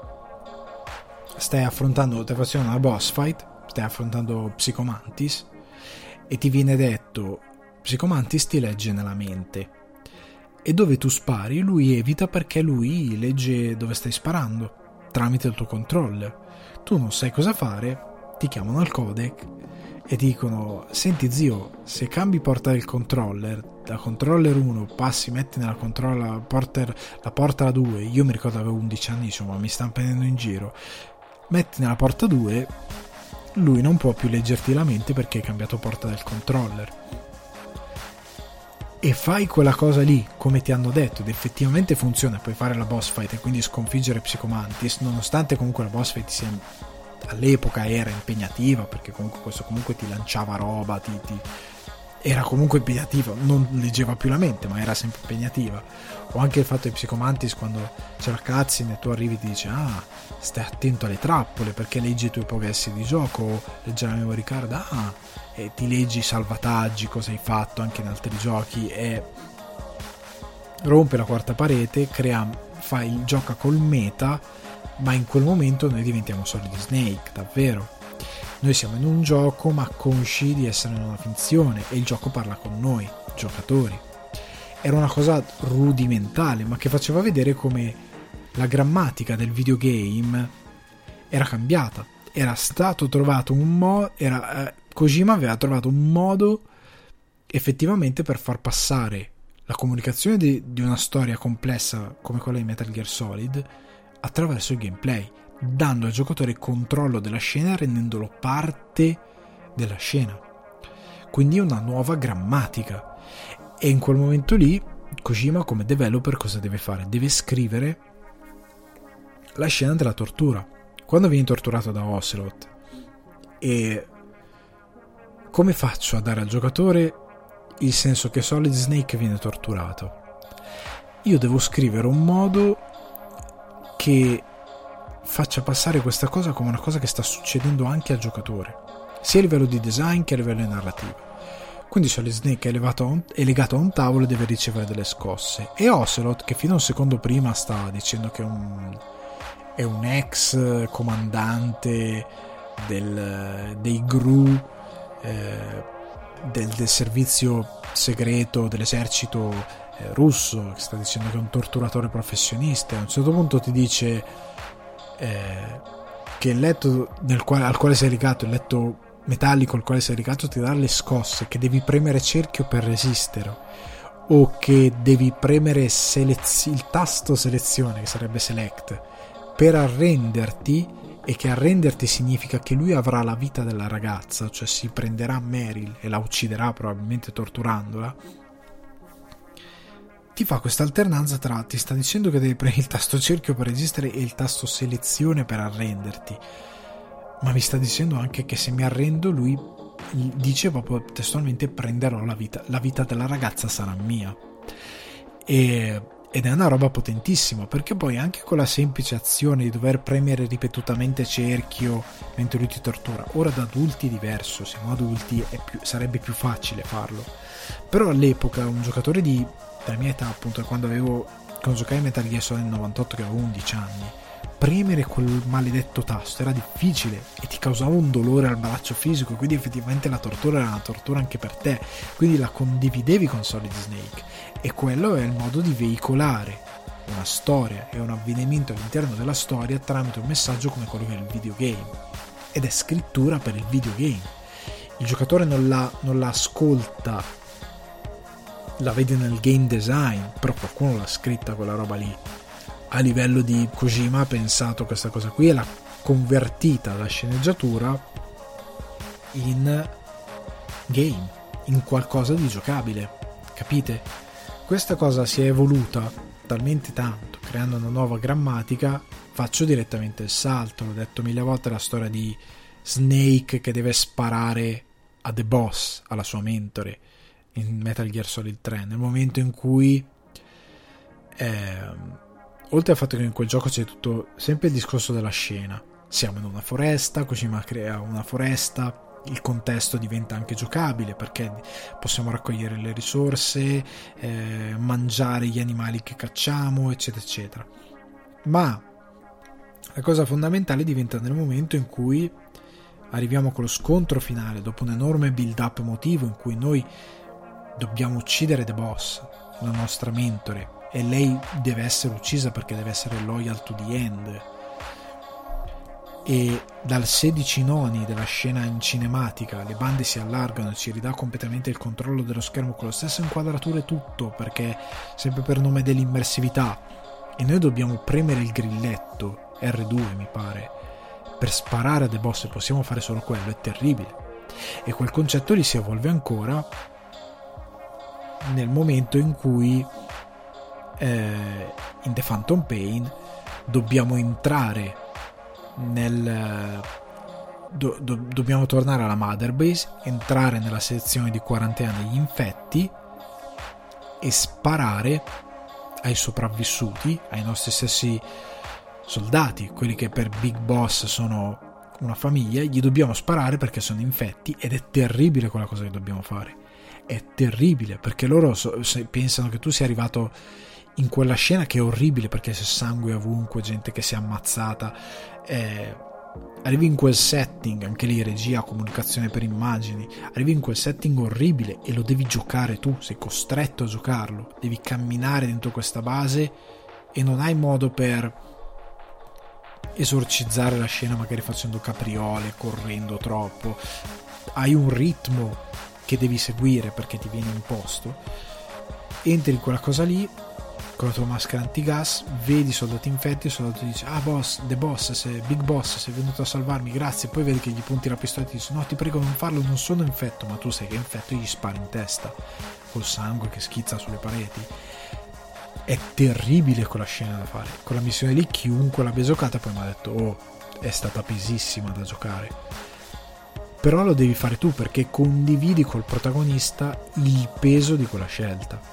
stai affrontando, stai facendo una boss fight, stai affrontando Psychomantis e ti viene detto Psychomantis ti legge nella mente e dove tu spari lui evita perché lui legge dove stai sparando tramite il tuo controller. Tu non sai cosa fare, ti chiamano al codec e ti dicono senti zio, se cambi porta del controller da controller uno passi, metti nella controller porter, la porta due, io mi ricordo avevo undici anni, insomma mi stanno prendendo in giro, metti nella porta due, lui non può più leggerti la mente perché hai cambiato porta del controller e fai quella cosa lì come ti hanno detto ed effettivamente funziona, puoi fare la boss fight e quindi sconfiggere Psychomantis, nonostante comunque la boss fight sia all'epoca era impegnativa perché comunque questo comunque ti lanciava roba, ti, ti era comunque impegnativa, non leggeva più la mente ma era sempre impegnativa. O anche il fatto di Psychomantis quando c'è la cutscene e tu arrivi e ti dice ah stai attento alle trappole perché leggi i tuoi progressi di gioco, leggi la memory card, ah e ti leggi i salvataggi, cosa hai fatto anche in altri giochi, e rompe la quarta parete, crea, fa il gioca col meta, ma in quel momento noi diventiamo Solid Snake davvero. Noi siamo in un gioco ma consci di essere in una finzione e il gioco parla con noi, giocatori. Era una cosa rudimentale ma che faceva vedere come la grammatica del videogame era cambiata. Era stato trovato un modo, era, eh, Kojima aveva trovato un modo effettivamente per far passare la comunicazione di, di una storia complessa come quella di Metal Gear Solid attraverso il gameplay, dando al giocatore controllo della scena, rendendolo parte della scena. Quindi una nuova grammatica. E in quel momento lì Kojima come developer cosa deve fare? Deve scrivere la scena della tortura. Quando vieni torturato da Ocelot, e come faccio a dare al giocatore il senso che Solid Snake viene torturato? Io devo scrivere un modo che faccia passare questa cosa come una cosa che sta succedendo anche al giocatore, sia a livello di design che a livello narrativo. Quindi Solid Snake è, elevato a un, è legato a un tavolo e deve ricevere delle scosse, e Ocelot, che fino a un secondo prima sta dicendo che è un, è un ex comandante del, dei G R U, eh, del, del servizio segreto dell'esercito eh, russo, che sta dicendo che è un torturatore professionista, a un certo punto ti dice eh, che il letto nel quale, al quale sei legato, il letto metallico al quale sei legato, ti dà le scosse, che devi premere cerchio per resistere, o che devi premere selez- il tasto selezione, che sarebbe select, per arrenderti, e che arrenderti significa che lui avrà la vita della ragazza, cioè si prenderà Meryl e la ucciderà probabilmente torturandola. Ti fa questa alternanza tra ti sta dicendo che devi premere il tasto cerchio per resistere e il tasto selezione per arrenderti, ma mi sta dicendo anche che se mi arrendo lui dice proprio testualmente prenderò la vita, la vita della ragazza sarà mia. E ed è una roba potentissima, perché poi anche con la semplice azione di dover premere ripetutamente cerchio mentre lui ti tortura, ora da adulti è diverso, siamo adulti e più, sarebbe più facile farlo, però all'epoca un giocatore di della mia età, appunto quando avevo quando giocai Metal Gear Solid nel novantotto, che avevo undici anni, premere quel maledetto tasto era difficile e ti causava un dolore al braccio fisico, quindi effettivamente la tortura era una tortura anche per te, quindi la condividevi con Solid Snake, e quello è il modo di veicolare una storia e un avvenimento all'interno della storia tramite un messaggio come quello che è il videogame, ed è scrittura per il videogame. Il giocatore non la, non la ascolta, la vede nel game design, però qualcuno l'ha scritta quella roba lì. A livello di Kojima ha pensato questa cosa qui e l'ha convertita la sceneggiatura in game, in qualcosa di giocabile, capite? Questa cosa si è evoluta talmente tanto, creando una nuova grammatica. Faccio direttamente il salto, l'ho detto mille volte, la storia di Snake che deve sparare a The Boss, alla sua mentore in Metal Gear Solid tre, nel momento in cui eh, oltre al fatto che in quel gioco c'è tutto sempre il discorso della scena, siamo in una foresta, Kojima crea una foresta, il contesto diventa anche giocabile perché possiamo raccogliere le risorse, eh, mangiare gli animali che cacciamo, eccetera eccetera, ma la cosa fondamentale diventa nel momento in cui arriviamo con lo scontro finale, dopo un enorme build up emotivo in cui noi dobbiamo uccidere The Boss, la nostra mentore, e lei deve essere uccisa perché deve essere loyal to the end, e dal sedici noni della scena in cinematica le bande si allargano e ci ridà completamente il controllo dello schermo con la stessa inquadratura e tutto, perché sempre per nome dell'immersività, e noi dobbiamo premere il grilletto erre due mi pare per sparare a The Boss e possiamo fare solo quello, è terribile. E quel concetto lì si evolve ancora nel momento in cui eh, in The Phantom Pain dobbiamo entrare nel do, do, dobbiamo tornare alla Mother Base, entrare nella sezione di quarantena degli infetti e sparare ai sopravvissuti, ai nostri stessi soldati, quelli che per Big Boss sono una famiglia. Gli dobbiamo sparare perché sono infetti, ed è terribile quella cosa che dobbiamo fare, è terribile perché loro so, se pensano che tu sia arrivato in quella scena che è orribile perché c'è sangue ovunque, gente che si è ammazzata, eh, arrivi in quel setting, anche lì regia, comunicazione per immagini, arrivi in quel setting orribile e lo devi giocare tu, sei costretto a giocarlo, devi camminare dentro questa base e non hai modo per esorcizzare la scena magari facendo capriole, correndo troppo, hai un ritmo che devi seguire perché ti viene imposto, entri in quella cosa lì con la tua maschera antigas, vedi i soldati infetti, il soldato ti dice: ah boss, The Boss, se, Big Boss, sei venuto a salvarmi, grazie. Poi vedi che gli punti la pistola e ti dice: no, ti prego non farlo, non sono infetto, ma tu sai che è infetto, e gli spari in testa col sangue che schizza sulle pareti. È terribile quella scena da fare. Con la missione lì chiunque l'abbia giocata poi mi ha detto: oh, è stata pesissima da giocare, però lo devi fare tu perché condividi col protagonista il peso di quella scelta.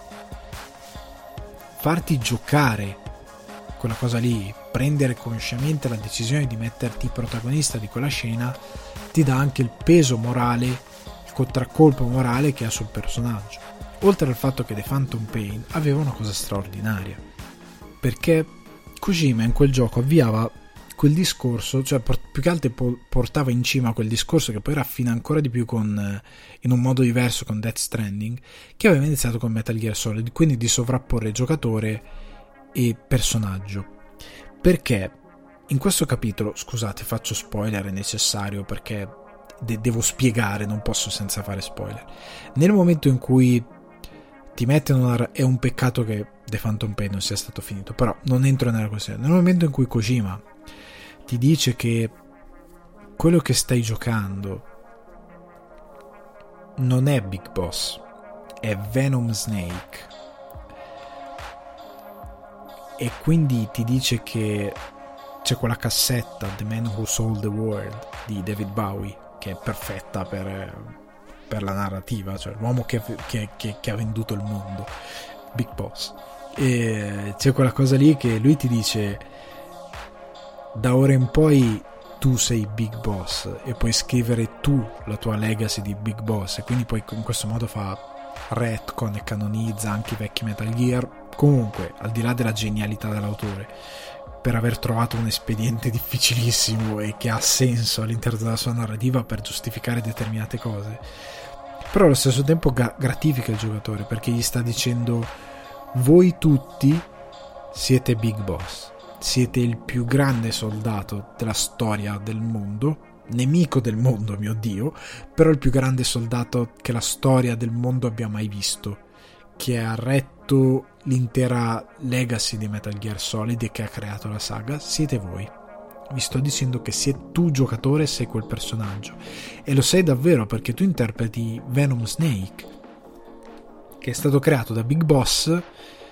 Farti giocare quella cosa lì, prendere consciamente la decisione di metterti protagonista di quella scena, ti dà anche il peso morale, il contraccolpo morale che ha sul personaggio. Oltre al fatto che The Phantom Pain aveva una cosa straordinaria, perché Kojima in quel gioco avviava quel discorso, cioè più che altro portava in cima quel discorso che poi raffina ancora di più con, in un modo diverso con Death Stranding, che aveva iniziato con Metal Gear Solid, quindi di sovrapporre giocatore e personaggio. Perché in questo capitolo, scusate faccio spoiler, è necessario perché de- devo spiegare, non posso senza fare spoiler. Nel momento in cui ti mettono una, è un peccato che The Phantom Pain non sia stato finito, però non entro nella questione. Nel momento in cui Kojima ti dice che quello che stai giocando non è Big Boss, è Venom Snake, e quindi ti dice che c'è quella cassetta The Man Who Sold the World di David Bowie che è perfetta per, per la narrativa, cioè l'uomo che, che, che, che ha venduto il mondo, Big Boss, E c'è quella cosa lì che lui ti dice: da ora in poi tu sei Big Boss e puoi scrivere tu la tua legacy di Big Boss, e quindi poi in questo modo fa retcon e canonizza anche i vecchi Metal Gear. Comunque, al di là della genialità dell'autore per aver trovato un espediente difficilissimo e che ha senso all'interno della sua narrativa per giustificare determinate cose, però allo stesso tempo ga- gratifica il giocatore, perché gli sta dicendo: voi tutti siete Big Boss, siete il più grande soldato della storia del mondo, nemico del mondo, mio Dio, però il più grande soldato che la storia del mondo abbia mai visto, che ha retto l'intera legacy di Metal Gear Solid e che ha creato la saga. Siete voi. Vi sto dicendo che sei tu giocatore, sei quel personaggio, e lo sei davvero, perché tu interpreti Venom Snake, che è stato creato da Big Boss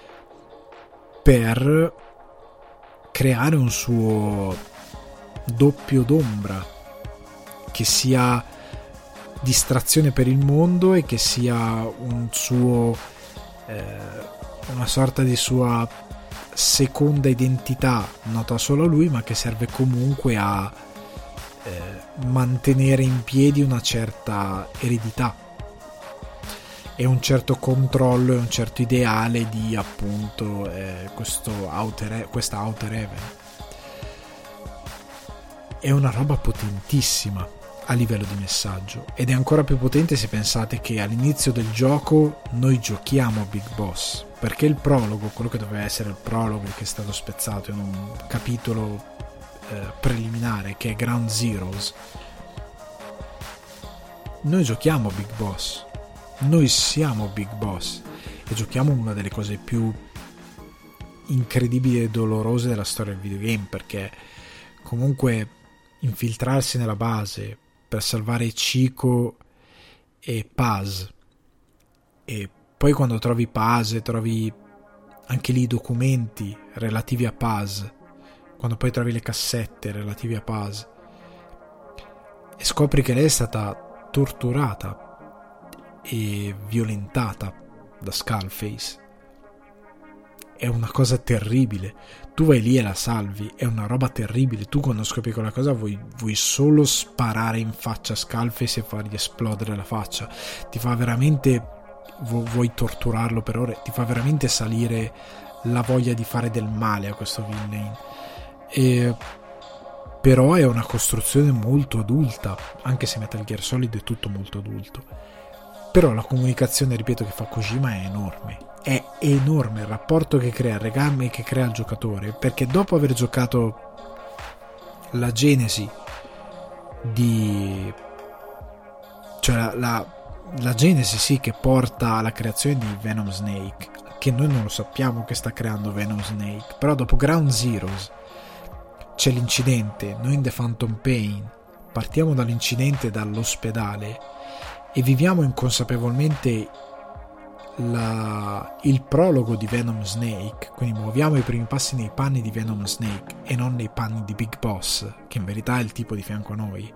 per creare un suo doppio d'ombra che sia distrazione per il mondo e che sia un suo eh, una sorta di sua seconda identità nota solo a lui, ma che serve comunque a eh, mantenere in piedi una certa eredità e un certo controllo e un certo ideale di appunto eh, questo outer, questa Outer Heaven. È una roba potentissima a livello di messaggio, ed è ancora più potente se pensate che all'inizio del gioco noi giochiamo a Big Boss, perché il prologo, quello che doveva essere il prologo che è stato spezzato in un capitolo eh, preliminare che è Ground Zeroes, noi giochiamo a Big Boss, noi siamo Big Boss e giochiamo una delle cose più incredibili e dolorose della storia del videogame, perché comunque infiltrarsi nella base per salvare Chico e Paz, e poi quando trovi Paz e trovi anche lì i documenti relativi a Paz, quando poi trovi le cassette relative a Paz e scopri che lei è stata torturata e violentata da Skullface, è una cosa terribile. Tu vai lì e la salvi, è una roba terribile. Tu quando scopri quella cosa vuoi, vuoi solo sparare in faccia a Skullface e fargli esplodere la faccia. Ti fa veramente, vuoi torturarlo per ore, ti fa veramente salire la voglia di fare del male a questo villain. E però è una costruzione molto adulta, anche se Metal Gear Solid è tutto molto adulto. Però la comunicazione, ripeto, che fa Kojima è enorme. È enorme il rapporto che crea, il legame che crea il giocatore, perché dopo aver giocato la genesi di cioè la, la, la genesi sì che porta alla creazione di Venom Snake, che noi non lo sappiamo che sta creando Venom Snake, però dopo Ground Zeroes c'è l'incidente, noi in The Phantom Pain partiamo dall'incidente, dall'ospedale, e viviamo inconsapevolmente La, il prologo di Venom Snake, quindi muoviamo i primi passi nei panni di Venom Snake e non nei panni di Big Boss, che in verità è il tipo di fianco a noi,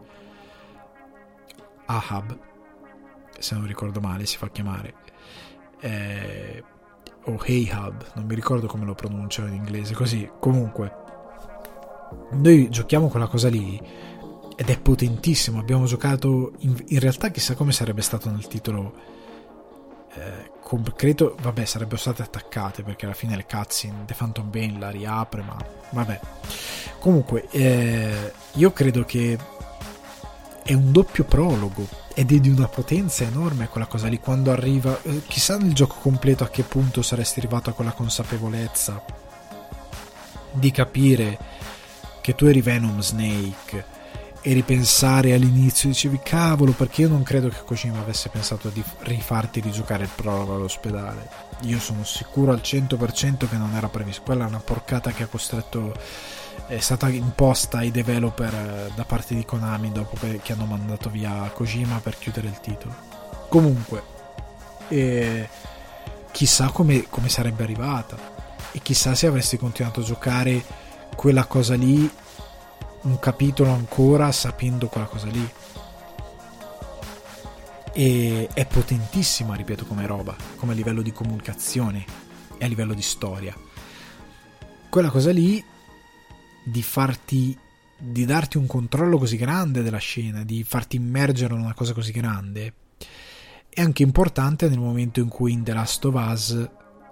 Ahab, se non ricordo male si fa chiamare, eh, o Ahab, non mi ricordo come lo pronunciano in inglese, così. Comunque noi giochiamo quella cosa lì ed è potentissimo. Abbiamo giocato in, in realtà chissà come sarebbe stato nel titolo eh, credo, vabbè, sarebbero state attaccate, perché alla fine le cutscene The Phantom Pain la riapre, ma vabbè. Comunque eh, io credo che è un doppio prologo ed è di una potenza enorme quella cosa lì. Quando arriva, eh, chissà nel gioco completo a che punto saresti arrivato a quella consapevolezza di capire che tu eri Venom Snake e ripensare all'inizio, dicevi cavolo, perché io non credo che Kojima avesse pensato di rifarti rigiocare il prologo all'ospedale. Io sono sicuro al cento per cento che non era previsto. Quella è una porcata che ha costretto, è stata imposta ai developer da parte di Konami dopo che, che hanno mandato via Kojima per chiudere il titolo. Comunque eh, chissà come, come sarebbe arrivata, e chissà se avresti continuato a giocare quella cosa lì un capitolo ancora sapendo quella cosa lì. E è potentissima, ripeto, come roba, come livello di comunicazione e a livello di storia. Quella cosa lì di farti, di darti un controllo così grande della scena, di farti immergere in una cosa così grande, è anche importante nel momento in cui in The Last of Us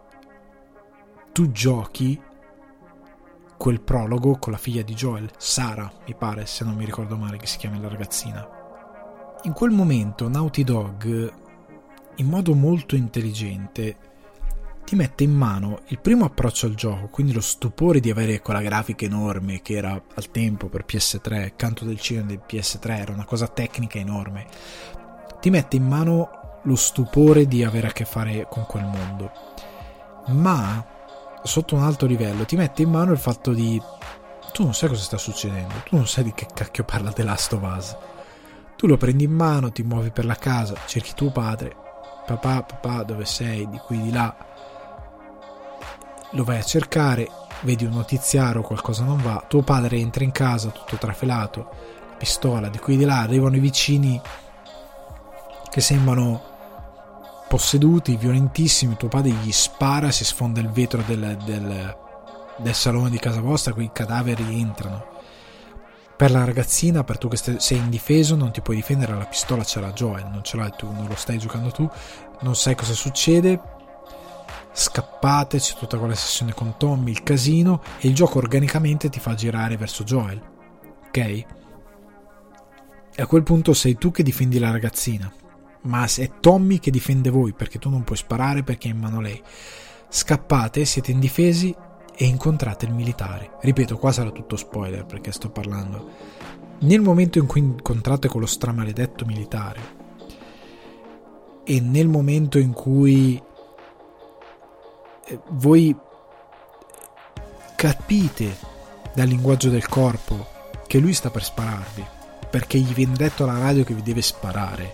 tu giochi quel prologo con la figlia di Joel, Sara, mi pare, se non mi ricordo male che si chiama la ragazzina. In quel momento Naughty Dog, in modo molto intelligente, ti mette in mano il primo approccio al gioco, quindi lo stupore di avere quella grafica enorme che era al tempo per P S tre, Canto del Cinema del P S tre, era una cosa tecnica enorme. Ti mette in mano lo stupore di avere a che fare con quel mondo, ma sotto un alto livello ti mette in mano il fatto di tu non sai cosa sta succedendo, tu non sai di che cacchio parla The Last of Us. Tu lo prendi in mano, ti muovi per la casa, cerchi tuo padre, papà, papà, dove sei, di qui, di là, lo vai a cercare, vedi un notiziario, qualcosa non va, tuo padre entra in casa tutto trafelato, pistola, di qui, di là, arrivano i vicini che sembrano posseduti, violentissimi, tuo padre gli spara, si sfonda il vetro del, del, del salone di casa vostra, quei cadaveri entrano. Per la ragazzina, per tu che sei indifeso, non ti puoi difendere, la pistola ce l'ha Joel, non ce l'hai tu, non lo stai giocando tu, non sai cosa succede, scappate, c'è tutta quella sessione con Tommy, il casino, e il gioco organicamente ti fa girare verso Joel, ok? E a quel punto sei tu che difendi la ragazzina, ma è Tommy che difende voi, perché tu non puoi sparare perché è in mano lei. Scappate, siete indifesi e incontrate il militare. Ripeto, qua sarà tutto spoiler perché sto parlando. Nel momento in cui incontrate quello stramaledetto militare e nel momento in cui voi capite dal linguaggio del corpo che lui sta per spararvi, perché gli viene detto alla radio che vi deve sparare,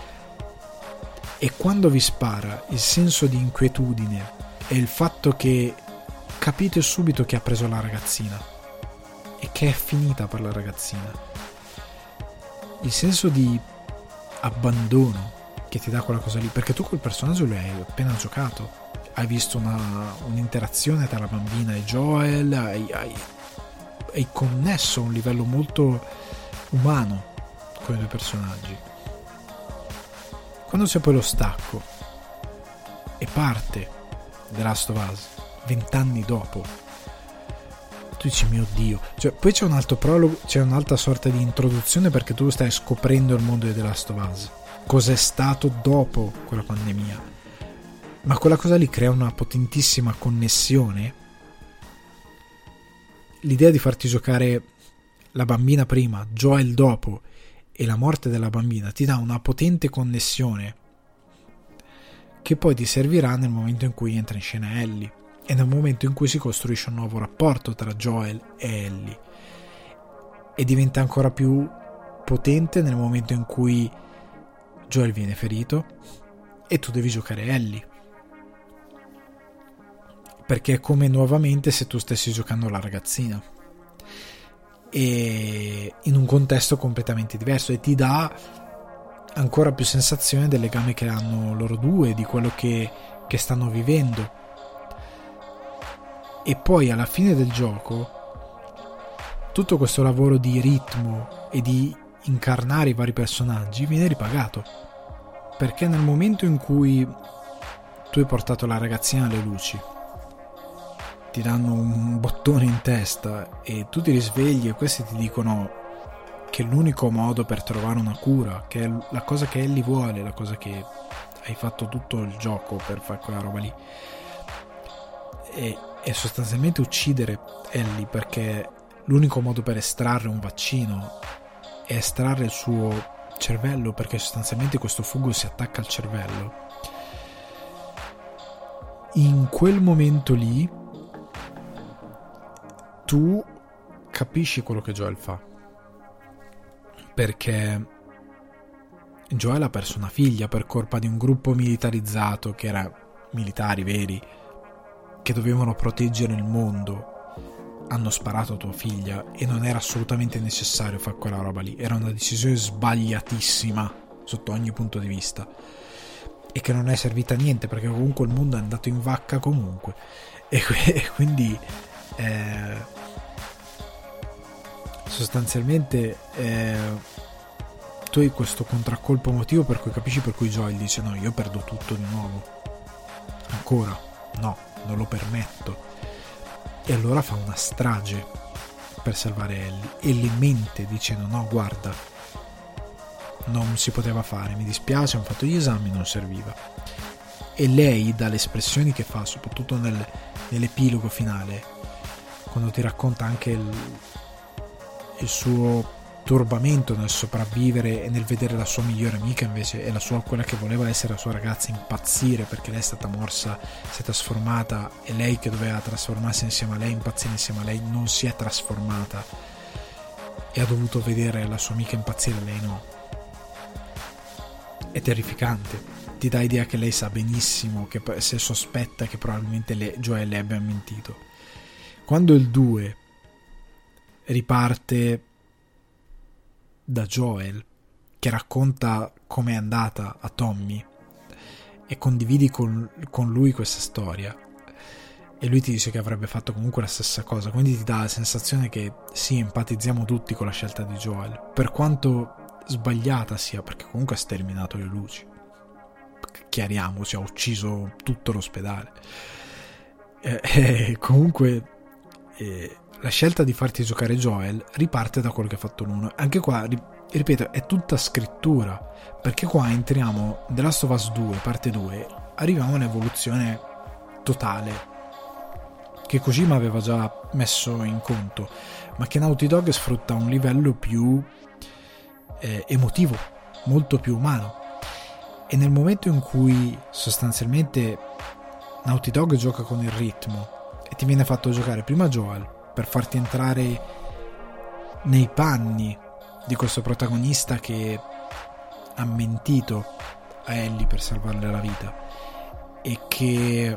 e quando vi spara il senso di inquietudine e il fatto che capite subito che ha preso la ragazzina e che è finita per la ragazzina, il senso di abbandono che ti dà quella cosa lì, perché tu quel personaggio lo hai appena giocato, hai visto una, un'interazione tra la bambina e Joel, hai, hai, hai connesso a un livello molto umano con i due personaggi. Quando c'è poi lo stacco e parte The Last of Us vent'anni dopo, tu dici mio Dio, cioè, poi c'è un altro prologo, c'è un'altra sorta di introduzione perché tu stai scoprendo il mondo di The Last of Us, cos'è stato dopo quella pandemia, ma quella cosa lì crea una potentissima connessione. L'idea di farti giocare la bambina prima, Joel dopo e la morte della bambina ti dà una potente connessione che poi ti servirà nel momento in cui entra in scena Ellie e nel momento in cui si costruisce un nuovo rapporto tra Joel e Ellie, e diventa ancora più potente nel momento in cui Joel viene ferito e tu devi giocare Ellie, perché è come nuovamente se tu stessi giocando la ragazzina e in un contesto completamente diverso, e ti dà ancora più sensazione del legame che hanno loro due, di quello che, che stanno vivendo. E poi alla fine del gioco tutto questo lavoro di ritmo e di incarnare i vari personaggi viene ripagato, perché nel momento in cui tu hai portato la ragazzina alle luci, ti danno un bottone in testa e tu ti risvegli e questi ti dicono che l'unico modo per trovare una cura, che è la cosa che Ellie vuole, la cosa che hai fatto tutto il gioco per fare quella roba lì, è, è sostanzialmente uccidere Ellie, perché l'unico modo per estrarre un vaccino è estrarre il suo cervello, perché sostanzialmente questo fungo si attacca al cervello. In quel momento lì tu capisci quello che Joel fa, perché Joel ha perso una figlia per colpa di un gruppo militarizzato, che era militari veri che dovevano proteggere il mondo. Hanno sparato a tua figlia e non era assolutamente necessario fare quella roba lì, era una decisione sbagliatissima sotto ogni punto di vista, e che non è servita a niente, perché comunque il mondo è andato in vacca comunque, e, e quindi eh, sostanzialmente eh, tu hai questo contraccolpo emotivo per cui capisci per cui Joel dice no, io perdo tutto di nuovo, ancora no, non lo permetto, e allora fa una strage per salvare Ellie e le mente dicendo no, guarda, non si poteva fare, mi dispiace, hanno fatto gli esami, non serviva. E lei, dalle espressioni che fa, soprattutto nel, nell'epilogo finale, quando ti racconta anche il, il suo turbamento nel sopravvivere e nel vedere la sua migliore amica invece, e la sua, quella che voleva essere la sua ragazza, impazzire perché lei è stata morsa, si è trasformata, e lei che doveva trasformarsi insieme a lei, impazzire insieme a lei, non si è trasformata e ha dovuto vedere la sua amica impazzire, lei no. È terrificante, ti dà idea che lei sa benissimo, che se sospetta che probabilmente le, Joel le abbia mentito. Quando il due riparte da Joel, che racconta com'è andata a Tommy, e condividi con, con lui questa storia, e lui ti dice che avrebbe fatto comunque la stessa cosa, quindi ti dà la sensazione che sì, empatizziamo tutti con la scelta di Joel, per quanto sbagliata sia, perché comunque ha sterminato le luci, chiariamoci, ha ucciso tutto l'ospedale, eh, eh, comunque eh, la scelta di farti giocare Joel riparte da quello che ha fatto l'uno. Anche qua, ripeto, è tutta scrittura, perché qua entriamo The Last of Us due parte due, arriviamo a un'evoluzione totale che Kojima aveva già messo in conto, ma che Naughty Dog sfrutta a un livello più eh, emotivo, molto più umano. E nel momento in cui sostanzialmente Naughty Dog gioca con il ritmo e ti viene fatto giocare prima Joel per farti entrare nei panni di questo protagonista che ha mentito a Ellie per salvarle la vita, e che,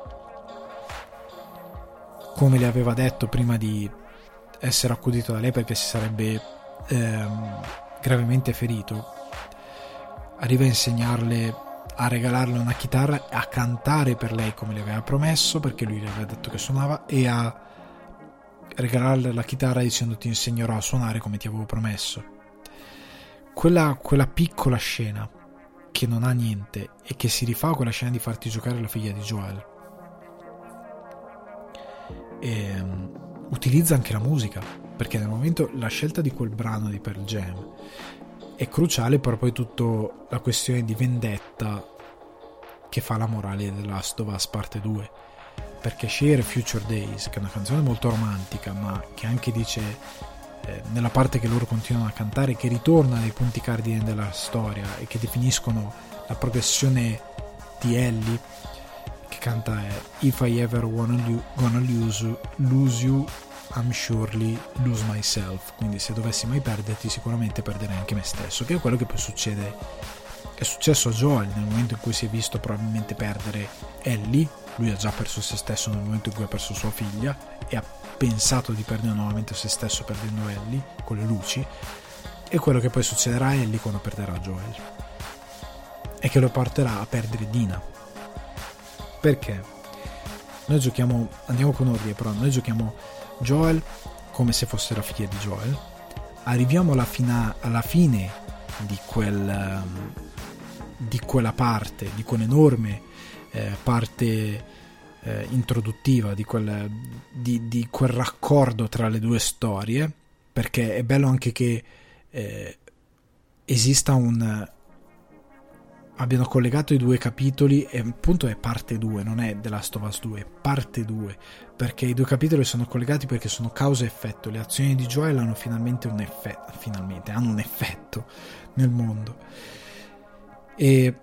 come le aveva detto prima di essere accudito da lei perché si sarebbe ehm, gravemente ferito, arriva a insegnarle, a regalarle una chitarra, a cantare per lei come le aveva promesso, perché lui le aveva detto che suonava, e a regalarle la chitarra dicendo ti insegnerò a suonare come ti avevo promesso. Quella, quella piccola scena che non ha niente e che si rifà a quella scena di farti giocare la figlia di Joel, e um, utilizza anche la musica, perché nel momento la scelta di quel brano di Pearl Jam è cruciale per poi tutta la questione di vendetta che fa la morale della Last of Us parte due, perché Share Future Days, che è una canzone molto romantica ma che anche dice eh, nella parte che loro continuano a cantare, che ritorna nei punti cardine della storia e che definiscono la progressione di Ellie, che canta è If I ever wanna, lo- gonna lose you, lose you I'm surely lose myself, quindi se dovessi mai perderti sicuramente perderei anche me stesso, che è quello che poi succede, è successo a Joel nel momento in cui si è visto probabilmente perdere Ellie. Lui ha già perso se stesso nel momento in cui ha perso sua figlia e ha pensato di perdere nuovamente se stesso perdendo Ellie con le luci, e quello che poi succederà a Ellie quando perderà Joel e che lo porterà a perdere Dina, perché noi giochiamo, andiamo con ordine, però noi giochiamo Joel come se fosse la figlia di Joel, arriviamo alla, fina, alla fine di quel um, di quella parte, di quell'enorme eh, parte eh, introduttiva, di quel, di, di quel raccordo tra le due storie, perché è bello anche che eh, esista un abbiano collegato i due capitoli, e appunto è parte due, non è The Last of Us due, è parte due, perché i due capitoli sono collegati perché sono causa e effetto. Le azioni di Joel hanno finalmente un effetto, finalmente hanno un effetto nel mondo, e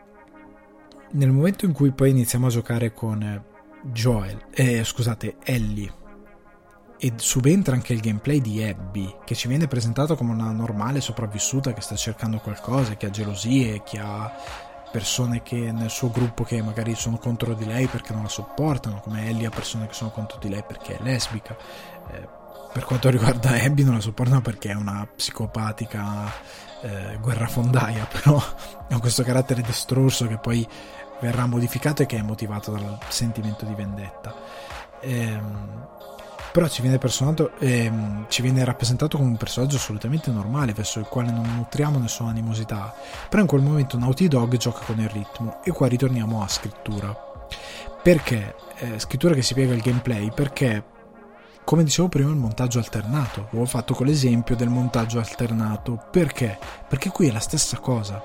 nel momento in cui poi iniziamo a giocare con Joel, eh, scusate, Ellie, e subentra anche il gameplay di Abby, che ci viene presentato come una normale sopravvissuta che sta cercando qualcosa, che ha gelosie, che ha persone che nel suo gruppo che magari sono contro di lei perché non la sopportano, come Ellie ha persone che sono contro di lei perché è lesbica, eh, per quanto riguarda Abby non la sopportano perché è una psicopatica eh, guerrafondaia, però ha questo carattere destrorso che poi verrà modificato e che è motivato dal sentimento di vendetta. Ehm, però ci viene, personato, ehm, ci viene rappresentato come un personaggio assolutamente normale verso il quale non nutriamo nessuna animosità, però in quel momento Naughty Dog gioca con il ritmo, e qua ritorniamo a scrittura. Perché? Eh, scrittura che si piega il gameplay, perché come dicevo prima il montaggio alternato, avevo fatto con l'esempio del montaggio alternato, perché? Perché qui è la stessa cosa,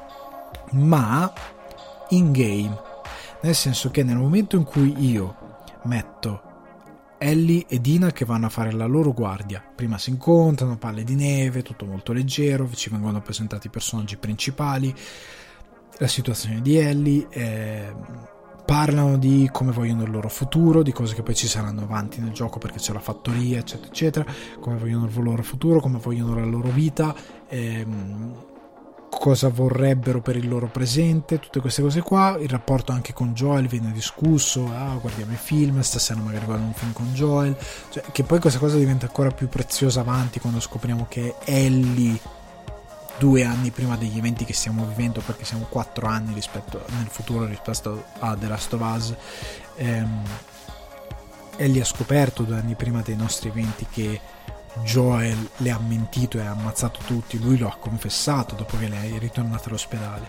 ma in game, nel senso che nel momento in cui io metto Ellie e Dina che vanno a fare la loro guardia, prima si incontrano, palle di neve, tutto molto leggero, ci vengono presentati i personaggi principali, la situazione di Ellie, eh, parlano di come vogliono il loro futuro, di cose che poi ci saranno avanti nel gioco perché c'è la fattoria, eccetera eccetera, come vogliono il loro futuro, come vogliono la loro vita, ehm, cosa vorrebbero per il loro presente, tutte queste cose qua. Il rapporto anche con Joel viene discusso, ah, guardiamo i film, stasera magari guardiamo un film con Joel, cioè, che poi questa cosa diventa ancora più preziosa avanti quando scopriamo che Ellie due anni prima degli eventi che stiamo vivendo, perché siamo quattro anni rispetto nel futuro rispetto a The Last of Us, ehm, Ellie ha scoperto due anni prima dei nostri eventi che Joel le ha mentito e ha ammazzato tutti. Lui lo ha confessato dopo che lei è ritornata all'ospedale,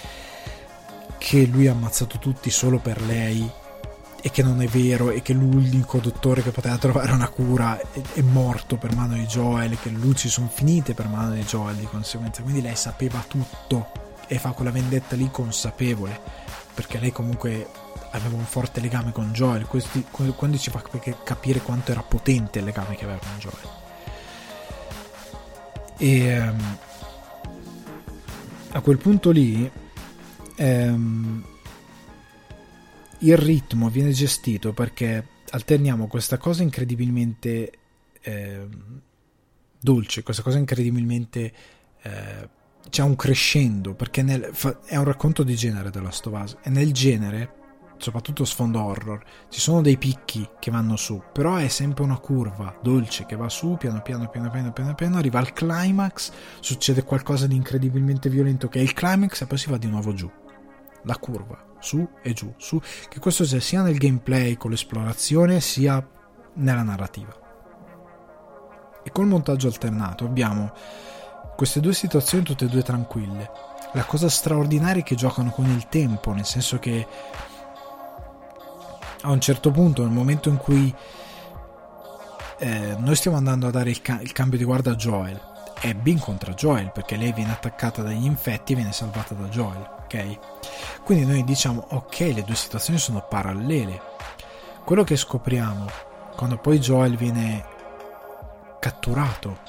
che lui ha ammazzato tutti solo per lei e che non è vero, e che l'unico dottore che poteva trovare una cura è, è morto per mano di Joel, e che le luci sono finite per mano di Joel di conseguenza. Quindi lei sapeva tutto e fa quella vendetta lì consapevole, perché lei comunque aveva un forte legame con Joel. Questi, quando ci fa capire quanto era potente il legame che aveva con Joel. E um, a quel punto lì um, il ritmo viene gestito perché alterniamo questa cosa incredibilmente eh, dolce, questa cosa incredibilmente eh, c'è un crescendo, perché nel, fa, è un racconto di genere dello Last of Us, e nel genere, soprattutto sfondo horror, ci sono dei picchi che vanno su, però è sempre una curva dolce che va su piano piano piano piano piano piano, arriva al climax, succede qualcosa di incredibilmente violento che è il climax, e poi si va di nuovo giù, la curva su e giù, su, che questo sia sia nel gameplay con l'esplorazione sia nella narrativa. E col montaggio alternato abbiamo queste due situazioni tutte e due tranquille. La cosa straordinaria è che giocano con il tempo, nel senso che a un certo punto, nel momento in cui eh, noi stiamo andando a dare il, ca- il cambio di guardia a Joel, Abby incontra Joel perché lei viene attaccata dagli infetti e viene salvata da Joel, ok? Quindi noi diciamo ok, le due situazioni sono parallele. Quello che scopriamo quando poi Joel viene catturato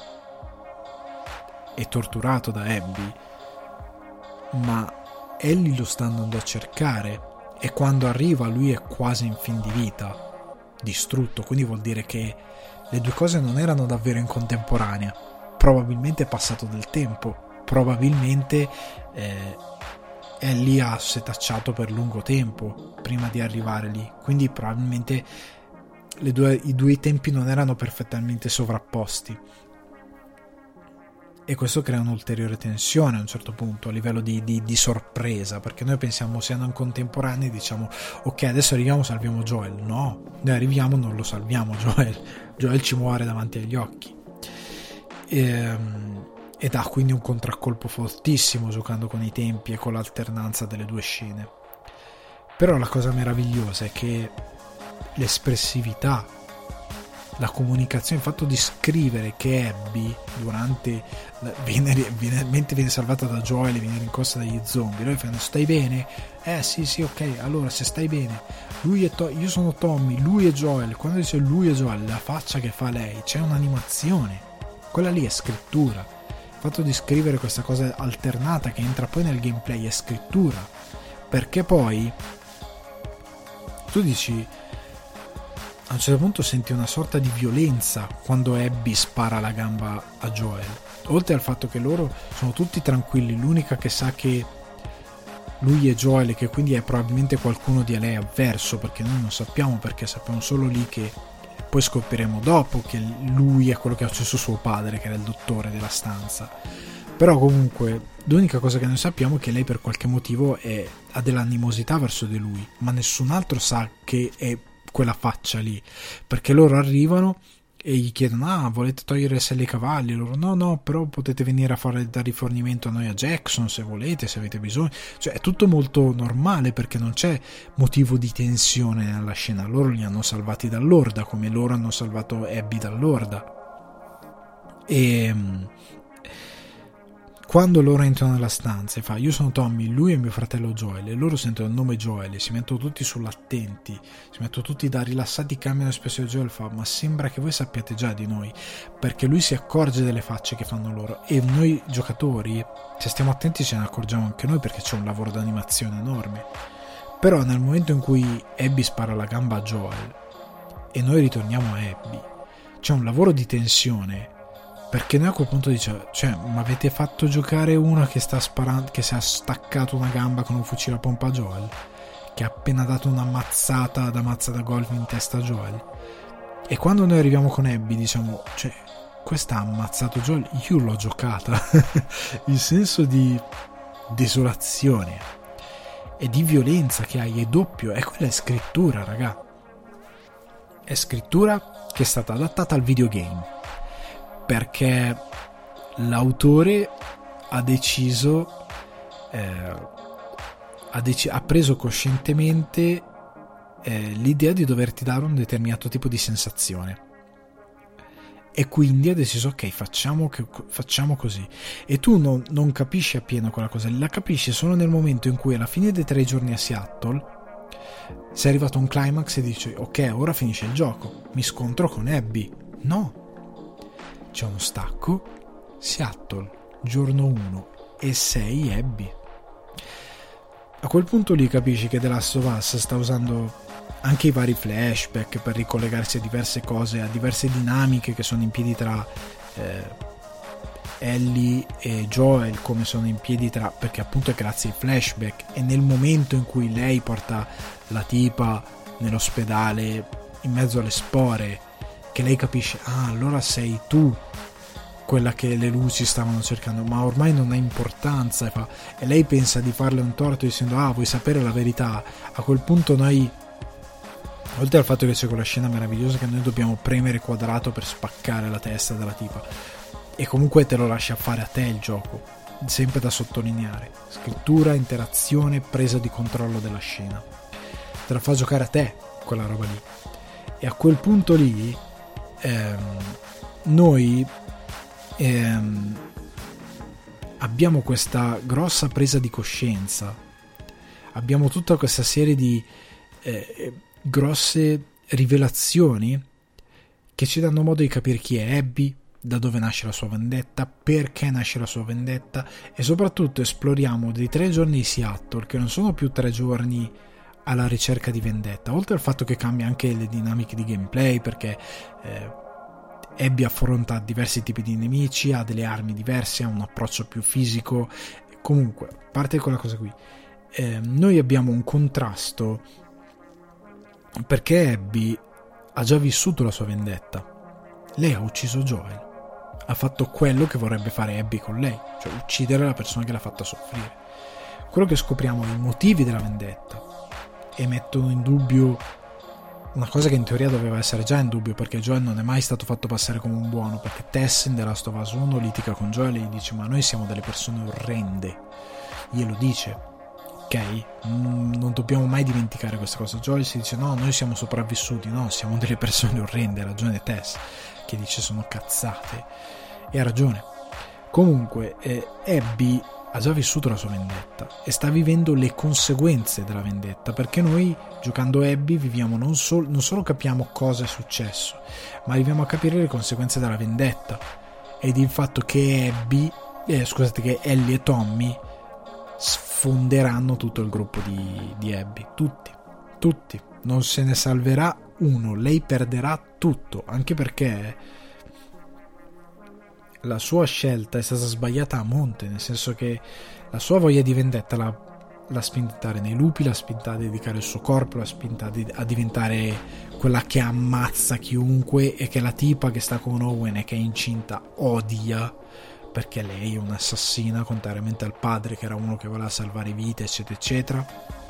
e torturato da Abby, ma Ellie lo sta andando a cercare, e quando arriva lui è quasi in fin di vita, distrutto, quindi vuol dire che le due cose non erano davvero in contemporanea. Probabilmente è passato del tempo, probabilmente eh, Ellie ha setacciato per lungo tempo prima di arrivare lì, quindi probabilmente le due, i due tempi non erano perfettamente sovrapposti, e questo crea un'ulteriore tensione a un certo punto a livello di, di, di sorpresa, perché noi pensiamo siano in contemporanei e diciamo ok, adesso arriviamo, salviamo Joel. No, noi arriviamo, non lo salviamo Joel, Joel ci muore davanti agli occhi. E, ed ha quindi un contraccolpo fortissimo giocando con i tempi e con l'alternanza delle due scene. Però la cosa meravigliosa è che l'espressività, la comunicazione, il fatto di scrivere che Abby durante viene, viene, mentre viene salvata da Joel e viene rincorsa dagli zombie, lui fanno stai bene? Eh sì sì ok, allora se stai bene, lui è to- io sono Tommy, lui è Joel. Quando dice lui è Joel, la faccia che fa lei, c'è un'animazione, quella lì è scrittura. Il fatto di scrivere questa cosa alternata che entra poi nel gameplay è scrittura, perché poi tu dici a un certo punto senti una sorta di violenza quando Abby spara la gamba a Joel, oltre al fatto che loro sono tutti tranquilli, l'unica che sa che lui è Joel e che quindi è probabilmente qualcuno di lei avverso, perché noi non sappiamo, perché sappiamo solo lì che poi scopriremo dopo che lui è quello che ha ucciso suo padre, che era il dottore della stanza. Però comunque l'unica cosa che noi sappiamo è che lei per qualche motivo è, ha dell'animosità verso di lui, ma nessun altro sa che è quella faccia lì, perché loro arrivano e gli chiedono: ah, volete togliere le selle ai cavalli? Loro: no no, però potete venire a fare da rifornimento a noi a Jackson se volete, se avete bisogno. Cioè è tutto molto normale, perché non c'è motivo di tensione nella scena. Loro li hanno salvati dall'orda come loro hanno salvato Abby dall'orda. E quando loro entrano nella stanza e fa: io sono Tommy, lui è mio fratello Joel, e loro sentono il nome Joel e si mettono tutti sull'attenti, si mettono tutti da rilassati, cambiano espressione. Joel fa: ma sembra che voi sappiate già di noi, perché lui si accorge delle facce che fanno loro, e noi giocatori, se stiamo attenti, ce ne accorgiamo anche noi, perché c'è un lavoro d'animazione enorme. Però nel momento in cui Abby spara la gamba a Joel e noi ritorniamo a Abby, c'è un lavoro di tensione, perché noi a quel punto diciamo: cioè, ma avete fatto giocare uno che sta sparando, che si è staccato una gamba con un fucile a pompa a Joel, che ha appena dato una mazzata da mazza da golf in testa a Joel? E quando noi arriviamo con Abby diciamo: cioè, questa ha ammazzato Joel, io l'ho giocata. Il senso di desolazione e di violenza che hai è doppio, e quella è scrittura, raga, è scrittura che è stata adattata al videogame, perché l'autore ha deciso eh, ha, dec- ha preso coscientemente eh, l'idea di doverti dare un determinato tipo di sensazione, e quindi ha deciso: ok, facciamo, che, facciamo così. E tu non, non capisci appieno quella cosa, la capisci solo nel momento in cui alla fine dei tre giorni a Seattle sei arrivato a un climax e dici: ok, ora finisce il gioco, mi scontro con Abby. No, c'è uno stacco, Seattle, giorno uno e sei Abby. A quel punto lì capisci che The Last of Us sta usando anche i vari flashback per ricollegarsi a diverse cose, a diverse dinamiche che sono in piedi tra eh, Ellie e Joel, come sono in piedi tra, perché appunto è grazie ai flashback, e nel momento in cui lei porta la tipa nell'ospedale in mezzo alle spore, che lei capisce: ah, allora sei tu quella che le luci stavano cercando, ma ormai non ha importanza, e, fa, e lei pensa di farle un torto dicendo: ah, vuoi sapere la verità? A quel punto noi, oltre al fatto che c'è quella scena meravigliosa che noi dobbiamo premere quadrato per spaccare la testa della tipa, e comunque te lo lascia fare a te il gioco, sempre da sottolineare: scrittura, interazione, presa di controllo della scena, te la fa giocare a te quella roba lì. E a quel punto lì ehm, noi ehm, abbiamo questa grossa presa di coscienza, abbiamo tutta questa serie di eh, grosse rivelazioni che ci danno modo di capire chi è Abby, da dove nasce la sua vendetta, perché nasce la sua vendetta, e soprattutto esploriamo dei tre giorni di Seattle che non sono più tre giorni alla ricerca di vendetta, oltre al fatto che cambia anche le dinamiche di gameplay, perché eh, Abby affronta diversi tipi di nemici, ha delle armi diverse, ha un approccio più fisico. Comunque, a parte quella cosa qui, eh, noi abbiamo un contrasto, perché Abby ha già vissuto la sua vendetta. Lei ha ucciso Joel, ha fatto quello che vorrebbe fare Abby con lei, cioè uccidere la persona che l'ha fatta soffrire. Quello che scopriamo è i motivi della vendetta, e mettono in dubbio una cosa che in teoria doveva essere già in dubbio, perché Joel non è mai stato fatto passare come un buono, perché Tess in The Last of Us uno litiga con Joel e gli dice: ma noi siamo delle persone orrende, glielo dice, ok? Mm, non dobbiamo mai dimenticare questa cosa. Joel si dice: no, noi siamo sopravvissuti, no, siamo delle persone orrende. Ha ragione Tess, che dice: sono cazzate, e ha ragione. Comunque eh, Abby ha già vissuto la sua vendetta e sta vivendo le conseguenze della vendetta, perché noi giocando Abby viviamo non, sol- non solo capiamo cosa è successo, ma arriviamo a capire le conseguenze della vendetta, ed il fatto che Abby eh, scusate che Ellie e Tommy sfonderanno tutto il gruppo di, di Abby, tutti tutti non se ne salverà uno, lei perderà tutto, anche perché la sua scelta è stata sbagliata a monte, nel senso che la sua voglia di vendetta l'ha, l'ha spinta a stare nei lupi, l'ha spinta a dedicare il suo corpo, l'ha spinta a diventare quella che ammazza chiunque, e che la tipa che sta con Owen e che è incinta odia, perché lei è un'assassina contrariamente al padre che era uno che voleva salvare vite, eccetera eccetera.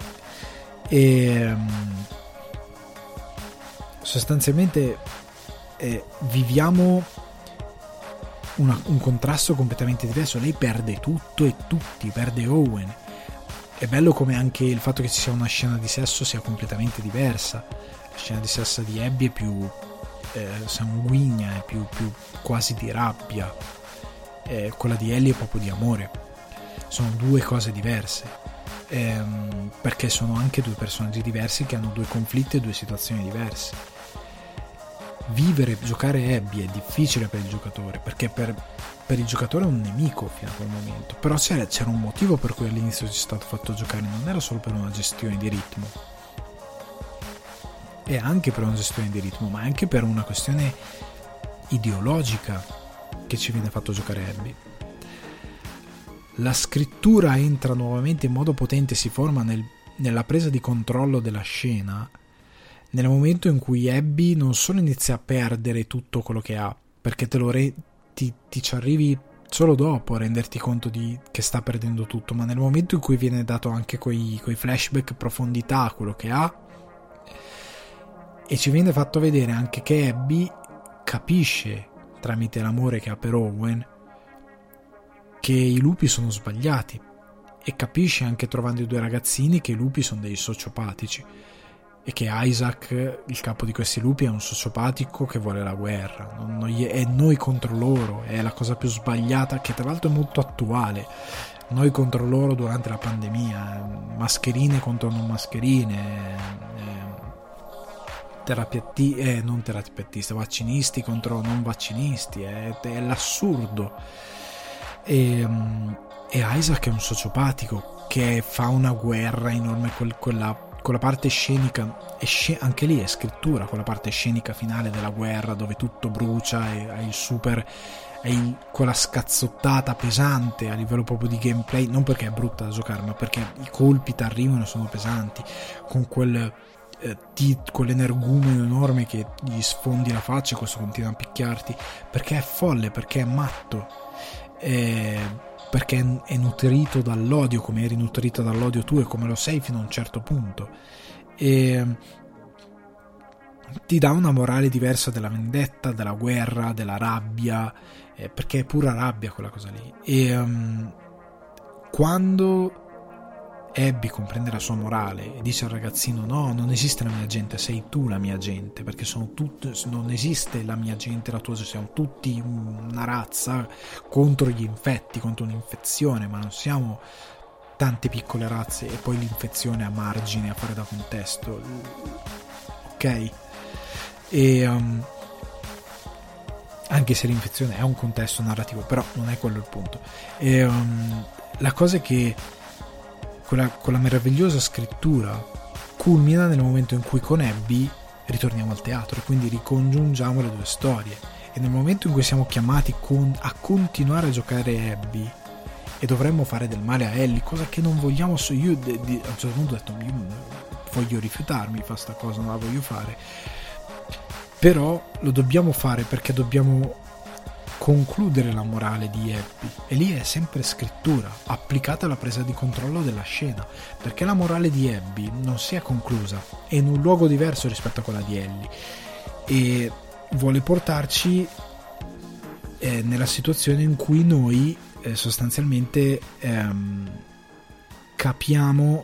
E sostanzialmente eh, viviamo una, un contrasto completamente diverso. Lei perde tutto e tutti, perde Owen. È bello come anche il fatto che ci sia una scena di sesso sia completamente diversa. La scena di sesso di Abby è più eh, sanguigna, è più, più quasi di rabbia, eh, quella di Ellie è proprio di amore. Sono due cose diverse, ehm, perché sono anche due personaggi diversi che hanno due conflitti e due situazioni diverse. Vivere, giocare Abby è difficile per il giocatore, perché per per il giocatore è un nemico fino a quel momento, però c'era, c'era un motivo per cui all'inizio ci è stato fatto giocare, non era solo per una gestione di ritmo, e anche per una gestione di ritmo, ma anche per una questione ideologica che ci viene fatto giocare Abby. La scrittura entra nuovamente in modo potente, si forma nel, nella presa di controllo della scena, nel momento in cui Abby non solo inizia a perdere tutto quello che ha, perché te lo re- Ti, ti ci arrivi solo dopo a renderti conto di che sta perdendo tutto, ma nel momento in cui viene dato anche quei, quei flashback, profondità a quello che ha, e ci viene fatto vedere anche che Abby capisce tramite l'amore che ha per Owen che i lupi sono sbagliati, e capisce anche trovando i due ragazzini che i lupi sono dei sociopatici, e che Isaac, il capo di questi lupi, è un sociopatico che vuole la guerra, non, non gli, è noi contro loro, è la cosa più sbagliata, che tra l'altro è molto attuale, noi contro loro durante la pandemia, mascherine contro non mascherine, eh, terapiatti, eh, non terapiattisti, vaccinisti contro non vaccinisti, è, è l'assurdo. E, e Isaac è un sociopatico che fa una guerra enorme, quel, quella con la parte scenica, e sc- anche lì è scrittura, con la parte scenica finale della guerra dove tutto brucia e hai il super, hai quella scazzottata pesante a livello proprio di gameplay, non perché è brutta da giocare, ma perché i colpi ti arrivano e sono pesanti, con quel eh, tit, quell'energumeno enorme che gli sfondi la faccia e questo continua a picchiarti, perché è folle, perché è matto, eh, perché è nutrito dall'odio, come eri nutrito dall'odio tu e come lo sei fino a un certo punto, e ti dà una morale diversa della vendetta, della guerra, della rabbia, eh, perché è pura rabbia quella cosa lì. E um, quando Abby comprende la sua morale e dice al ragazzino: no, non esiste la mia gente, sei tu la mia gente, perché sono tutte, non esiste la mia gente, la tua, siamo tutti una razza contro gli infetti, contro un'infezione, ma non siamo tante piccole razze e poi l'infezione a margine a fare da contesto, ok? E um, anche se l'infezione è un contesto narrativo, però non è quello il punto. E um, la cosa è che Quella, quella meravigliosa scrittura culmina nel momento in cui con Abby ritorniamo al teatro e quindi ricongiungiamo le due storie, e nel momento in cui siamo chiamati con, a continuare a giocare Abby e dovremmo fare del male a Ellie, cosa che non vogliamo. Io de, de, a un certo punto ho detto: io voglio rifiutarmi, fa sta cosa, non la voglio fare, però lo dobbiamo fare perché dobbiamo concludere la morale di Abby, e lì è sempre scrittura applicata alla presa di controllo della scena, perché la morale di Abby non si è conclusa, è in un luogo diverso rispetto a quella di Ellie, e vuole portarci eh, nella situazione in cui noi eh, sostanzialmente ehm, capiamo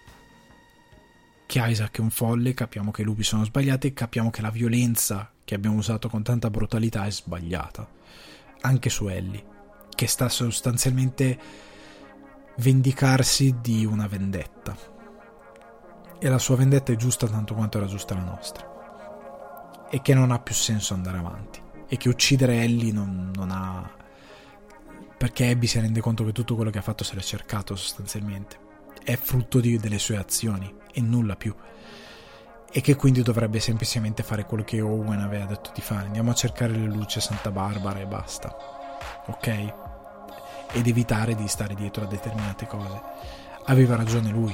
che Isaac è un folle, capiamo che i lupi sono sbagliati, capiamo che la violenza che abbiamo usato con tanta brutalità è sbagliata, anche su Ellie, che sta sostanzialmente vendicarsi di una vendetta, e la sua vendetta è giusta tanto quanto era giusta la nostra, e che non ha più senso andare avanti, e che uccidere Ellie non, non ha, perché Abby si rende conto che tutto quello che ha fatto se l'è cercato, sostanzialmente è frutto di, delle sue azioni e nulla più, e che quindi dovrebbe semplicemente fare quello che Owen aveva detto di fare: andiamo a cercare le luci a Santa Barbara e basta, ok? Ed evitare di stare dietro a determinate cose. aveva ragione lui.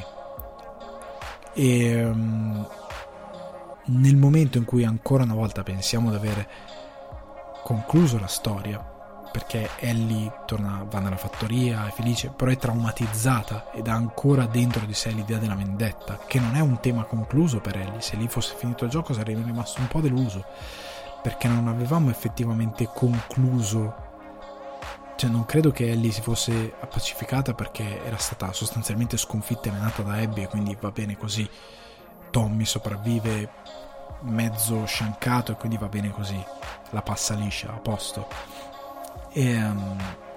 E um, nel momento in cui ancora una volta pensiamo di aver concluso la storia, perché Ellie torna, va nella fattoria, è felice, però è traumatizzata ed ha ancora dentro di sé l'idea della vendetta, che non è un tema concluso per Ellie. Se lì fosse finito il gioco sarebbe rimasto un po' deluso, perché non avevamo effettivamente concluso, cioè non credo che Ellie si fosse appacificata, perché era stata sostanzialmente sconfitta e menata da Abby, e quindi va bene così. Tommy sopravvive mezzo sciancato e quindi va bene così, la passa liscia, a posto. E um,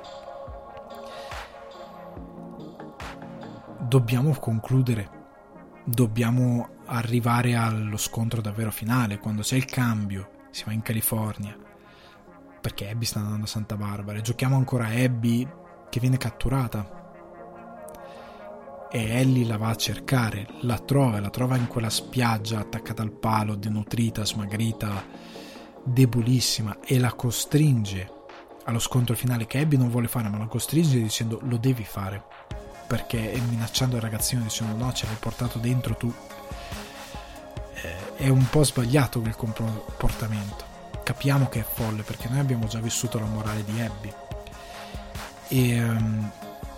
dobbiamo concludere, dobbiamo arrivare allo scontro davvero finale, quando c'è il cambio, si va in California perché Abby sta andando a Santa Barbara e giochiamo ancora Abby che viene catturata e Ellie la va a cercare, la trova, la trova in quella spiaggia attaccata al palo, denutrita, smagrita, debolissima, e la costringe allo scontro finale che Abby non vuole fare, ma la costringe dicendo lo devi fare, perché è minacciando il ragazzino dicendo no, ce l'hai portato dentro tu. Eh, è un po' sbagliato quel comportamento, capiamo che è folle perché noi abbiamo già vissuto la morale di Abby e um,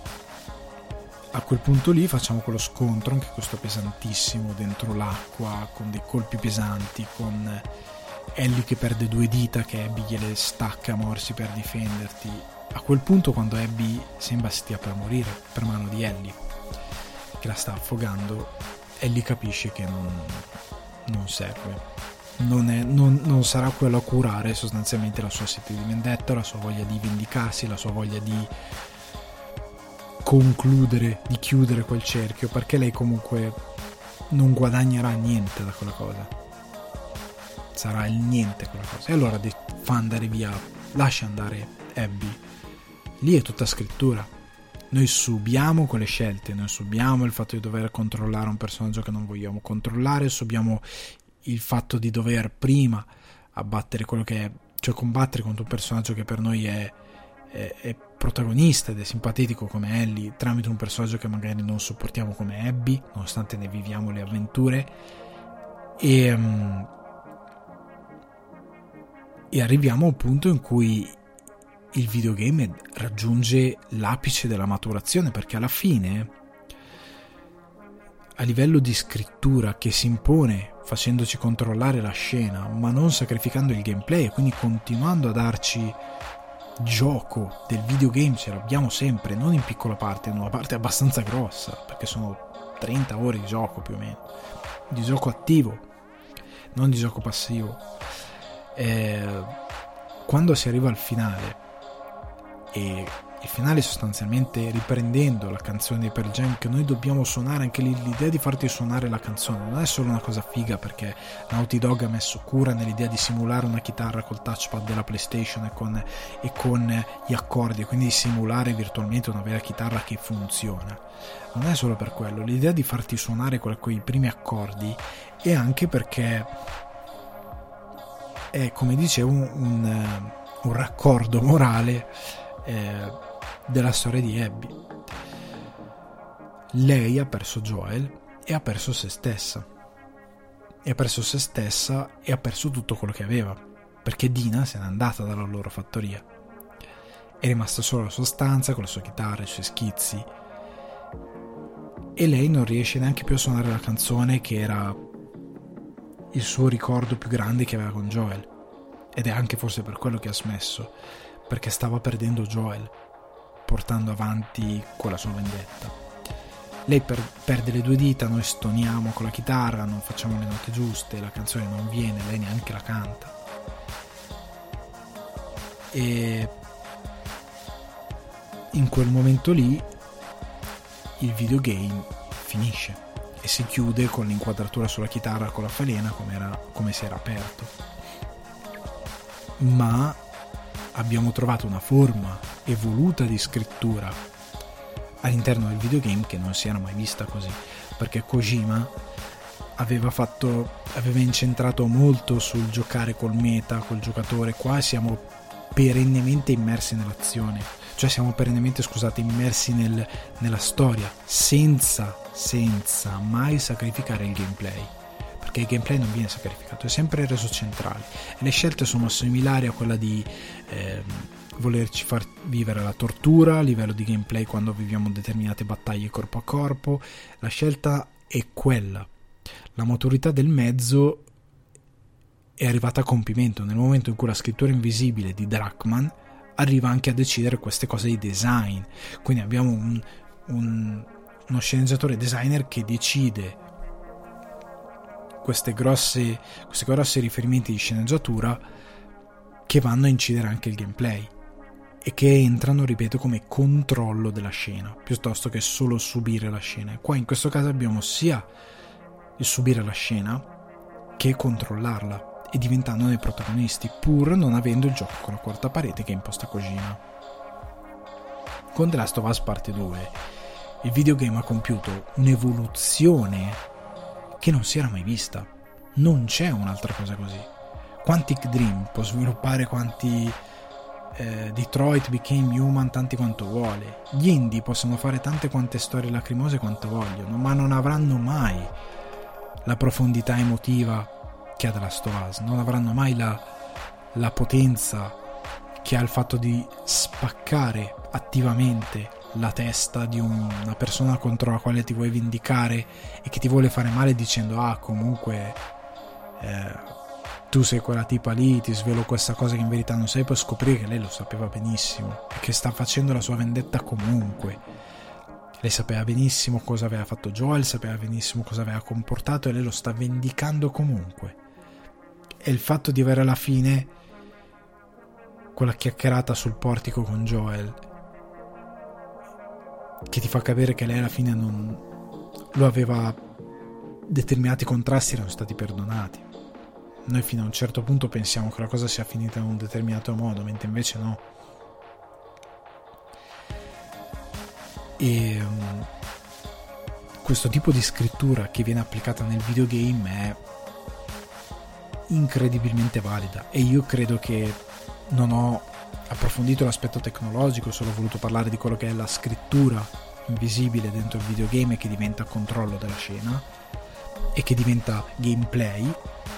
a quel punto lì facciamo quello scontro, anche questo pesantissimo, dentro l'acqua, con dei colpi pesanti, con Ellie che perde due dita che Abby gliele stacca a morsi per difenderti. A quel punto, quando Abby sembra stia per morire per mano di Ellie che la sta affogando, Ellie capisce che non, non serve, non, è, non, non sarà quello a curare sostanzialmente la sua sete di vendetta, la sua voglia di vendicarsi, la sua voglia di concludere, di chiudere quel cerchio, perché lei comunque non guadagnerà niente da quella cosa, sarà il niente quella cosa, e allora fa andare via, lascia andare Abby. Lì è tutta scrittura, noi subiamo quelle scelte, noi subiamo il fatto di dover controllare un personaggio che non vogliamo controllare, subiamo il fatto di dover prima abbattere quello che è, cioè combattere contro un personaggio che per noi è, è, è protagonista ed è simpatico come Ellie, tramite un personaggio che magari non sopportiamo come Abby, nonostante ne viviamo le avventure, e um, e arriviamo a un punto in cui il videogame raggiunge l'apice della maturazione, perché alla fine, a livello di scrittura che si impone facendoci controllare la scena ma non sacrificando il gameplay e quindi continuando a darci gioco del videogame, ce l'abbiamo sempre, non in piccola parte, in una parte abbastanza grossa, perché sono trenta ore di gioco più o meno, di gioco attivo, non di gioco passivo. Eh, quando si arriva al finale, e il finale sostanzialmente riprendendo la canzone di Pearl Jam, che noi dobbiamo suonare, anche lì l'idea di farti suonare la canzone non è solo una cosa figa, perché Naughty Dog ha messo cura nell'idea di simulare una chitarra col touchpad della PlayStation e con, e con gli accordi, quindi di simulare virtualmente una vera chitarra che funziona. Non è solo per quello, l'idea di farti suonare quei primi accordi è anche perché è, come dicevo, un, un, un raccordo morale eh, della storia di Abby. Lei ha perso Joel e ha perso se stessa, e ha perso se stessa e ha perso tutto quello che aveva, perché Dina se n'è andata dalla loro fattoria, è rimasta solo la sua stanza con la sua chitarra, i suoi schizzi, e lei non riesce neanche più a suonare la canzone che era il suo ricordo più grande che aveva con Joel, ed è anche forse per quello che ha smesso, perché stava perdendo Joel portando avanti quella sua vendetta. Lei per, perde le due dita, noi stoniamo con la chitarra, non facciamo le note giuste, la canzone non viene, lei neanche la canta, e in quel momento lì il videogame finisce e si chiude con l'inquadratura sulla chitarra con la falena come, era, come si era aperto, ma abbiamo trovato una forma evoluta di scrittura all'interno del videogame che non si era mai vista così, perché Kojima aveva fatto aveva incentrato molto sul giocare col meta, col giocatore. Qua siamo perennemente immersi nell'azione, cioè siamo perennemente, scusate, immersi nel, nella storia, senza, senza mai sacrificare il gameplay, perché il gameplay non viene sacrificato, è sempre reso centrale, e le scelte sono similari a quella di eh, volerci far vivere la tortura a livello di gameplay quando viviamo determinate battaglie corpo a corpo. La scelta è quella, la maturità del mezzo è arrivata a compimento nel momento in cui la scrittura invisibile di Druckmann arriva anche a decidere queste cose di design. Quindi abbiamo un, un, uno sceneggiatore designer che decide queste grosse, questi grossi riferimenti di sceneggiatura che vanno a incidere anche il gameplay e che entrano, ripeto, come controllo della scena piuttosto che solo subire la scena. Qua in questo caso abbiamo sia il subire la scena che controllarla e diventando i protagonisti, pur non avendo il gioco con la quarta parete che imposta Kojima. Con The Last of Us Parte due il videogame ha compiuto un'evoluzione che non si era mai vista. Non c'è un'altra cosa così. Quantic Dream può sviluppare quanti eh, Detroit Become Human tanti quanto vuole, gli indie possono fare tante quante storie lacrimose quanto vogliono, ma non avranno mai la profondità emotiva che ha The Last of Us, non avranno mai la, la potenza che ha il fatto di spaccare attivamente la testa di un, una persona contro la quale ti vuoi vendicare e che ti vuole fare male dicendo ah comunque eh, tu sei quella tipa lì, ti svelo questa cosa che in verità non sai, poi scoprire che lei lo sapeva benissimo e che sta facendo la sua vendetta comunque. Lei sapeva benissimo cosa aveva fatto Joel, sapeva benissimo cosa aveva comportato e lei lo sta vendicando comunque. E il fatto di avere alla fine quella chiacchierata sul portico con Joel che ti fa capire che lei alla fine non lo aveva, determinati contrasti erano stati perdonati. Noi fino a un certo punto pensiamo che la cosa sia finita in un determinato modo, mentre invece no. E um, questo tipo di scrittura che viene applicata nel videogame è incredibilmente valida, e io credo che non ho approfondito l'aspetto tecnologico, solo ho voluto parlare di quello che è la scrittura invisibile dentro il videogame che diventa controllo della scena e che diventa gameplay,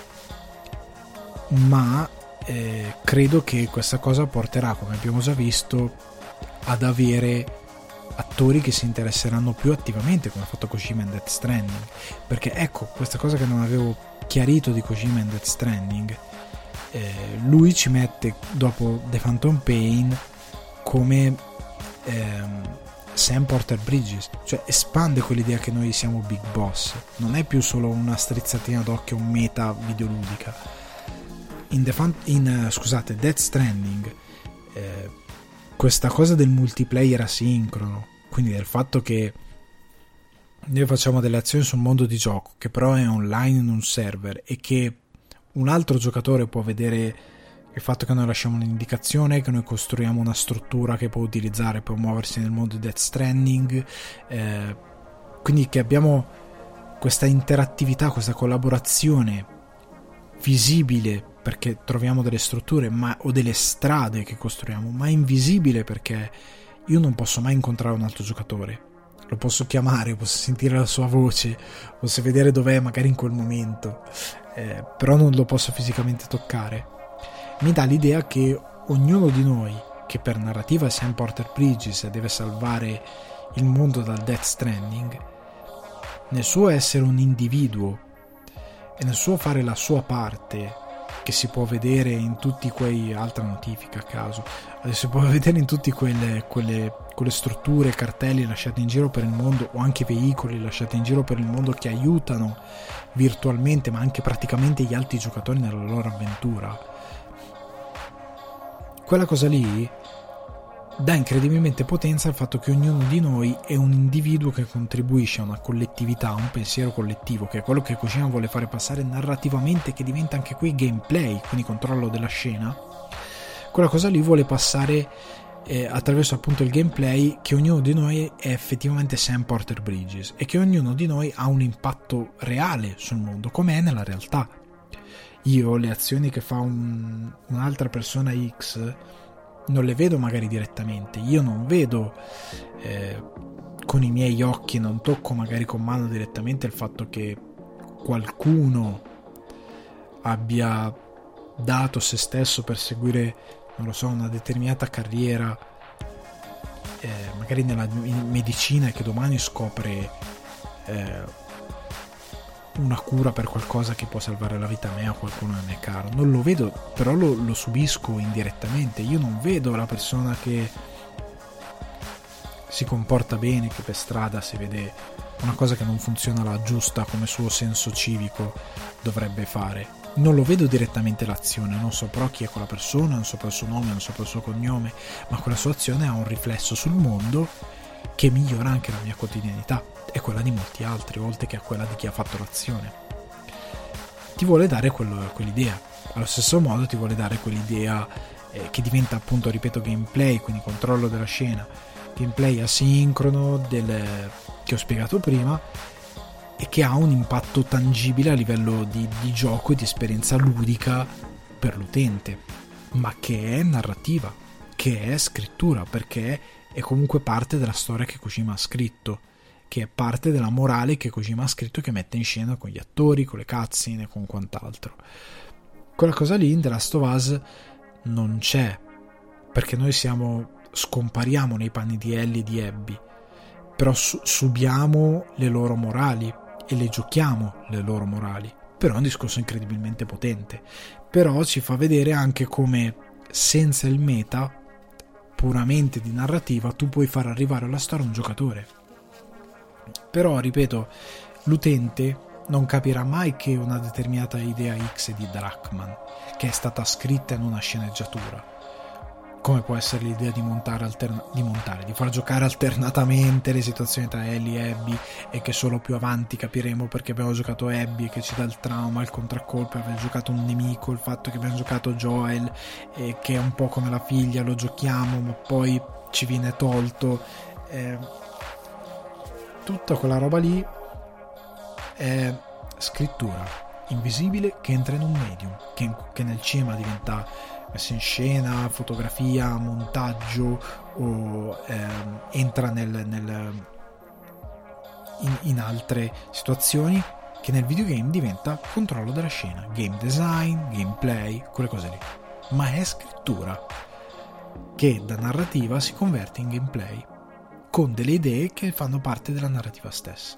ma eh, credo che questa cosa porterà, come abbiamo già visto, ad avere attori che si interesseranno più attivamente, come ha fatto Kojima in Death Stranding, perché ecco, questa cosa che non avevo chiarito di Kojima in Death Stranding, eh, lui ci mette dopo The Phantom Pain come ehm, Sam Porter Bridges, cioè espande quell'idea che noi siamo Big Boss, non è più solo una strizzatina d'occhio, un meta videoludica. In, The Fan- in uh, scusate, Death Stranding eh, questa cosa del multiplayer asincrono, quindi del fatto che noi facciamo delle azioni sul mondo di gioco che però è online in un server e che un altro giocatore può vedere il fatto che noi lasciamo un'indicazione, che noi costruiamo una struttura che può utilizzare per muoversi nel mondo di Death Stranding, eh, quindi che abbiamo questa interattività, questa collaborazione visibile perché troviamo delle strutture ma, o delle strade che costruiamo, ma invisibile perché io non posso mai incontrare un altro giocatore, lo posso chiamare, posso sentire la sua voce, posso vedere dov'è magari in quel momento, eh, però non lo posso fisicamente toccare. Mi dà l'idea che ognuno di noi, che per narrativa è Sam Porter Bridges e deve salvare il mondo dal Death Stranding, nel suo essere un individuo e nel suo fare la sua parte, che si può vedere in tutti quei, altra notifica a caso, si può vedere in tutte quelle, quelle, quelle strutture, cartelli lasciati in giro per il mondo, o anche veicoli lasciati in giro per il mondo che aiutano virtualmente ma anche praticamente gli altri giocatori nella loro avventura. Quella cosa lì dà incredibilmente potenza al fatto che ognuno di noi è un individuo che contribuisce a una collettività, a un pensiero collettivo, che è quello che Kojima vuole fare passare narrativamente, che diventa anche qui gameplay, quindi controllo della scena. Quella cosa lì vuole passare eh, attraverso appunto il gameplay, che ognuno di noi è effettivamente Sam Porter Bridges e che ognuno di noi ha un impatto reale sul mondo, come è nella realtà. Io le azioni che fa un, un'altra persona X non le vedo magari direttamente, io non vedo eh, con i miei occhi, non tocco magari con mano direttamente il fatto che qualcuno abbia dato se stesso per seguire, non lo so, una determinata carriera eh, magari nella medicina, e che domani scopre eh, una cura per qualcosa che può salvare la vita a me o a qualcuno a me caro. Non lo vedo, però lo, lo subisco indirettamente. Io non vedo la persona che si comporta bene, che per strada si vede una cosa che non funziona alla giusta come suo senso civico dovrebbe fare. Non lo vedo direttamente l'azione, non so però chi è quella persona, non so per il suo nome, non so per il suo cognome, ma quella sua azione ha un riflesso sul mondo che migliora anche la mia quotidianità e quella di molti altri, oltre che a quella di chi ha fatto l'azione. Ti vuole dare quello, quell'idea, allo stesso modo ti vuole dare quell'idea eh, che diventa appunto, ripeto, gameplay, quindi controllo della scena, gameplay asincrono del, che ho spiegato prima, e che ha un impatto tangibile a livello di, di gioco e di esperienza ludica per l'utente, ma che è narrativa, che è scrittura, perché è comunque parte della storia che Kojima ha scritto, che è parte della morale che Kojima ha scritto, che mette in scena con gli attori, con le cutscene e con quant'altro. Quella cosa lì in The Last of Us non c'è, perché noi siamo scompariamo nei panni di Ellie e di Abby, però su- subiamo le loro morali e le giochiamo le loro morali. Però è un discorso incredibilmente potente, però ci fa vedere anche come senza il meta puramente di narrativa tu puoi far arrivare alla storia un giocatore. Però ripeto, l'utente non capirà mai che una determinata idea X è di Druckmann, che è stata scritta in una sceneggiatura, come può essere l'idea di montare, alterna- di montare, di far giocare alternatamente le situazioni tra Ellie e Abby, e che solo più avanti capiremo perché abbiamo giocato Abby e che ci dà il trauma, il contraccolpo, aver giocato un nemico, il fatto che abbiamo giocato Joel e che è un po' come la figlia, lo giochiamo ma poi ci viene tolto. Eh, tutta quella roba lì è scrittura invisibile che entra in un medium, che, in, che nel cinema diventa messa in scena, fotografia, montaggio, o ehm, entra nel, nel in, in altre situazioni, che nel videogame diventa controllo della scena, game design, gameplay, quelle cose lì. Ma è scrittura che da narrativa si converte in gameplay con delle idee che fanno parte della narrativa stessa.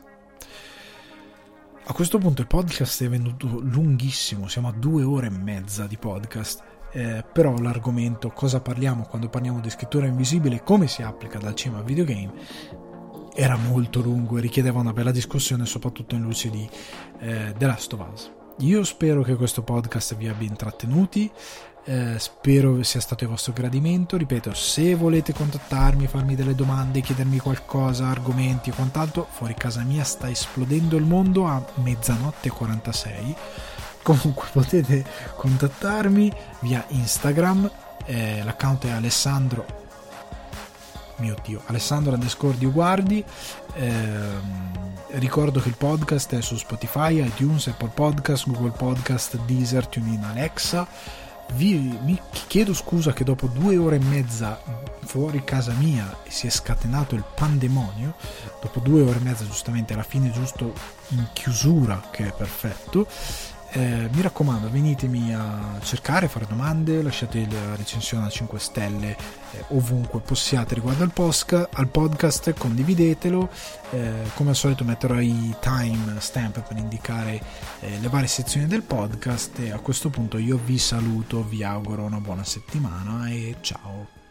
A questo punto il podcast è venuto lunghissimo, siamo a due ore e mezza di podcast. Eh, però l'argomento, cosa parliamo quando parliamo di scrittura invisibile, come si applica dal cinema al videogame, era molto lungo e richiedeva una bella discussione, soprattutto in luce di eh, The Last of Us. Io spero che questo podcast vi abbia intrattenuti, eh, spero sia stato di vostro gradimento. Ripeto, se volete contattarmi, farmi delle domande, chiedermi qualcosa, argomenti e quant'altro, fuori casa mia sta esplodendo il mondo a mezzanotte e quarantasei. Comunque potete contattarmi via Instagram, eh, l'account è Alessandro mio dio Alessandro underscore di Uguardi. Eh, ricordo che il podcast è su Spotify, iTunes, Apple Podcast, Google Podcast, Deezer, TuneIn, Alexa. Vi, mi chiedo scusa che dopo due ore e mezza fuori casa mia si è scatenato il pandemonio. Dopo due ore e mezza, giustamente alla fine, giusto in chiusura, che è perfetto. Eh, mi raccomando, venitemi a cercare, fare domande, lasciate la recensione a cinque stelle eh, ovunque possiate riguardo al, posca, al podcast, condividetelo. Eh, come al solito metterò i time stamp per indicare eh, le varie sezioni del podcast, e a questo punto io vi saluto, vi auguro una buona settimana e ciao.